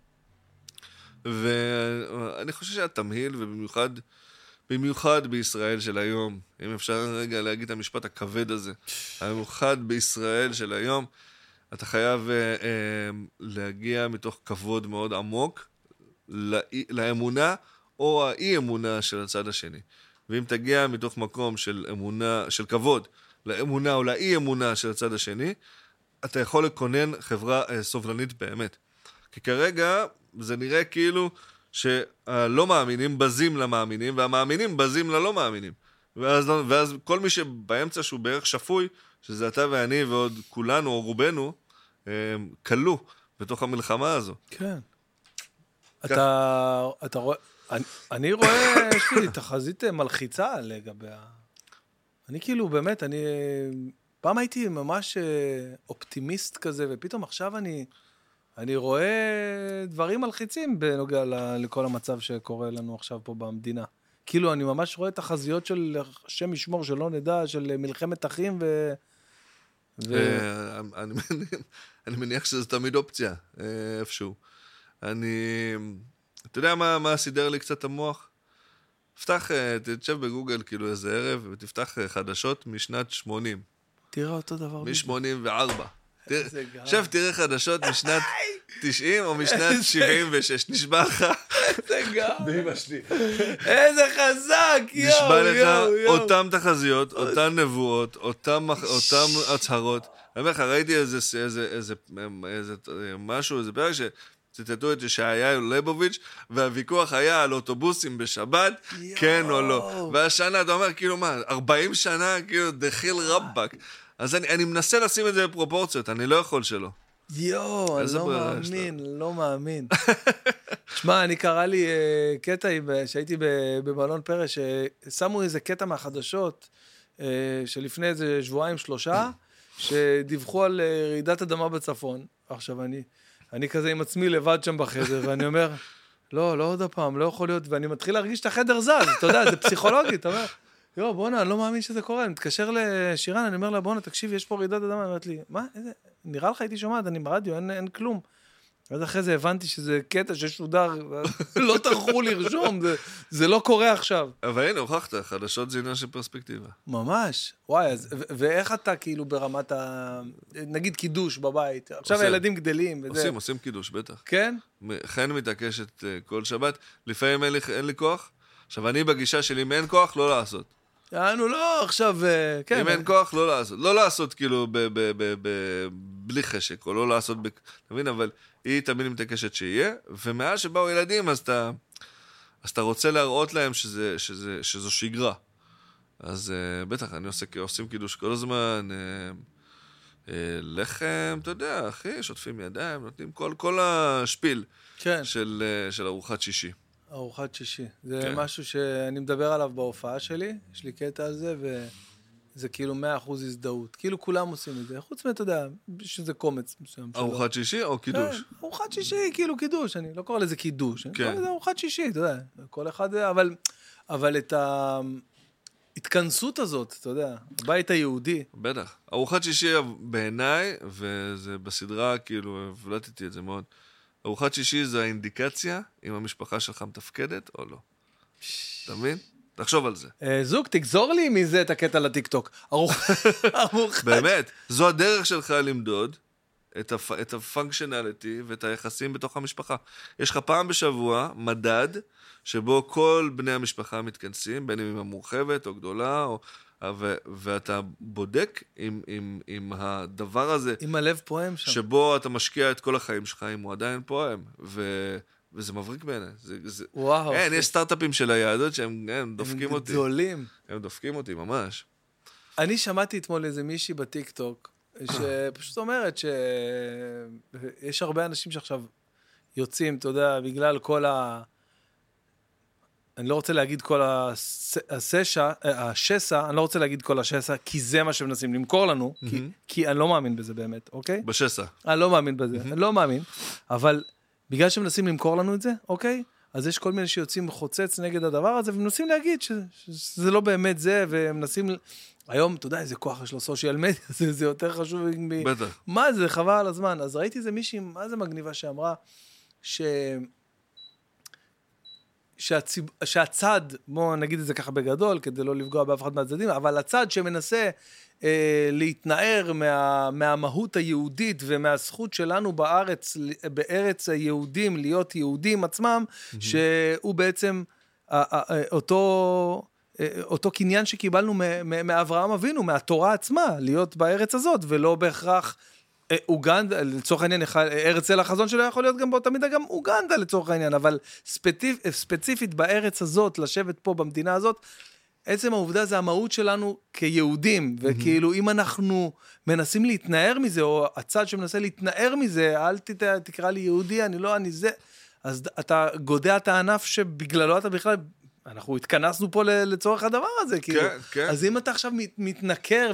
ואני חושב שהתמהיל, במיוחד בישראל של היום, אם אפשר רגע להגיד את המשפט הכבד הזה, במיוחד בישראל של היום, אתה חייב להגיע מתוך כבוד מאוד עמוק לאמונה או האי-אמונה של הצד השני. ואם תגיע מתוך מקום של אמונה, של כבוד, לאמונה או לאי-אמונה של הצד השני, אתה יכול לקונן חברה סובלנית באמת. כי כרגע זה נראה כאילו שהלא מאמינים בזים למאמינים, והמאמינים בזים ללא מאמינים. ואז כל מי שבאמצע שהוא בערך שפוי, שזה אתה ואני ועוד כולנו או רובנו, קלו בתוך המלחמה הזו. כן. אתה רואה, אני רואה, יש לי תחזית מלחיצה לגבי אני כאילו באמת, פעם הייתי ממש אופטימיסט כזה, ופתאום עכשיו אני רואה דברים מלחיצים בנוגע לכל המצב שקורה לנו עכשיו פה במדינה. כאילו, אני ממש רואה תחזיות של שם ישמור שלא נדע, של מלחמת אחים אני מניח שזה תמיד אופציה, איפשהו. אתה יודע מה סידר לי קצת המוח? תשב בגוגל כאילו איזה ערב, ותפתח חדשות משנת 80. תראה אותו דבר. מ-84. עכשיו תראה חדשות משנת 90 או משנת 76, נשבע לך. איזה גאו. באמא שלי. איזה חזק, יואו. נשבע לך אותם תחזיות, אותן נבואות, אותם הצהרות. אני אומר לך, ראיתי איזה משהו, איזה פרק שציטטו את ישעיהו ליבוביץ', והוויכוח היה על אוטובוסים בשבת, כן או לא. והשנה אתה אומר, כאילו מה, 40 שנה, כאילו דחיל רבק. אז אני מנסה לשים את זה בפרופורציות, אני לא יכול שלא. יואו, אני לא מאמין. תשמע, אני קרא לי קטע שהייתי במלון פרש, ששמו איזה קטע מהחדשות, שלפני איזה 2-3, שדיווחו על רעידת אדמה בצפון. עכשיו אני כזה עם עצמי לבד שם בחדר, ואני אומר, לא עוד הפעם, לא יכול להיות, ואני מתחיל להרגיש את החדר זז, אתה יודע, זה פסיכולוגי, אתה אומר, יו, בונה, אני לא מאמין שזה קורה, אני מתקשר לשירן, אני אומר לה, בונה, תקשיב, יש פה רעידת אדמה, היא אומרת לי, מה, נראה לך הייתי שומעת, אני ברדיו, אין כלום. ואז אחרי זה הבנתי שזה קטע ששודר, לא טרחו לרשום, זה לא קורה עכשיו. אבל הנה, הוכחת, חדשות זה עניין של פרספקטיבה. ממש, וואי, ואיך אתה כאילו ברמת נגיד קידוש בבית, עכשיו הילדים גדלים. עושים קידוש, בטח. כן? חן מתעקשת כל שבת, לפעמים אין לי כוח, עכשיו אני בגישה שלי, אם אין כוח, לא לעשות. יענו לא, עכשיו, כן. אם אין כוח, לא לעשות. לא לעשות כאילו בלי חשק, או לא לעשות, אתה מבין, אבל היא תמיד מתעקשת שיהיה, ומאז שבאו ילדים, אז אתה רוצה להראות להם שזו שגרה. אז בטח, עושים קידוש כל הזמן, לחם, אתה יודע, אחי, שוטפים ידיים, נותנים כל השפיל כן. של ארוחת שישי. ארוחת שישי. זה כן. משהו שאני מדבר עליו בהופעה שלי, יש לי קטע על זה, וזה כאילו 100% הזדהות. כאילו כולם עושים את זה, חוץ אתה יודע, שזה קומץ מסוים. ארוחת שישי או קידוש? כן, ארוחת שישי, כאילו קידוש, אני לא קורא לזה קידוש, אני כן. קורא לזה ארוחת שישי, אתה יודע, כל אחד, אבל את ההתכנסות הזאת, אתה יודע, הבית היהודי. בטח. ארוחת שישי בעיניי, וזה בסדרה, כאילו, הבלטתי את זה מאוד, ארוחת שישי זה האינדיקציה אם המשפחה שלך מתפקדת או לא. אתה מבין? תחשוב על זה. זוג, תגזור לי מזה את הקטע לטיקטוק. ארוחת. באמת, זו הדרך שלך למדוד את הפונקשנליטי ואת היחסים בתוך המשפחה. יש לך פעם בשבוע מדד שבו כל בני המשפחה מתכנסים, בין אם המורחבת או גדולה, ואתה בודק עם הדבר הזה, עם הלב פועם שם. שבו אתה משקיע את כל החיים שלך, אם הוא עדיין פועם, וזה מבריק בעיניי. וואו. אין, יש סטארט-אפים של היהדות שהם דופקים אותי. הם גדולים. הם דופקים אותי, ממש. אני שמעתי אתמול איזה מישהי בטיקטוק, שפשוט אומרת שיש הרבה אנשים שעכשיו יוצאים, אתה יודע, בגלל כל אני לא רוצה להגיד כל השסע, אני לא רוצה להגיד כל השסע, כי זה מה שמנסים למכור לנו, כי אני לא מאמין בזה באמת, אוקיי? בשסע. אני לא מאמין בזה, אני לא מאמין, אבל בגלל שמנסים למכור לנו את זה, אוקיי? אז יש כל מיני שיוצאים חוצץ נגד הדבר הזה, ומנסים להגיד שזה לא באמת זה, ומנסים, היום, אתה יודע, איזה כוח יש לו סושיאל מדיה, זה יותר חשוב בטח. מה זה, חבל על הזמן. אז ראיתי איזה מישהי, מה זה מגניבה שאמרה, שהצד, בואו נגיד את זה ככה בגדול, כדי לא לפגוע באף אחד מהצדדים, אבל הצד שמנסה להתנער מהמהות היהודית ומהזכות שלנו בארץ היהודים, להיות יהודים עצמם, שהוא בעצם אותו קניין שקיבלנו מאברהם אבינו, מהתורה עצמה, להיות בארץ הזאת, ולא בהכרח אוגנדה, לצורך העניין, ארץ החזון שלו יכול להיות גם באותה מידה, גם אוגנדה לצורך העניין, אבל ספציפית בארץ הזאת, לשבת פה במדינה הזאת, עצם העובדה זה המהות שלנו כיהודים, וכאילו אם אנחנו מנסים להתנער מזה, או הצד שמנסה להתנער מזה, אל תקרא לי יהודי, אני זה, אז אתה גודע את הענף שבגללו אתה בכלל, אנחנו התכנסנו פה לצורך הדבר הזה, כאילו. כן, כן. אז אם אתה עכשיו מתנכר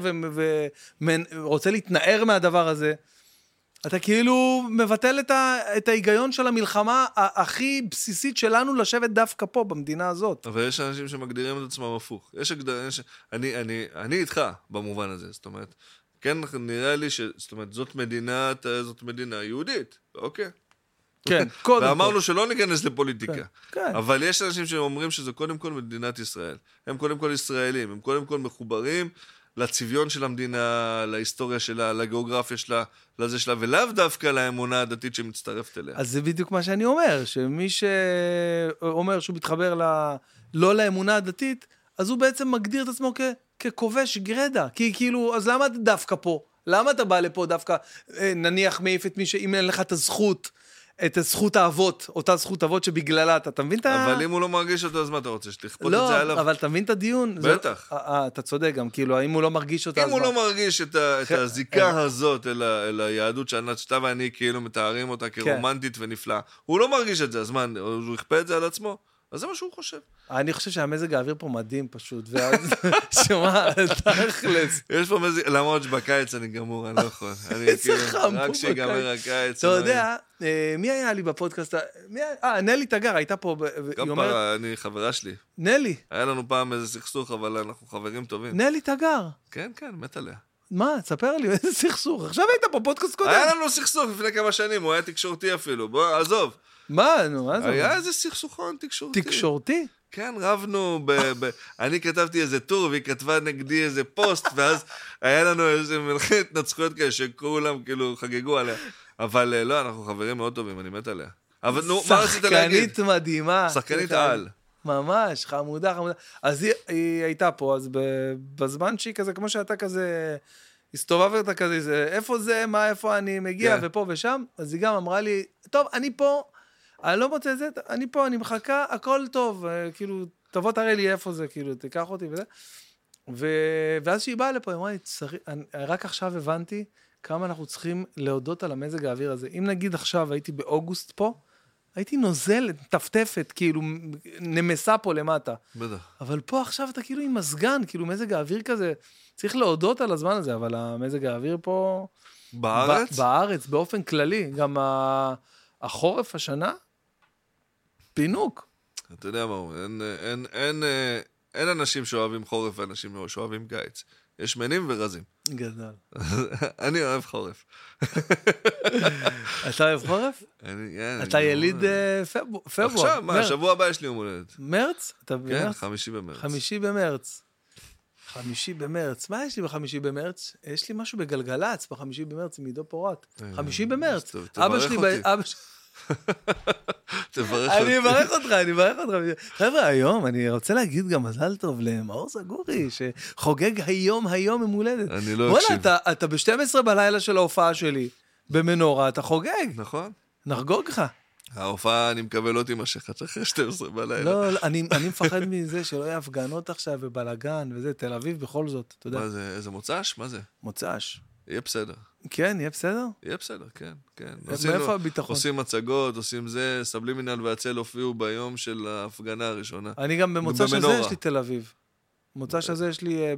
ורוצה להתנער מהדבר הזה, אתה כאילו מבטל את ההיגיון של המלחמה הכי בסיסית שלנו לשבת דווקא פה, במדינה הזאת. אבל יש אנשים שמגדירים את עצמם הפוך. אני איתך במובן הזה, זאת אומרת, כן, נראה לי זאת אומרת, זאת מדינה יהודית, אוקיי? כן, קודם כל. ואמרנו שלא ניכנס לפוליטיקה. כן. אבל יש אנשים שאומרים שזה קודם כל מדינת ישראל. הם קודם כל ישראלים, הם קודם כל מחוברים לצביון של המדינה, להיסטוריה שלה, לגיאוגרפיה שלה, לזה שלה, ולאו דווקא לאמונה הדתית שמצטרפת אליה. אז זה בדיוק מה שאני אומר, שמי שאומר שהוא מתחבר לא לאמונה הדתית, אז הוא בעצם מגדיר את עצמו ככובש גרדה. כי כאילו, אז למה אתה דווקא פה? למה אתה בא לפה דווקא, נניח מעיף את מי שאם אין לך את הזכות האבות, אותה זכות אבות שבגללה אתה מבין את אבל אם הוא לא מרגיש אותו, אז מה אתה רוצה? שתכפות את זה עליו? לא, אבל אתה מבין את הדיון? בטח. אתה צודק גם, כאילו, אם הוא לא מרגיש אותה... אם הוא לא מרגיש את הזיקה הזאת אל היהדות שאתה ואני כאילו מתארים אותה כרומנטית ונפלאה, הוא לא מרגיש את זה, אז מה, הוא יכפה את זה על עצמו? אז זה מה שהוא חושב. אני חושב שהמזג האוויר פה מדהים פשוט, ואז, שמה, תכלס. יש פה מזג, למרות שבקיץ אני גמור, אני לא יכול. איזה חם פה בקיץ. רק שיגמר הקיץ. אתה יודע, מי היה לי בפודקאסט? נלי תגר, הייתה פה, גם פעם, אני חברה שלי. נלי. היה לנו פעם איזה סכסוך, אבל אנחנו חברים טובים. נלי תגר. כן, כן, מת עליה. מה, תספר לי, איזה סכסוך? עכשיו היית פה פודקאסט קודם. היה לנו סכסוך לפני כמה שנים, הוא היה תקשורתי אפילו. בוא, עזוב. מה, נו, עזוב. היה איזה סכסוכון תקשורתי. תקשורתי? כן, רבנו, אני כתבתי איזה טור, והיא כתבה נגדי איזה פוסט, ואז היה לנו איזה מלחמת נצחויות כאלה, שכולם כאילו חגגו עליה. אבל לא, אנחנו חברים מאוד טובים, אני מת עליה. אבל נו, מה רצית להגיד? שחקנית מדהימה. שחקנית על. ממש, חמודה. אז היא הייתה פה, אז בזמן שהיא כזה, כמו שאתה כזה, הסתובבת כזה, איפה זה, איפה אני מגיע, ופה ושם, אז היא גם אמרה לי, טוב, אני פה, אני לא מוצא את זה, אני פה, אני מחכה, הכל טוב, כאילו, תבוא תראה לי איפה זה, כאילו, תיקח אותי וזה. ואז שהיא באה לפה, היא אמרה לי, רק עכשיו הבנתי כמה אנחנו צריכים להודות על המזג האוויר הזה. אם נגיד עכשיו הייתי באוגוסט פה, הייתי נוזלת, טפטפת, כאילו נמסה פה למטה. בטח. אבל פה עכשיו אתה כאילו עם מזגן, כאילו מזג האוויר כזה, צריך להודות על הזמן הזה, אבל המזג האוויר פה... בארץ? בארץ, באופן כללי. גם החורף השנה, פינוק. אתה יודע מה, אין אנשים שאוהבים חורף ואנשים שאוהבים קיץ. יש שמנים ורזים. גדל. אני אוהב חורף. אתה אוהב חורף? אתה יליד פברואר. עכשיו, מה, שבוע הבא יש לי יום הולדת. מרץ? כן, 5 במרץ. 5 במרץ. 5 במרץ. מה יש לי ב5 במרץ? יש לי משהו בגלגלץ, ב5 במרץ עם עידו פורט. 5 במרץ. תברך אותי. תברך אותי. אני אברך אותך. חבר'ה, היום אני רוצה להגיד גם מזל טוב למאור זגורי, שחוגג היום יום הולדת. אני לא אקשיב. וואלה, אתה ב-12 בלילה של ההופעה שלי, במנורה, אתה חוגג. נכון. נחגוג לך. ההופעה, אני מקווה לא תימשך, אחרי 12 בלילה. לא, אני מפחד מזה שלא יהיה הפגנות עכשיו ובלגן וזה, תל אביב בכל זאת, אתה יודע. מה זה, איזה מוצ"ש? מה זה? מוצ"ש. יהיה בסדר. כן, יהיה בסדר? יהיה בסדר, כן, כן. מאיפה הביטחון? עושים מצגות, עושים זה, סבלימינל והצל הופיעו ביום של ההפגנה הראשונה. אני גם במוצ"ש הזה יש לי תל אביב. במוצ"ש הזה יש לי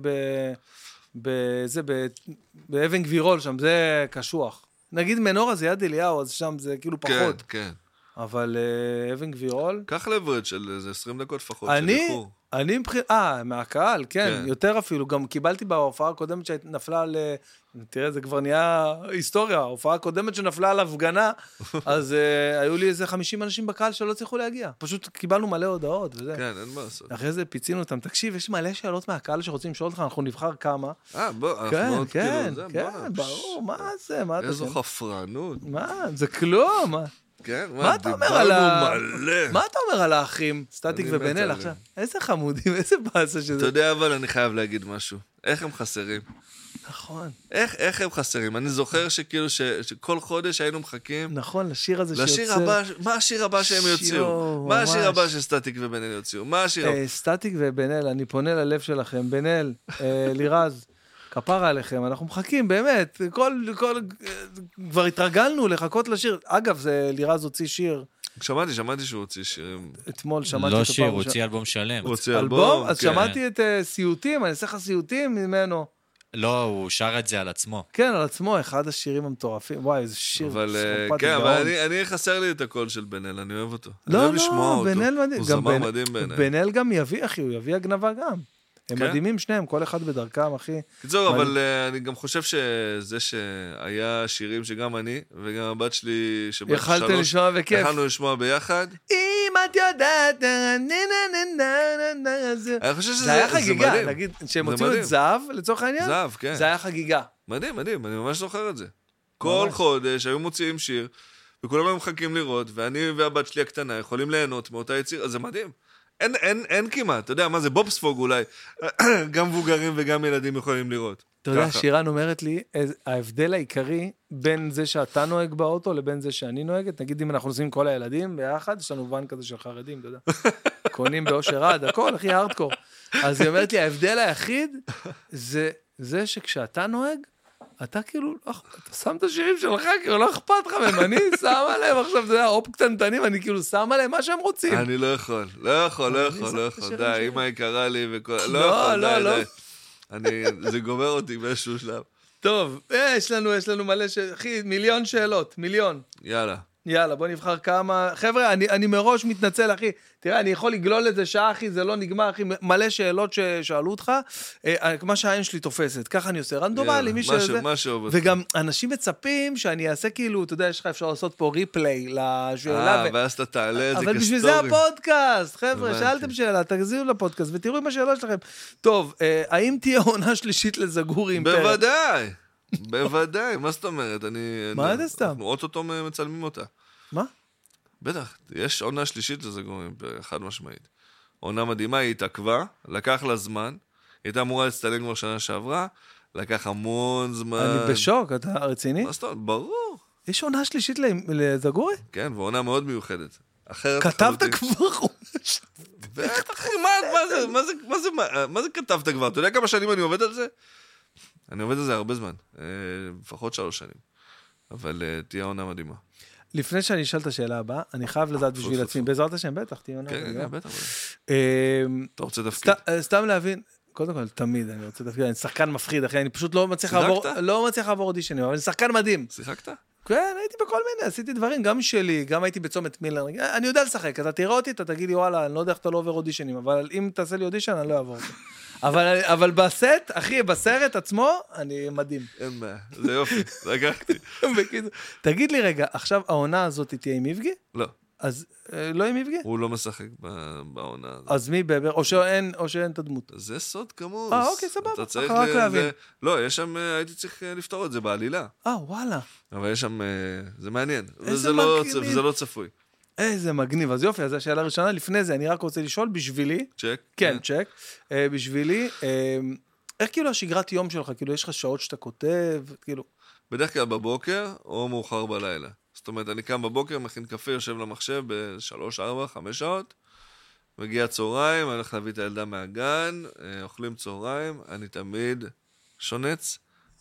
באבן גבירול שם, זה קשוח. נגיד מנורה זה יד אליהו, אז שם זה כאילו פחות. כן, כן. אבל אבן גבירול... קח לברד של איזה 20 דקות לפחות. אני מהקהל, כן, יותר אפילו. גם קיבלתי בהופעה הקודמת שנפלה על... תראה, זה כבר נהיה היסטוריה. ההופעה הקודמת שנפלה על הפגנה, אז היו לי איזה 50 אנשים בקהל שלא צריכו להגיע. פשוט קיבלנו מלא הודעות וזה. כן, אין מה לעשות. אחרי זה פיצינו אותם. תקשיב, יש מלא שאלות מהקהל שרוצים לשאול אותך, אנחנו נבחר כמה. בוא, אנחנו עוד כאילו... כן, ברור, מה זה? איזו חפרנות. מה? זה כלום, כן, מה אתה אומר על מה אתה אומר על האחים, סטטיק ובן אל עכשיו? איזה חמודים, איזה באסה שזה. אתה יודע, אבל אני חייב להגיד משהו. איך הם חסרים? נכון. איך הם חסרים? אני זוכר שכאילו שכל חודש היינו מחכים. נכון, לשיר הזה שיוצא. לשיר הבא, מה השיר הבא שהם יוציאו? מה השיר הבא שסטטיק ובן אל יוציאו? מה השיר הבא? סטטיק ובן אל, אני פונה ללב שלכם. בן אל, לירז. כפרה עליכם, אנחנו מחכים, באמת, כבר התרגלנו לחכות לשיר. אגב, זה לירז הוציא שיר. שמעתי שהוא הוציא שירים. אתמול שמעתי לא שיר, הוא הוציא אלבום שלם. הוא הוציא אלבום? אז שמעתי את סיוטים, אני אעשה לך סיוטים ממנו. לא, הוא שר את זה על עצמו. כן, על עצמו, אחד השירים המטורפים. וואי, איזה שיר. כן, אבל אני חסר לי את הקול של בן אל, אני אוהב אותו. לא, בן אל מדהים. הוא זמר מדהים בעיניי. בן אל גם יביא, אחי, הוא יביא הגנבה גם. הם מדהימים שניהם, כל אחד בדרכם, אחי. קיצור, אבל אני גם חושב שזה שהיה שירים שגם אני, וגם הבת שלי, יכלתם לשמוע בכיף. יכלנו לשמוע ביחד. אם את יודעת, אני חושב שזה זה היה חגיגה, נגיד, שהם הוציאו את זהב, לצורך העניין, זהב, כן. זה היה חגיגה. מדהים, מדהים, אני ממש זוכר את זה. כל חודש היו מוציאים שיר, וכולם היו מחכים לראות, ואני והבת שלי הקטנה יכולים ליהנות מאותה יציר, אז זה מדהים. אין כמעט, אתה יודע מה זה, בובספוג אולי, גם מבוגרים וגם ילדים יכולים לראות. אתה יודע, שירן אומרת לי, ההבדל העיקרי בין זה שאתה נוהג באוטו לבין זה שאני נוהגת, נגיד אם אנחנו נוסעים כל הילדים ביחד, יש לנו ון כזה של חרדים, אתה יודע, קונים באושר עד, הכל, הכי הארדקור. אז היא אומרת לי, ההבדל היחיד זה שכשאתה נוהג, אתה כאילו, אתה שם את השירים שלך, כאילו לא אכפת לך מהם, אני שם עליהם עכשיו, זה היה אופ קטנטנים, אני כאילו שם עליהם מה שהם רוצים. אני לא יכול, די, אמא יקרה לי וכל, לא יכול, די. זה גומר אותי באיזשהו שלב. טוב, יש לנו מלא, אחי, 1,000,000 שאלות, 1,000,000. יאללה, בוא נבחר כמה. חבר'ה, אני מראש מתנצל, אחי. תראה, אני יכול לגלול את זה שעה, אחי, זה לא נגמר, אחי. מלא שאלות ששאלו אותך. מה שהעין שלי תופסת. ככה אני עושה רנדומלי, מי שזה. וגם אנשים מצפים שאני אעשה כאילו, אתה יודע, יש לך אפשר לעשות פה ריפליי לשאלה. ואז אתה תעלה את זה כסטורי. אבל בשביל זה הפודקאסט, חבר'ה, שאלתם שאלה, תגזירו לפודקאסט ותראו עם השאלות שלכם. טוב, האם תהיה עונה שלישית לזגורי עם פרק? בוודאי, מה זאת אומרת? מה זה סתם? אנחנו אוטוטו מצלמים אותה. מה? בטח, יש עונה שלישית לזגורים, חד משמעית. עונה מדהימה, היא התעכבה, לקח לה זמן, היא הייתה אמורה להצטלם כבר שנה שעברה, לקח המון זמן. אני בשוק, אתה רציני? מה זאת אומרת? ברור. יש עונה שלישית לזגורי? כן, ועונה מאוד מיוחדת. כתבת כבר חומש? בטח, מה זה כתבת כבר? אתה יודע כמה שנים אני עובד על זה? אני עובד על זה הרבה זמן, לפחות 3 שנים. אבל תהיה עונה מדהימה. לפני שאני אשאל את השאלה הבאה, אני חייב לדעת בשביל עצמי, בעזרת השם, בטח, תהיה עונה. כן, בטח. אתה רוצה תפקיד? סתם להבין, קודם כל, תמיד אני רוצה תפקיד, אני שחקן מפחיד, אחי, אני פשוט לא מצליח לעבור אודישנים, אבל אני שחקן מדהים. שיחקת? כן, הייתי בכל מיני, עשיתי דברים, גם שלי, גם הייתי בצומת מילר, אני יודע לשחק, אתה תראה אותי, אתה תגיד לי, וואלה, אני לא יודע איך אתה לא עובר אודישנים, אבל אם תעשה לי אודישן, אני לא אעבור אותו. אבל בסט, אחי, בסרט עצמו, אני מדהים. אין מה, זה יופי, לקחתי. תגיד לי רגע, עכשיו העונה הזאת תהיה עם איבגי? לא. אז לא עם איבגי? הוא לא משחק בעונה הזאת. אז מי בבר? או שאין את הדמות? זה סוד כמוס. אוקיי, סבבה. רק להבין. לא, יש שם, הייתי צריך לפתור את זה בעלילה. וואלה. אבל יש שם, זה מעניין. איזה מגניב. וזה לא צפוי. איזה מגניב. אז יופי, אז זו השאלה הראשונה. לפני זה, אני רק רוצה לשאול בשבילי. צ'ק. כן, צ'ק. בשבילי, איך כאילו השגרת יום שלך? כאילו, יש לך שעות שאתה כותב? כאילו... בדרך כלל בבוקר או מאוחר בלילה. זאת אומרת, אני קם בבוקר, מכין קפה, יושב למחשב ב3, 4, 5 שעות, מגיע צהריים, אני הולך להביא את הילדה מהגן, אוכלים צהריים, אני תמיד שונץ.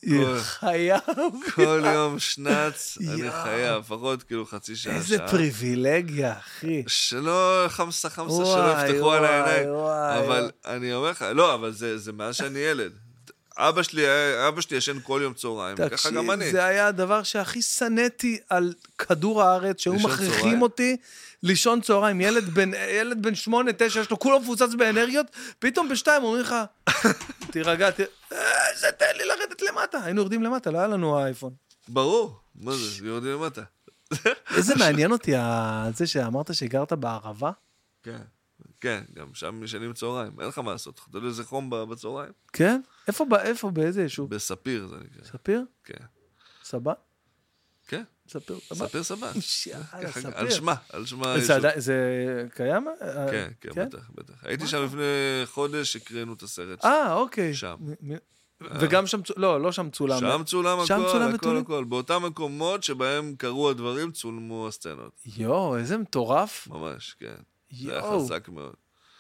חייב. כל יום שנץ, אני חייב, לפחות כאילו חצי שעה. איזה פריבילגיה, אחי. שלא חמסה שלא יפתחו על העיניים. אבל אני אומר לך, לא, אבל זה מאז שאני ילד. אבא שלי ישן כל יום צהריים, וככה גם אני. זה היה הדבר שהכי שנאתי על כדור הארץ, שהיו מכריחים אותי לישון צהריים. ילד בן 8, 9, יש לו כולו מפוצץ באנרגיות, פתאום ב2 אומרים לך, תירגע, זה תן לי לרדת למטה. היינו יורדים למטה, לא היה לנו האייפון. ברור, מה זה, יורדים למטה. איזה מעניין אותי זה שאמרת שהגרת בערבה? כן. כן, גם שם ישנים צהריים, אין לך מה לעשות, אתה יודע איזה חום בצהריים? כן? איפה, באיזה יישוב? בספיר זה נקרא. ספיר? כן. סבא? כן. ספיר סבא? ספיר סבא. ספיר. על שמה יישוב. זה קיים? כן, בטח. הייתי שם לפני חודש, הקראנו את הסרט. אוקיי. שם. וגם שם, לא שם צולם. שם צולם הכל. באותם מקומות שבהם קרו הדברים, צולמו הסצנות. יואו, איזה מטורף. ממש, כן. זה היה חזק מאוד.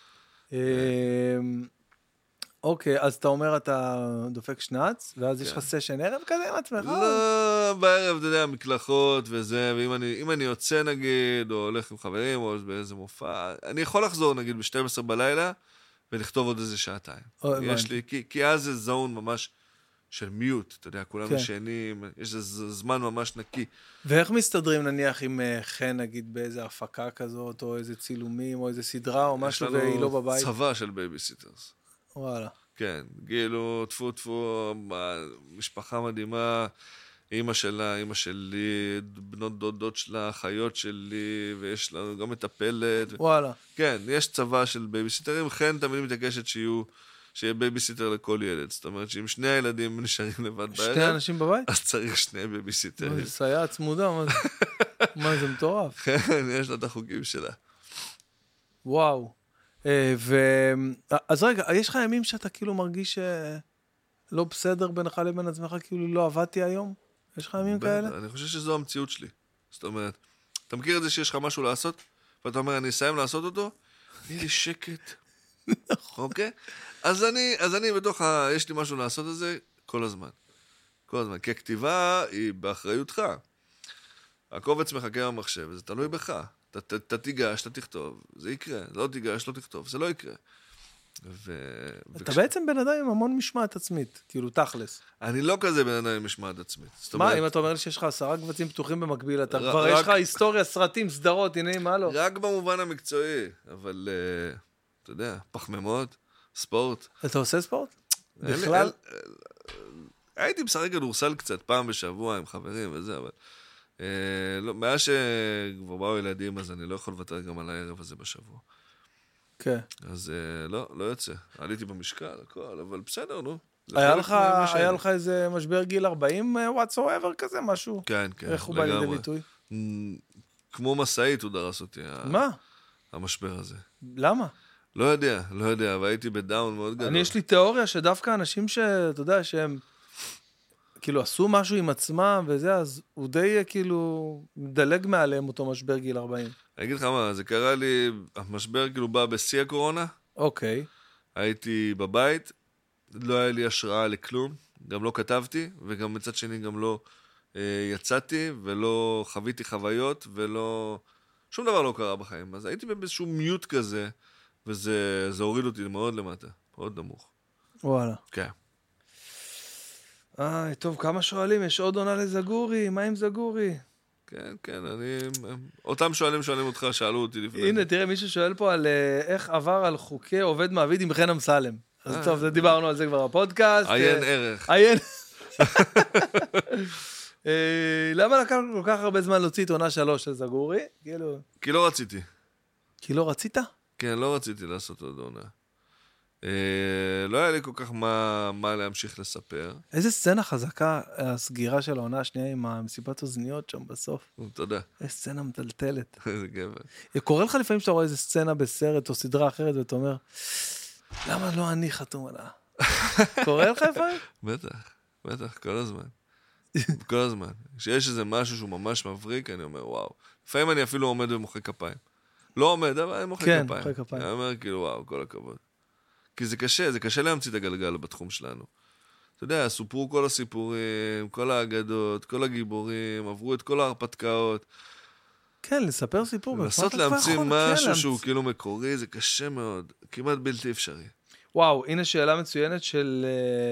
אוקיי, אז אתה אומר אתה דופק שנץ, ואז יש לך סשן ערב כזה עם עצמך? לא, בערב, אתה יודע, מקלחות וזה, ואם אני יוצא נגיד, או הולך עם חברים, או באיזה מופע, אני יכול לחזור נגיד ב-12 בלילה, ולכתוב עוד איזה שעתיים. יש לי, כי אז זה זון ממש של מיוט, אתה יודע, כולם ישנים, יש איזה זמן ממש נקי. ואיך מסתדרים נניח עם חן, נגיד, באיזה הפקה כזאת, או איזה צילומים, או איזה סדרה, או משהו, והיא לא בבית? יש לנו צבא של בייביסיטרס. וואלה. כן, גילו, טפו, משפחה מדהימה, אמא שלה, אמא שלי, בנות דודות שלה, אחיות שלי, ויש לנו גם מטפלת. וואלה. כן, יש צבא של בייביסיטרים, חן תמיד מתעקשת שיהיה בייביסיטר לכל ילד. זאת אומרת שאם שני הילדים נשארים לבד בערב, שני אנשים בבית? אז צריך שני בייביסיטרים. זה סייעה צמודה, מה זה מטורף? כן, יש לה את החוקים שלה. וואו. אז רגע, יש לך ימים שאתה כאילו מרגיש לא בסדר בינך לבין עצמך, כאילו לא עבדתי היום? יש לך ימים כאלה? אני חושב שזו המציאות שלי. זאת אומרת, אתה מכיר את זה שיש לך משהו לעשות, ואתה אומר, אני אסיים לעשות אותו, יהיה לי שקט. אוקיי? אז אני בתוך יש לי משהו לעשות את זה כל הזמן. כל הזמן. כי הכתיבה היא באחריותך. הקובץ מחכה במחשב, וזה תלוי בך. אתה תיגש, אתה תכתוב, זה יקרה. לא תיגש, לא תכתוב, זה לא יקרה. אתה בעצם בן אדם עם המון משמעת עצמית, כאילו תכלס. אני לא כזה בן אדם עם משמעת עצמית. מה, אם אתה אומר לי שיש לך 10 קבצים פתוחים במקביל, אתה כבר יש לך היסטוריה, סרטים, סדרות, הנה, מה לא? רק במובן המקצועי, אבל אתה יודע, פחמימות, ספורט. אתה עושה ספורט? בכלל? הייתי משחק כדורסל קצת, פעם בשבוע עם חברים וזה, אבל מאז שכבר באו ילדים, אז אני לא יכול לוותר גם על הערב הזה בשבוע. כן. אז לא יוצא. עליתי במשקל, הכל, אבל בסדר, נו. היה לך איזה משבר גיל 40 whatsoever כזה, משהו? כן, כן. איך הוא בא לידי ביטוי? כמו מסעית הוא דרס אותי. מה? המשבר הזה. למה? לא יודע, אבל הייתי בדאון מאוד גדול. יש לי תיאוריה שדווקא אנשים שאתה יודע שהם כאילו עשו משהו עם עצמם וזה, אז הוא די כאילו מדלג מעליהם אותו משבר גיל 40. אני אגיד לך מה, זה קרה לי, המשבר כאילו בא בשיא הקורונה. אוקיי. הייתי בבית, לא היה לי השראה לכלום, גם לא כתבתי, וגם מצד שני גם לא יצאתי, ולא חוויתי חוויות, ולא... שום דבר לא קרה בחיים. אז הייתי באיזשהו מיוט כזה, וזה הוריד אותי מאוד למטה, מאוד נמוך. וואלה. כן. טוב, כמה שואלים? יש עוד עונה לזגורי, מה עם זגורי? כן, אותם שואלים אותך, שאלו אותי לפני. הנה, תראה, מישהו שואל פה על איך עבר על חוקי עובד מעביד עם חן אמסלם. אז טוב, דיברנו על זה כבר בפודקאסט. עיין ערך. למה לקח כל כך הרבה זמן להוציא את עונה 3 של זגורי? כי לא רציתי. כי לא רצית? כן, לא רציתי לעשות עוד עונה. לא היה לי כל כך מה להמשיך לספר. איזה סצנה חזקה, הסגירה של העונה השנייה עם המסיבת אוזניות שם בסוף. תודה. איזה סצנה מטלטלת. איזה גבר. קורה לך לפעמים שאתה רואה איזה סצנה בסרט או סדרה אחרת ואתה אומר, למה לא אני חתום עליה? קורה לך לפעמים? בטח, כל הזמן. כל הזמן. כשיש איזה משהו שהוא ממש מבריק, אני אומר, וואו. לפעמים אני אפילו עומד ומוחא כפיים. לא עומד, אבל אני מוחא כפיים. כן, מוחא כפיים. אני אומר, כאילו, וואו, כל הכבוד. כי זה קשה להמציא את הגלגל בתחום שלנו. אתה יודע, סופרו כל הסיפורים, כל האגדות, כל הגיבורים, עברו את כל ההרפתקאות. כן, לספר סיפור. לנסות להמציא משהו שהוא כאילו מקורי, זה קשה מאוד, כמעט בלתי אפשרי. וואו, הנה שאלה מצוינת של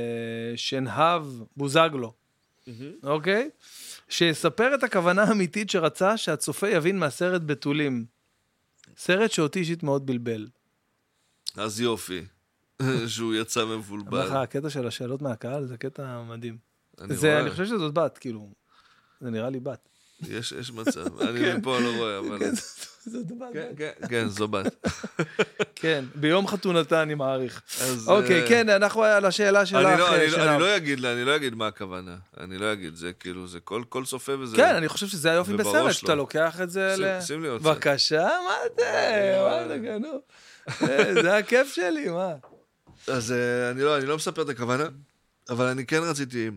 שנהב בוזגלו. אוקיי? שיספר את הכוונה האמיתית שרצה שהצופה יבין מהסרט בתולים. סרט שאותי אישית מאוד בלבל. אז יופי, שהוא יצא מבולבל. אמר לך, הקטע של השאלות מהקהל, זה קטע מדהים. אני חושב שזאת בת, כאילו, זה נראה לי בת. יש מצב, אני מפה לא רואה, אבל... זאת בת. כן, זו בת. כן, ביום חתונתה אני מעריך. אוקיי, כן, אנחנו על השאלה שלך. אני לא אגיד מה הכוונה. אני לא אגיד, זה כאילו, זה כל סופה וזה... כן, אני חושב שזה היופי בסרט, שאתה לוקח את זה ל... שים לי עוד בבקשה, מה זה, גנו. זה הכיף שלי, מה? אז אני לא מספר את הכוונה, אבל אני כן רציתי...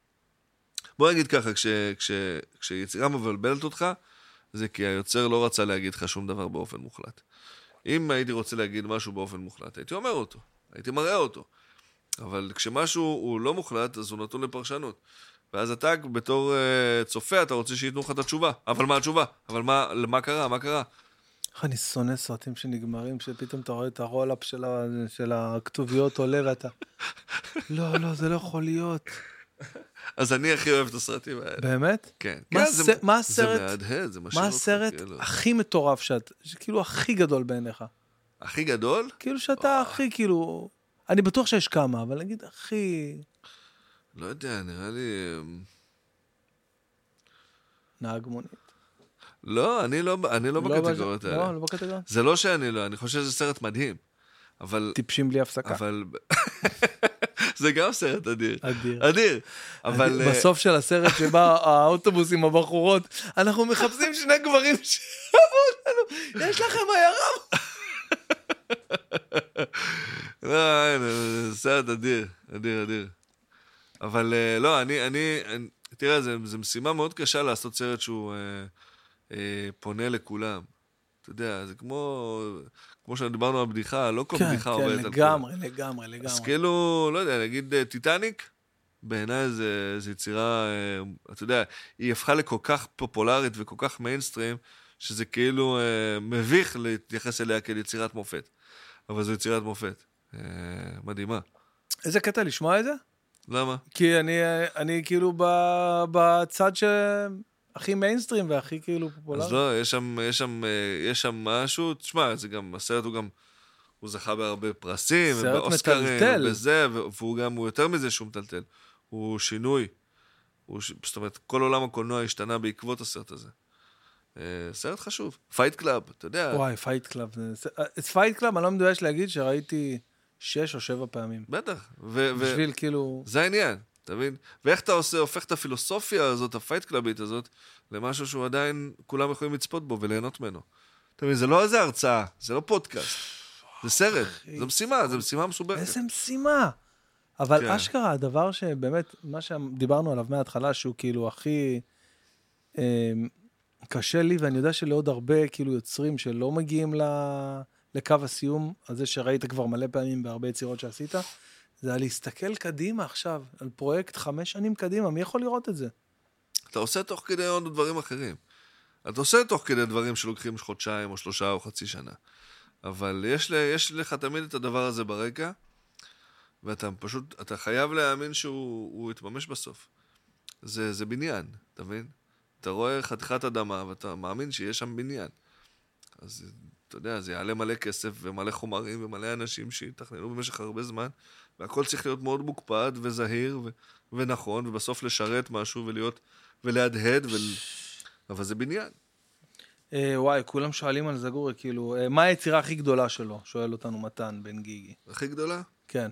בוא נגיד ככה, כשיצירה מבלבלת אותך, זה כי היוצר לא רצה להגיד לך שום דבר באופן מוחלט. אם הייתי רוצה להגיד משהו באופן מוחלט, הייתי אומר אותו, הייתי מראה אותו. אבל כשמשהו הוא לא מוחלט, אז הוא נתון לפרשנות. ואז אתה בתור צופה, אתה רוצה שייתנו לך את התשובה. אבל מה התשובה? אבל מה קרה? מה קרה? אני שונא סרטים שנגמרים, שפתאום אתה רואה את הרולאפ של הכתוביות עולה ואתה... לא, זה לא יכול להיות. אז אני הכי אוהב את הסרטים האלה. באמת? כן. מה הסרט? זה מהדהד, זה משאיר מה אותך, הסרט הכי מטורף שכאילו הכי גדול בעיניך? הכי גדול? כאילו שאתה הכי כאילו... אני בטוח שיש כמה, אבל נגיד הכי... לא יודע, נראה לי... נהג מונית. לא, אני לא בקטגוריות האלה. לא בקטגוריה? זה לא שאני לא, אני חושב שזה סרט מדהים. אבל... טיפשים בלי הפסקה. אבל... זה גם סרט אדיר. אבל... בסוף של הסרט שבא האוטובוס עם הבחורות, אנחנו מחפשים שני גברים שעברו לנו, יש לכם עיירה? לא, זה סרט אדיר. אבל לא, תראה, זה משימה מאוד קשה לעשות סרט שהוא פונה לכולם. אתה יודע, זה כמו שדיברנו על בדיחה, לא כל בדיחה עובדת על כולם. כן, לגמרי. אז כאילו, לא יודע, נגיד טיטניק, בעיניי זה יצירה, אתה יודע, היא הפכה לכל כך פופולרית וכל כך מיינסטרים, שזה כאילו מביך להתייחס אליה כאל יצירת מופת. אבל זו יצירת מופת. מדהימה. איזה קטע לשמוע את זה? למה? כי אני כאילו בצד הכי מיינסטרים והכי כאילו פופולרי. אז לא, יש שם משהו, תשמע, זה גם, הסרט הוא זכה בהרבה פרסים, ובאוסקרים, ובזה, והוא גם, הוא יותר מזה שהוא מטלטל. הוא שינוי. זאת אומרת, כל עולם הקולנוע השתנה בעקבות הסרט הזה. סרט חשוב. פייט קלאב, אתה יודע. וואי, פייט קלאב. פייט קלאב, אני לא מדויש להגיד שראיתי 6 או 7 פעמים. בטח. בשביל כאילו... זה העניין, אתה מבין? ואיך אתה הופך את הפילוסופיה הזאת, הפייט קלאבית הזאת, למשהו שהוא עדיין כולם יכולים לצפות בו וליהנות ממנו. אתה מבין, זה לא איזה הרצאה, זה לא פודקאסט. זה סרט, זה משימה מסובכת. איזה משימה. אבל אשכרה, הדבר שבאמת, מה שדיברנו עליו מההתחלה, שהוא כאילו הכי קשה לי, ואני יודע שלעוד הרבה כאילו יוצרים שלא מגיעים לקו הסיום, הזה שראית כבר מלא פעמים בהרבה יצירות שעשית, זה להסתכל קדימה עכשיו, על פרויקט 5 שנים קדימה, מי יכול לראות את זה? אתה עושה תוך כדי עוד דברים אחרים. אתה עושה תוך כדי דברים שלוקחים חודשיים או 3 או חצי שנה. אבל יש לך תמיד את הדבר הזה ברקע, ואתה פשוט, אתה חייב להאמין שהוא יתממש בסוף. זה בניין, אתה מבין? אתה רואה חתיכת אדמה, ואתה מאמין שיש שם בניין. אז אתה יודע, זה יעלה מלא כסף, ומלא חומרים, ומלא אנשים שיתכננו במשך הרבה זמן, והכל צריך להיות מאוד מוקפד וזהיר ונכון, ובסוף לשרת משהו ולהדהד, אבל זה בניין. וואי, כולם שואלים על זגורי, כאילו, מה היצירה הכי גדולה שלו? שואל אותנו מתן בן גיגי. הכי גדולה? כן.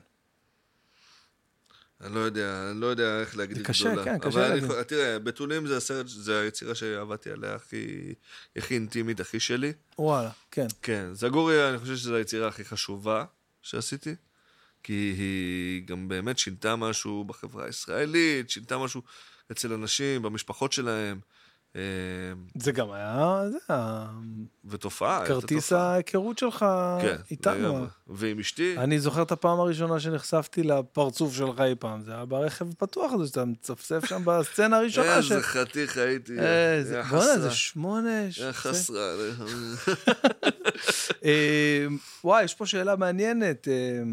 אני לא יודע איך להגיד קשה, גדולה. כן, קשה להגיד. אבל תראה, בתולים זה הסרט, זה היצירה שעבדתי עליה הכי אינטימית, הכי שלי. וואלה, כן. כן, זגורי, אני חושב שזו היצירה הכי חשובה שעשיתי, כי היא גם באמת שינתה משהו בחברה הישראלית, שינתה משהו אצל אנשים, במשפחות שלהם. זה גם היה, ותופעה. כרטיס ההיכרות שלך איתנו. ועם אשתי. אני זוכר את הפעם הראשונה שנחשפתי לפרצוף שלך אי פעם, זה היה ברכב פתוח הזה, שאתה מצפצף שם בסצנה הראשונה. איזה חתיך הייתי. בוא'נה, זה 8. היה חסרה. וואי, יש פה שאלה מעניינת.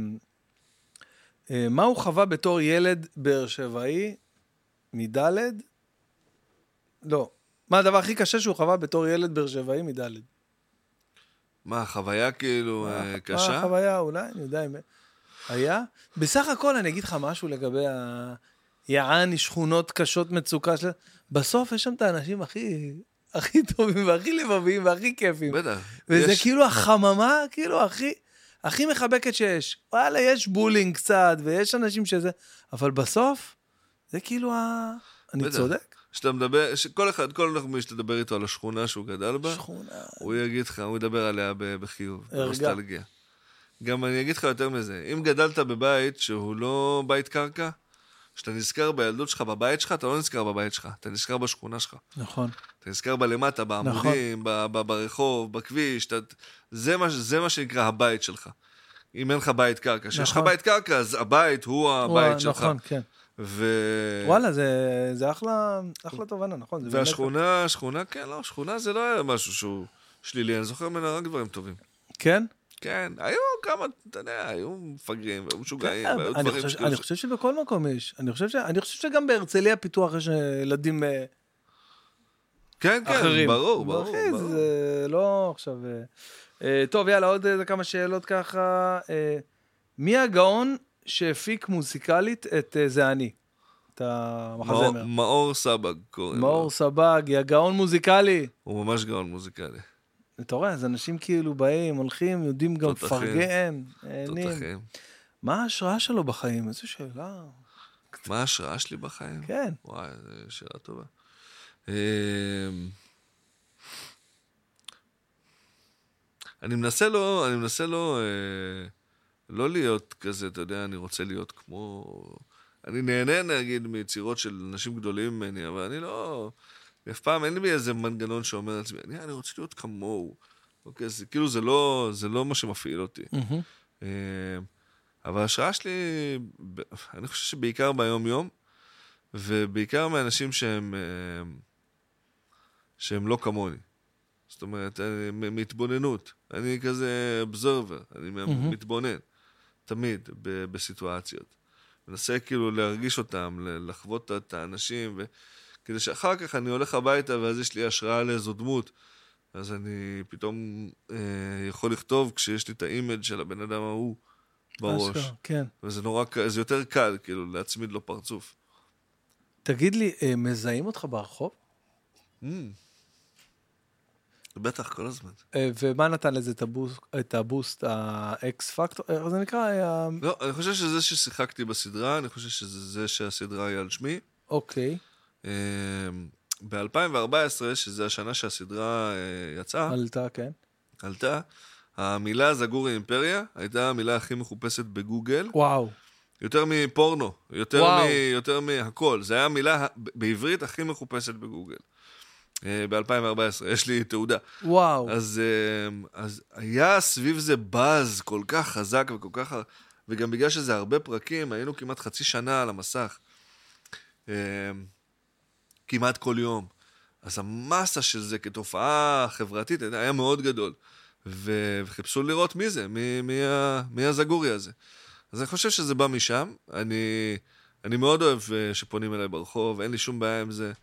מה הוא חווה בתור ילד באר שבעי מדלת? לא. מה הדבר הכי קשה שהוא חווה בתור ילד באר שבעי מדלת? מה, החוויה כאילו קשה? מה החוויה? אולי, אני יודע אם היה. בסך הכל אני אגיד לך משהו לגבי יעני, שכונות קשות מצוקה. בסוף יש שם את האנשים הכי טובים והכי לבביים והכי כיפים. בטח. וזה כאילו החממה, כאילו הכי מחבקת שיש. וואלה, יש בולינג קצת, ויש אנשים שזה, אבל בסוף, זה כאילו אני צודק? שאתה מדבר, כל אחד מי שתדבר איתו על השכונה שהוא גדל בה, הוא יגיד לך, הוא ידבר עליה בחיוב, בנוסטלגיה. גם אני אגיד לך יותר מזה, אם גדלת בבית שהוא לא בית קרקע, שאתה נזכר בילדות שלך בבית שלך, אתה לא נזכר בבית שלך, אתה נזכר בשכונה שלך. נכון. אתה נזכר בלמטה, בעמודים, ברחוב, בכביש, זה מה שנקרא הבית שלך. אם אין לך בית קרקע, שיש לך בית קרקע, אז הבית הוא הבית שלך. נכון, כן. וואלה, זה אחלה תובנה, נכון? והשכונה, כן, לא, שכונה זה לא היה משהו שהוא שלילי, אני זוכר ממנה רק דברים טובים. כן? כן, היו כמה, אתה יודע, היו מפגרים, והיו משוגעים, והיו דברים אני חושב שבכל מקום יש. אני חושב שגם בהרצליה פיתוח יש ילדים כן, כן, ברור. זה לא עכשיו... טוב, יאללה, עוד כמה שאלות ככה. מי הגאון שהפיק מוזיקלית את זה אני? את המחזמר. מאור סבג קוראים. מאור סבג, היא הגאון מוזיקלי. הוא ממש גאון מוזיקלי. אתה רואה, אז אנשים כאילו באים, הולכים, יודעים גם לפרגן. תותחים. מה ההשראה שלו בחיים? איזו שאלה. מה ההשראה שלי בחיים? כן. וואי, זו שאלה טובה. אני מנסה לא להיות כזה, אתה יודע, אני רוצה להיות כמו... אני נהנה, נגיד, מיצירות של אנשים גדולים ממני, אבל אני לא... אף פעם אין לי איזה מנגנון שאומר לעצמי, אני רוצה להיות כמוהו. אוקיי, זה, כאילו זה לא מה שמפעיל אותי. אבל ההשראה שלי, אני חושב שבעיקר ביום-יום, ובעיקר מאנשים שהם לא כמוני. זאת אומרת, מהתבוננות. אני כזה observer, אני מתבונן. תמיד, בסיטואציות. מנסה כאילו להרגיש אותם, לחוות את האנשים, כדי שאחר כך אני הולך הביתה, ואז יש לי השראה לאיזו דמות, אז אני פתאום יכול לכתוב כשיש לי את האימג' של הבן אדם ההוא בראש. כן. וזה נורא, זה יותר קל, כאילו, להצמיד לו פרצוף. תגיד לי, מזהים אותך ברחוב? בטח, כל הזמן. ומה נתן לזה את הבוסט, האקס פקטור? איך זה נקרא? לא, אני חושב שזה ששיחקתי בסדרה, אני חושב שזה שהסדרה היא על שמי. אוקיי. ב-2014, שזה השנה שהסדרה יצאה. עלתה, כן. עלתה. המילה זגורי אימפריה הייתה המילה הכי מחופשת בגוגל. וואו. יותר מפורנו, יותר מהכל. זה היה המילה בעברית הכי מחופשת בגוגל. ב-2014, יש לי תעודה. וואו. אז היה סביב זה באז כל כך חזק וכל כך וגם בגלל שזה הרבה פרקים, היינו כמעט חצי שנה על המסך. כמעט כל יום. אז המסה של זה כתופעה חברתית היה מאוד גדול. וחיפשו לראות מי זה, מי הזגורי הזה. אז אני חושב שזה בא משם. אני מאוד אוהב שפונים אליי ברחוב, אין לי שום בעיה עם זה.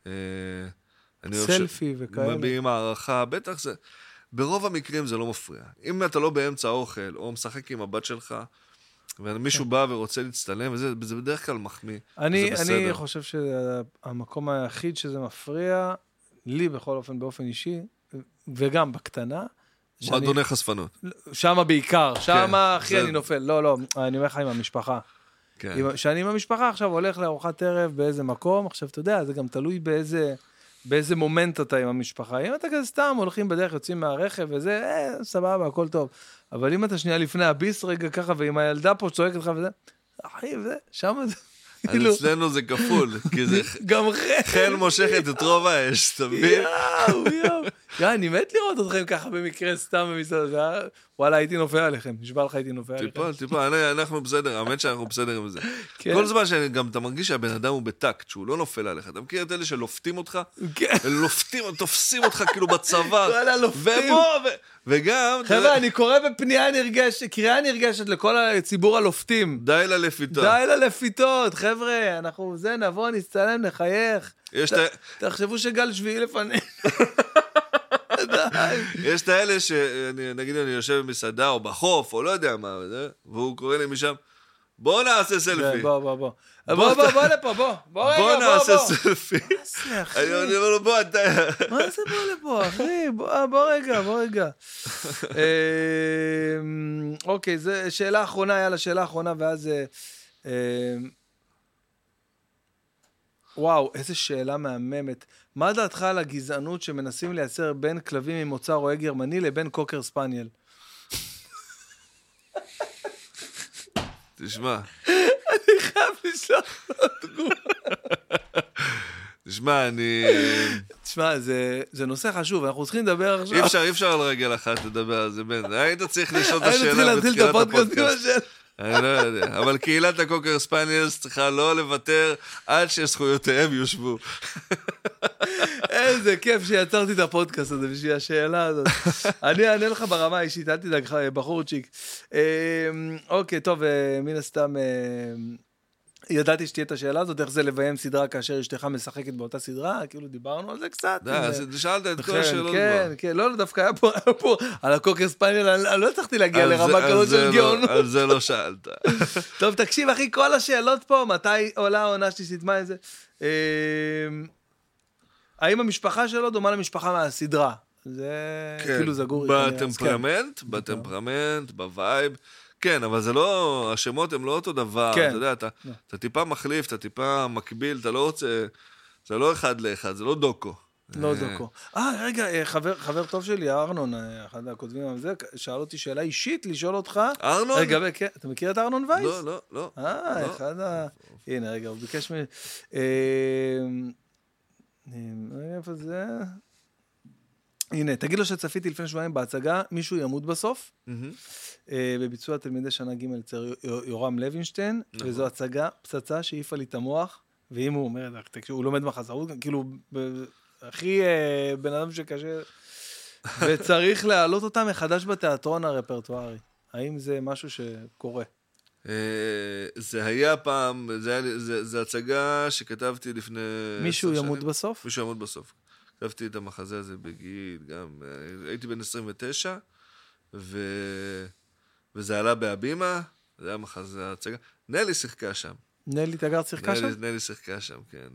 סלפי וכאלה. מביעים הערכה, בטח זה... ברוב המקרים זה לא מפריע. אם אתה לא באמצע האוכל, או משחק עם הבת שלך, ומישהו בא ורוצה להצטלם, וזה בדרך כלל מחמיא. אני חושב שהמקום היחיד שזה מפריע, לי בכל אופן, באופן אישי, וגם בקטנה, מועדוני חשפנות. שמה בעיקר, שמה אחי אני נופל. לא, אני אומר לך עם המשפחה. שאני עם המשפחה עכשיו הולך לארוחת ערב באיזה מקום, עכשיו אתה יודע, זה גם תלוי באיזה מומנט אתה עם המשפחה. אם אתה כזה סתם הולכים בדרך, יוצאים מהרכב וזה, סבבה, הכל טוב. אבל אם אתה שנייה לפני הביס רגע ככה, ועם הילדה פה צועקת לך וזה, אחי, וזה, שמה זה. אצלנו זה כפול, כי זה גם חן מושכת את רוב האש, אתה מבין? יאו. אני מת לראות אתכם ככה במקרה סתם במסעדה, וואלה, הייתי נופל עליכם, נשבע לך הייתי נופל עליכם. טיפה, אנחנו בסדר, האמת שאנחנו בסדר עם זה. כל זמן שגם אתה מרגיש שהבן אדם הוא בטקט, שהוא לא נופל עליך, אתה מכיר את אלה שלופתים אותך? תופסים אותך כאילו בצוואר. וואלה, לופתים. וגם... חבר'ה, אני קורא קריאה נרגשת לכל הציבור הלופתים. די ללפיתות. די ללפיתות, חבר'ה, אנחנו נבוא, נצטלם, נחייך. תחשבו שגל שביעי לפני. יש את האלה שנגיד אני יושב במסעדה או בחוף או לא יודע מה, והוא קורא לי משם, בוא נעשה סלפי. בוא לפה, בוא נעשה סלפי. מה זה, אחי? אני אומר לו, בוא אתה... מה זה בוא לפה, אחי? בוא רגע. אוקיי, זו שאלה אחרונה, יאללה, שאלה אחרונה, ואז... וואו, איזה שאלה מהממת. מה דעתך על הגזענות שמנסים לייצר בין כלבים עם מוצא רועה גרמני לבין קוקר ספניאל? תשמע. אני חייב לשלוח לו תגובה. תשמע, תשמע, זה נושא חשוב, אנחנו צריכים לדבר עכשיו. אי אפשר על רגל אחת לדבר על זה, בן. היית צריך לשאול את השאלה היינו צריכים להתחיל את הפודקאסט. אני לא יודע, אבל קהילת הקוקר ספניאלס צריכה לא לוותר עד שזכויותיהם יושבו. איזה כיף שיצרתי את הפודקאסט הזה בשביל השאלה הזאת. אני אענה לך ברמה האישית, אל תדאג, בחורצ'יק. אוקיי, טוב, מן הסתם, ידעתי שתהיה את השאלה הזאת, איך זה לביים סדרה כאשר אשתך משחקת באותה סדרה, כאילו דיברנו על זה קצת. שאלת את כל השאלות. כן, לא, דווקא היה פה, על הקוקר ספניאל, אני לא הצלחתי להגיע לרמה כזאת של גאונות. על זה לא שאלת. טוב, תקשיב, אחי, כל השאלות פה, מתי עולה העונה שלישית, מה איזה? האם המשפחה שלו דומה למשפחה מהסדרה? זה כאילו זגורי. בטמפרמנט, בווייב. כן, אבל זה לא, השמות הם לא אותו דבר, אתה יודע, אתה טיפה מחליף, אתה טיפה מקביל, אתה לא רוצה, זה לא אחד לאחד, זה לא דוקו. לא דוקו. רגע, חבר טוב שלי, ארנון, אחד הכותבים על זה, שאל אותי שאלה אישית לשאול אותך. ארנון? רגע, אתה מכיר את ארנון וייס? לא. אחד הנה, רגע, הוא ביקש איפה זה? הנה, תגיד לו שצפיתי לפני שבועיים בהצגה, מישהו ימות בסוף, בביצוע תלמידי שנה ג' אצל יורם לוינשטיין, וזו הצגה פצצה שהעיפה לי את המוח, ואם הוא אומר, הוא לומד מחזרות, כאילו, הכי בן אדם שקשה, וצריך להעלות אותה מחדש בתיאטרון הרפרטוארי. האם זה משהו שקורה? זה היה פעם, זה הצגה שכתבתי לפני... מישהו ימות בסוף? מישהו ימות בסוף. כתבתי את המחזה הזה בגיל, גם הייתי בן 29, וזה עלה בהבימה, זה היה מחזה הצגה. נלי שיחקה שם. נלי תגר שיחקה שם? נלי שיחקה שם, כן.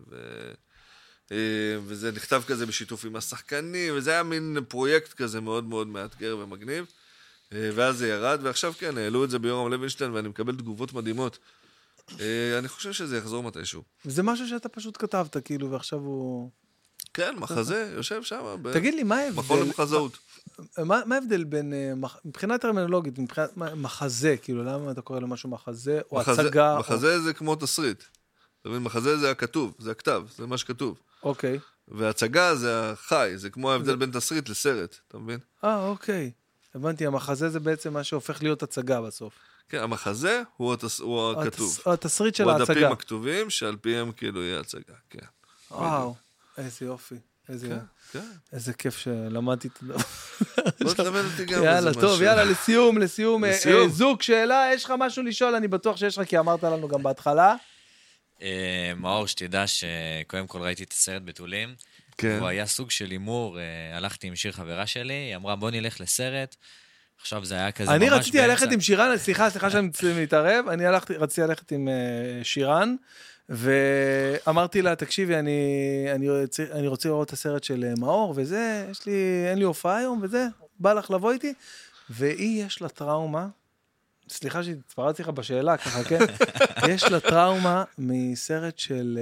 וזה נכתב כזה בשיתוף עם השחקנים, וזה היה מין פרויקט כזה מאוד מאוד מאתגר ומגניב. ואז זה ירד, ועכשיו כן, העלו את זה ביורם לוינשטיין, ואני מקבל תגובות מדהימות. אני חושב שזה יחזור מתישהו. זה משהו שאתה פשוט כתבת, כאילו, ועכשיו הוא... כן, מחזה, יושב שם. תגיד לי, מה ההבדל? מכון למחזאות. מה ההבדל בין, מבחינה טרמינולוגית, מבחינת מחזה, כאילו, למה אתה קורא למשהו מחזה, או הצגה? מחזה זה כמו תסריט. מחזה זה הכתוב, זה הכתב, זה מה שכתוב. אוקיי. והצגה זה החי, זה כמו ההבדל בין תסריט לסרט, אתה מבין? אוקיי. הבנתי, המחזה זה בעצם מה שהופך להיות הצגה בסוף. כן, המחזה הוא הכתוב. או התסריט של הוא ההצגה. הדפים הכתובים, שעל פיהם כאילו יהיה הצגה, כן. וואו, איזה יופי. כן. איזה כיף שלמדתי את הדבר. בוא תלמד אותי גם איזה יאללה, משהו. טוב, יאללה, לסיום. לסיום. זוג, שאלה, יש לך משהו לשאול? אני בטוח שיש לך, כי אמרת לנו גם בהתחלה. מאור, שתדע שקודם כל ראיתי את הסרט בתולים, כן. הוא היה סוג של הימור, הלכתי עם שיר חברה שלי, היא אמרה בוא נלך לסרט, עכשיו זה היה כזה ממש אני באמצע. רציתי ללכת עם שירן, סליחה שאני מתערב, אני רציתי ללכת עם שירן, ואמרתי לה, תקשיבי, אני רוצה לראות את הסרט של מאור, וזה, אין לי הופעה היום, וזה, בא לך לבוא איתי, והיא יש לה טראומה, סליחה שהתפרצתי לך בשאלה, ככה, כן? יש לה טראומה מסרט של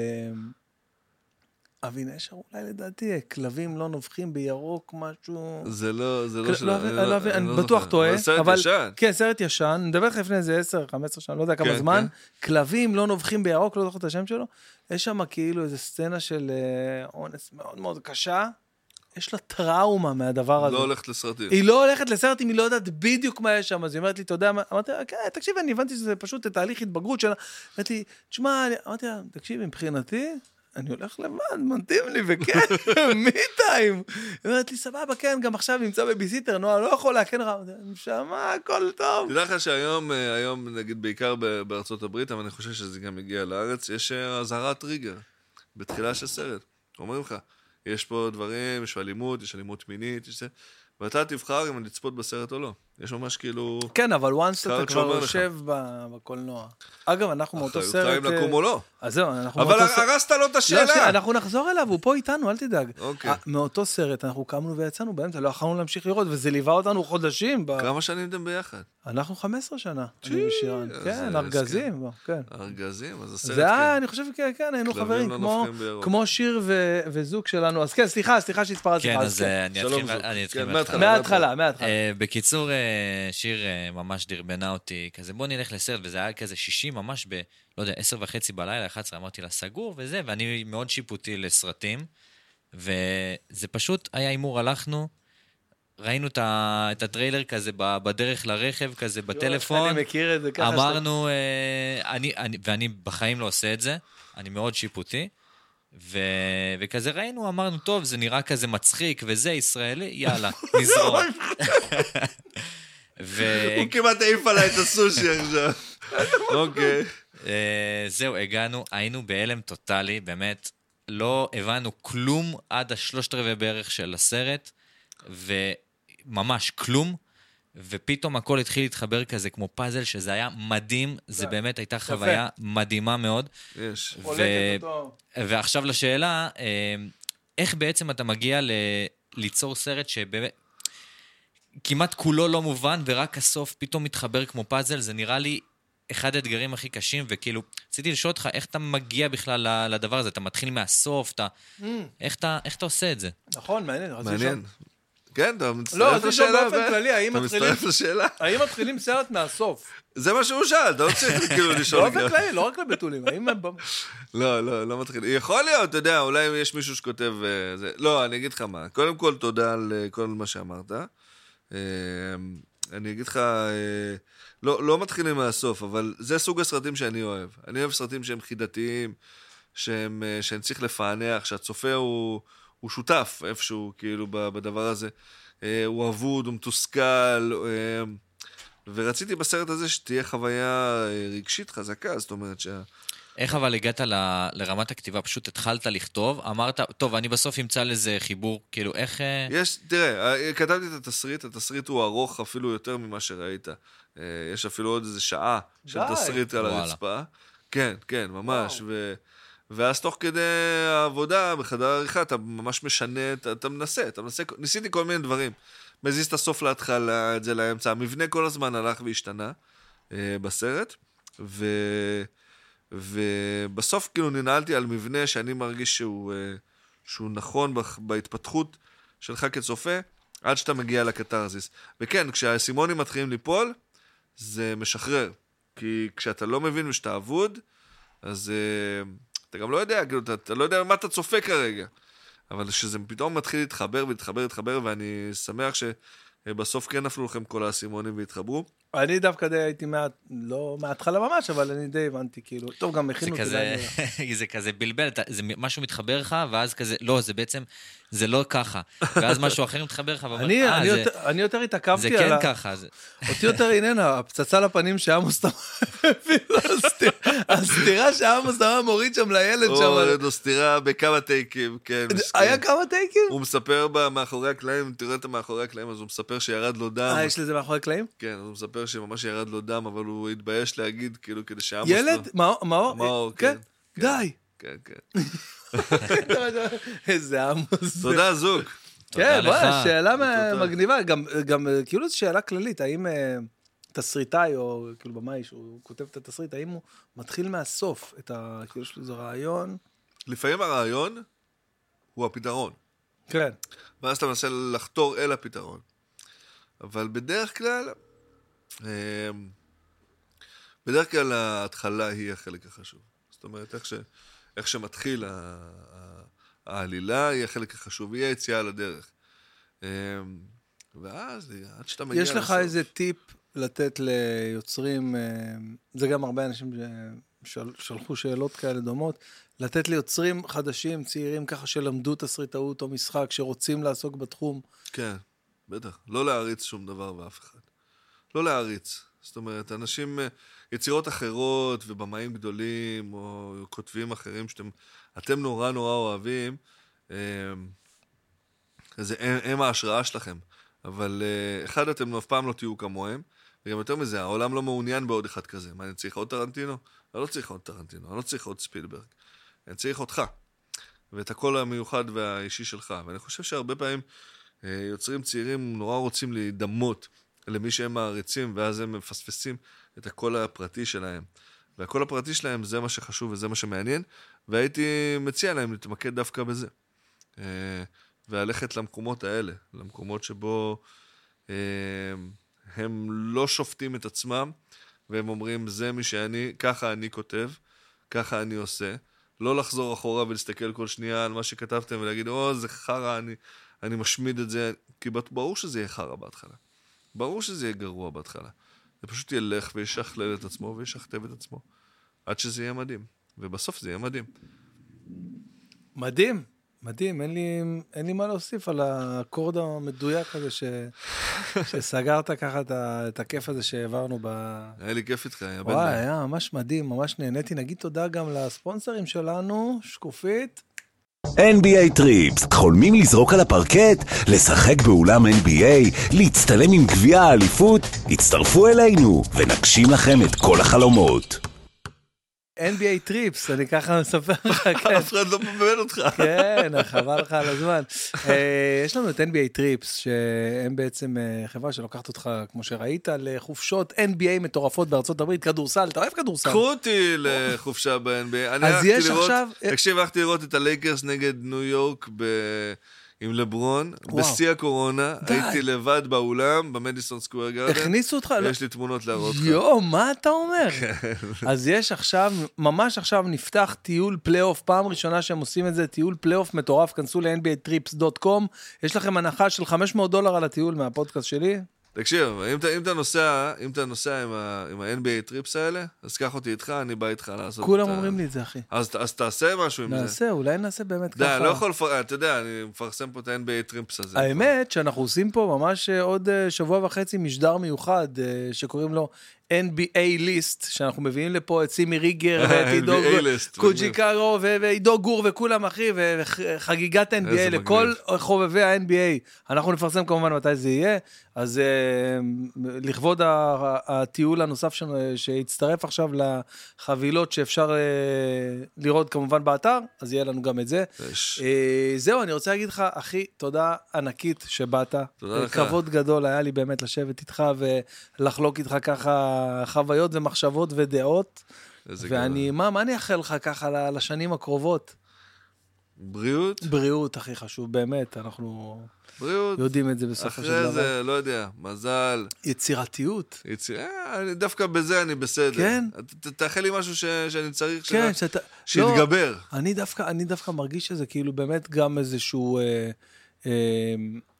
אבי נשר, אולי לדעתי, כלבים לא נובחים בירוק, משהו... זה לא של... אני בטוח טועה, אבל סרט ישן. כן, סרט ישן, אני מדבר לך לפני איזה 10-15 שנה, לא יודע כמה זמן, כלבים לא נובחים בירוק, לא זוכר את השם שלו, יש שם כאילו איזו סצנה של אונס מאוד מאוד קשה, יש לה טראומה מהדבר הזה. לא הולכת לסרטים. היא לא הולכת לסרט אם היא לא יודעת בדיוק מה יש שם, אז היא אומרת לי, אתה יודע מה, אמרתי לה, כן, תקשיב, אני הבנתי שזה פשוט תהליך התבגרות שלה, אמרתי לי, תשמע, אמרתי לה, תקשיב, מבחינתי, אני הולך לבד, מתאים לי, וכן, מי טיים? היא אומרת לי, סבבה, כן, גם עכשיו נמצא בביזיטר, נועה, לא יכול להכן רע, נשמה, הכל טוב. תדע לך שהיום, נגיד, בעיקר בארצות הברית, אבל אני חושב שזה גם הגיע לארץ, יש אזהרת טריגר, בתחילה של סרט. אומרים לך, יש פה דברים, יש אלימות מינית, יש זה, ואתה תבחר אם לצפות בסרט או לא. יש ממש כאילו... כן, אבל once אתה כבר יושב בקולנוע. אגב, אנחנו מאותו סרט... אחראים לקום או לא. אז זהו, אנחנו אבל הרסת לו את השאלה. לא, אנחנו נחזור אליו, הוא פה איתנו, אל תדאג. אוקיי. מאותו סרט, אנחנו קמנו ויצאנו באמצע, לא יכולנו להמשיך לראות, וזה ליווה אותנו חודשים. כמה שנים אתם ביחד? אנחנו 15 שנה, אני ושירן. כן, ארגזים, כן. ארגזים, אז הסרט זה היה, אני חושב, כן, היינו חברים, כמו שיר וזוג שלנו. אז כן, סליחה שהתפרצתי. כן, אז אני אתחיל מההתחלה. בקיצור, שיר ממש דרבנה אותי, כזה בוא נלך לסרט, וזה היה כזה 60 ממש לא יודע, 10:30 בלילה, 11, אמרתי לה סגור וזה, ואני מאוד שיפוטי לסרטים, וזה פשוט היה אימור, הלכנו, ראינו את הטריילר כזה בדרך לרכב, כזה בטלפון, אני מכיר את זה ככה. אמרנו, ואני בחיים לא עושה את זה, אני מאוד שיפוטי, וכזה ראינו, אמרנו, טוב, זה נראה כזה מצחיק, וזה ישראלי, יאללה, נזרום. הוא כמעט העיף עליי את הסושי עכשיו. אוקיי. זהו, היינו בהלם טוטלי, באמת, לא הבנו כלום עד 3/4 בערך של הסרט, וממש כלום, ופתאום הכל התחיל להתחבר כזה כמו פאזל, שזה היה מדהים, זה באמת הייתה חוויה מדהימה מאוד. יש. ועכשיו לשאלה, איך בעצם אתה מגיע ליצור סרט שבאמת, כמעט כולו לא מובן, ורק הסוף פתאום מתחבר כמו פאזל, זה נראה לי אחד האתגרים הכי קשים, וכאילו, רציתי לשאול אותך, איך אתה מגיע בכלל לדבר הזה? אתה מתחיל מהסוף, איך אתה עושה את זה? נכון, מעניין. כן, אתה מצטרף לשאלה. לא, באופן כללי, האם מתחילים סרט מהסוף? זה מה שהוא שאל, אתה רוצה כאילו לשאול. באופן כללי, לא רק לבתולים. לא מתחיל. יכול להיות, אתה יודע, אולי יש מישהו שכותב... לא, אני אגיד לך מה. קודם כל, תודה על כל מה שאמרת. אני אגיד לך, לא מתחילים מהסוף, אבל זה סוג הסרטים שאני אוהב. אני אוהב סרטים שהם חידתיים, שאני צריך לפענח, שהצופה הוא שותף איפשהו, כאילו, בדבר הזה. הוא אבוד, הוא מתוסכל, ורציתי בסרט הזה שתהיה חוויה רגשית חזקה, זאת אומרת איך אבל הגעת לרמת הכתיבה? פשוט התחלת לכתוב, אמרת, טוב, אני בסוף אמצא לזה חיבור, כאילו, איך... תראה, כתבתי את התסריט הוא ארוך אפילו יותר ממה שראית. יש אפילו עוד איזה שעה של תסריט על הרצפה. כן, ממש. ואז תוך כדי העבודה בחדר העריכה, אתה ממש משנה, אתה מנסה, ניסיתי כל מיני דברים. מזיז את הסוף להתחלה, את זה לאמצע. המבנה כל הזמן הלך והשתנה בסרט, ובסוף כאילו ננעלתי על מבנה שאני מרגיש שהוא נכון בהתפתחות שלך כצופה, עד שאתה מגיע לקטרזיס. וכן, כשהסימונים מתחילים ליפול, זה משחרר. כי כשאתה לא מבין ושאתה אבוד, אז אתה גם לא יודע, כאילו, אתה לא יודע מה אתה צופה כרגע. אבל כשזה פתאום מתחיל להתחבר, ואני שמח בסוף כן נפלו לכם כל האסימונים והתחברו. אני דווקא די הייתי לא מההתחלה ממש, אבל אני די הבנתי, כאילו, טוב, גם הכינו אותי. זה כזה בלבל, זה משהו מתחבר לך, ואז כזה, לא, זה בעצם, זה לא ככה. ואז משהו אחר מתחבר לך, אני יותר התעכבתי על... זה כן ככה. אותי יותר עניין, הפצצה לפנים שעמוס תמר הביא לו הסתירה שעמוס תמר מוריד שם לילד שם. הוריד לו סתירה בכמה טייקים, כן. היה כמה טייקים? הוא מספר מאחורי הקלעים, תראה את מאחורי הקלעים, אז הוא מספר שירד לו דם. יש לזה מאחורי הקלעים? כן, הוא מספר שממש ירד לו דם, אבל הוא התבייש להגיד, כאילו, כדי שעמוס... ילד? מאור? כן. די. כן, כן. איזה עמוס. תודה, זוג. כן, בוא, שאלה מגניבה, גם כאילו זו שאלה כללית, האם תסריטאי, או כאילו במאי שהוא כותב את התסריט, האם הוא מתחיל מהסוף, כאילו יש לו איזה רעיון? לפעמים הרעיון הוא הפתרון. כן. ואז אתה מנסה לחתור אל הפתרון. אבל בדרך כלל ההתחלה היא החלק החשוב. זאת אומרת, איך שמתחיל העלילה היא החלק החשוב, היא היציאה לדרך. ואז, עד שאתה מגיע... יש לך איזה טיפ לתת ליוצרים, זה גם הרבה אנשים ששלחו שאלות כאלה דומות, לתת ליוצרים חדשים, צעירים ככה שלמדו תסריטאות או משחק, שרוצים לעסוק בתחום. כן, בטח. לא להריץ שום דבר ואף אחד. לא להריץ. זאת אומרת, אנשים, יצירות אחרות ובמאים גדולים, או כותבים אחרים שאתם נורא נורא אוהבים, הם ההשראה שלכם. אבל אחד, אתם אף פעם לא תהיו כמוהם, וגם יותר מזה, העולם לא מעוניין בעוד אחד כזה. מה, אני צריך עוד טרנטינו? אני לא צריך עוד טרנטינו, אני לא צריך עוד ספילברג. אני צריך אותך. ואת הקול המיוחד והאישי שלך. ואני חושב שהרבה פעמים יוצרים צעירים נורא רוצים להידמות למי שהם מעריצים, ואז הם מפספסים את הקול הפרטי שלהם. והקול הפרטי שלהם זה מה שחשוב וזה מה שמעניין, והייתי מציע להם להתמקד דווקא בזה. וללכת למקומות האלה, למקומות שבו הם לא שופטים את עצמם, והם אומרים, זה מי שאני, ככה אני כותב, ככה אני עושה. לא לחזור אחורה ולהסתכל כל שנייה על מה שכתבתם, ולהגיד, זה חרא, אני משמיד את זה, כי ברור שזה יהיה חרא בהתחלה. ברור שזה יהיה גרוע בהתחלה. זה פשוט ילך וישכלל את עצמו וישכתב את עצמו, עד שזה יהיה מדהים. ובסוף זה יהיה מדהים. מדהים, מדהים. אין לי מה להוסיף על הקורד המדויק הזה שסגרת ככה את הכיף הזה שהעברנו היה לי כיף איתך, היה בן וואי, היה ממש מדהים, ממש נהניתי. נגיד תודה גם לספונסרים שלנו, שקופית. NBA טריפס, חולמים לזרוק על הפרקט, לשחק באולם NBA, להצטלם עם גביע האליפות? הצטרפו אלינו ונגשים לכם את כל החלומות. NBA טריפס, אני ככה מספר לך, כן. אף אחד לא מבן אותך. כן, חבל לך על הזמן. יש לנו את NBA טריפס, שהם בעצם חברה שלוקחת אותך, כמו שראית, לחופשות NBA מטורפות בארצות הברית, כדורסל, אתה אוהב כדורסל? קחו אותי לחופשה ב-NBA. אז יש עכשיו... תקשיב, הלכתי לראות את הלייקרס נגד ניו יורק עם לברון, בשיא הקורונה, הייתי לבד באולם, במדיסון סקוואר גארדן. הכניסו אותך? יש לי תמונות להראות לך. יו, מה אתה אומר? אז יש עכשיו, ממש עכשיו נפתח טיול פלייאוף, פעם ראשונה שהם עושים את זה, טיול פלייאוף מטורף, כנסו ל-nbatrips.com, יש לכם הנחה של $500 על הטיול מהפודקאסט שלי. תקשיב, אם אתה נוסע עם ה-NBA טריפס האלה, אז קח אותי איתך, אני בא איתך לעשות את זה. כולם אומרים לי את זה, אחי. אז תעשה משהו עם זה. נעשה, אולי נעשה באמת ככה. אני לא יכול, אתה יודע, אני מפרסם פה את ה-NBA טריפס הזה. האמת שאנחנו עושים פה ממש עוד שבוע וחצי משדר מיוחד, שקוראים לו NBA ליסט, שאנחנו מביאים לפה את סימי ריגר, ואת עידו קוג'יקרו, ועידו גור וכולם, אחי, וחגיגת NBA לכל חובבי ה-NBA. אנחנו נפרסם כמובן מתי זה יהיה, אז לכבוד הטיול הנוסף שהצטרף עכשיו לחבילות שאפשר לראות כמובן באתר, אז יהיה לנו גם את זה. זהו, אני רוצה להגיד לך, אחי, תודה ענקית שבאת. תודה לך. כבוד גדול היה לי באמת לשבת איתך ולחלוק איתך ככה חוויות ומחשבות ודעות. ואני, מה אני אאחל לך ככה לשנים הקרובות? בריאות? בריאות הכי חשוב, באמת, אנחנו בריאות. יודעים את זה בסופו של דבר. אחרי זה, לא יודע, מזל. יצירתיות. דווקא בזה אני בסדר. כן. תאחל לי משהו שאני צריך כן, שיתגבר. אני דווקא מרגיש שזה כאילו באמת גם איזשהו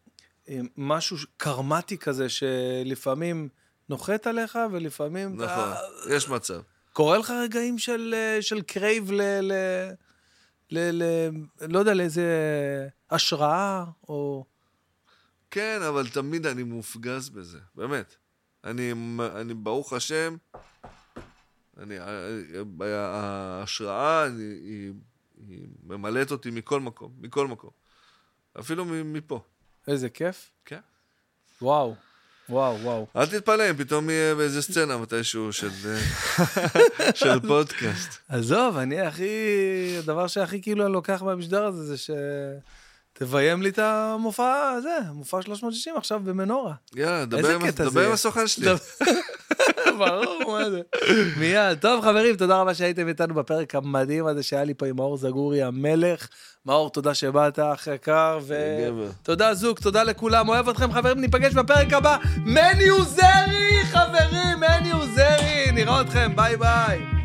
משהו קרמטי כזה, שלפעמים נוחת עליך, ולפעמים... נכון, יש מצב. קורה לך רגעים של קרייב לא יודע, לאיזה השראה, או... כן, אבל תמיד אני מופגז בזה, באמת. אני ברוך השם, ההשראה, היא ממלאת אותי מכל מקום. אפילו מפה. איזה כיף. כן. וואו. וואו. אל תתפלא, פתאום יהיה באיזה סצנה מתישהו של פודקאסט. עזוב, הדבר שהכי כאילו אני לוקח מהמשדר הזה, זה תביים לי את המופע הזה, מופע 360 עכשיו במנורה. יאללה, דבר עם הסוכן שלי. ברור, מה זה. מיד. טוב, חברים, תודה רבה שהייתם איתנו בפרק המדהים הזה שהיה לי פה עם מאור זגורי המלך. מאור, תודה שבאת, אח יקר, תודה זוג, תודה לכולם, אוהב אתכם חברים, ניפגש בפרק הבא. מני עוזרי, חברים, מני עוזרי, נראה אתכם, ביי ביי.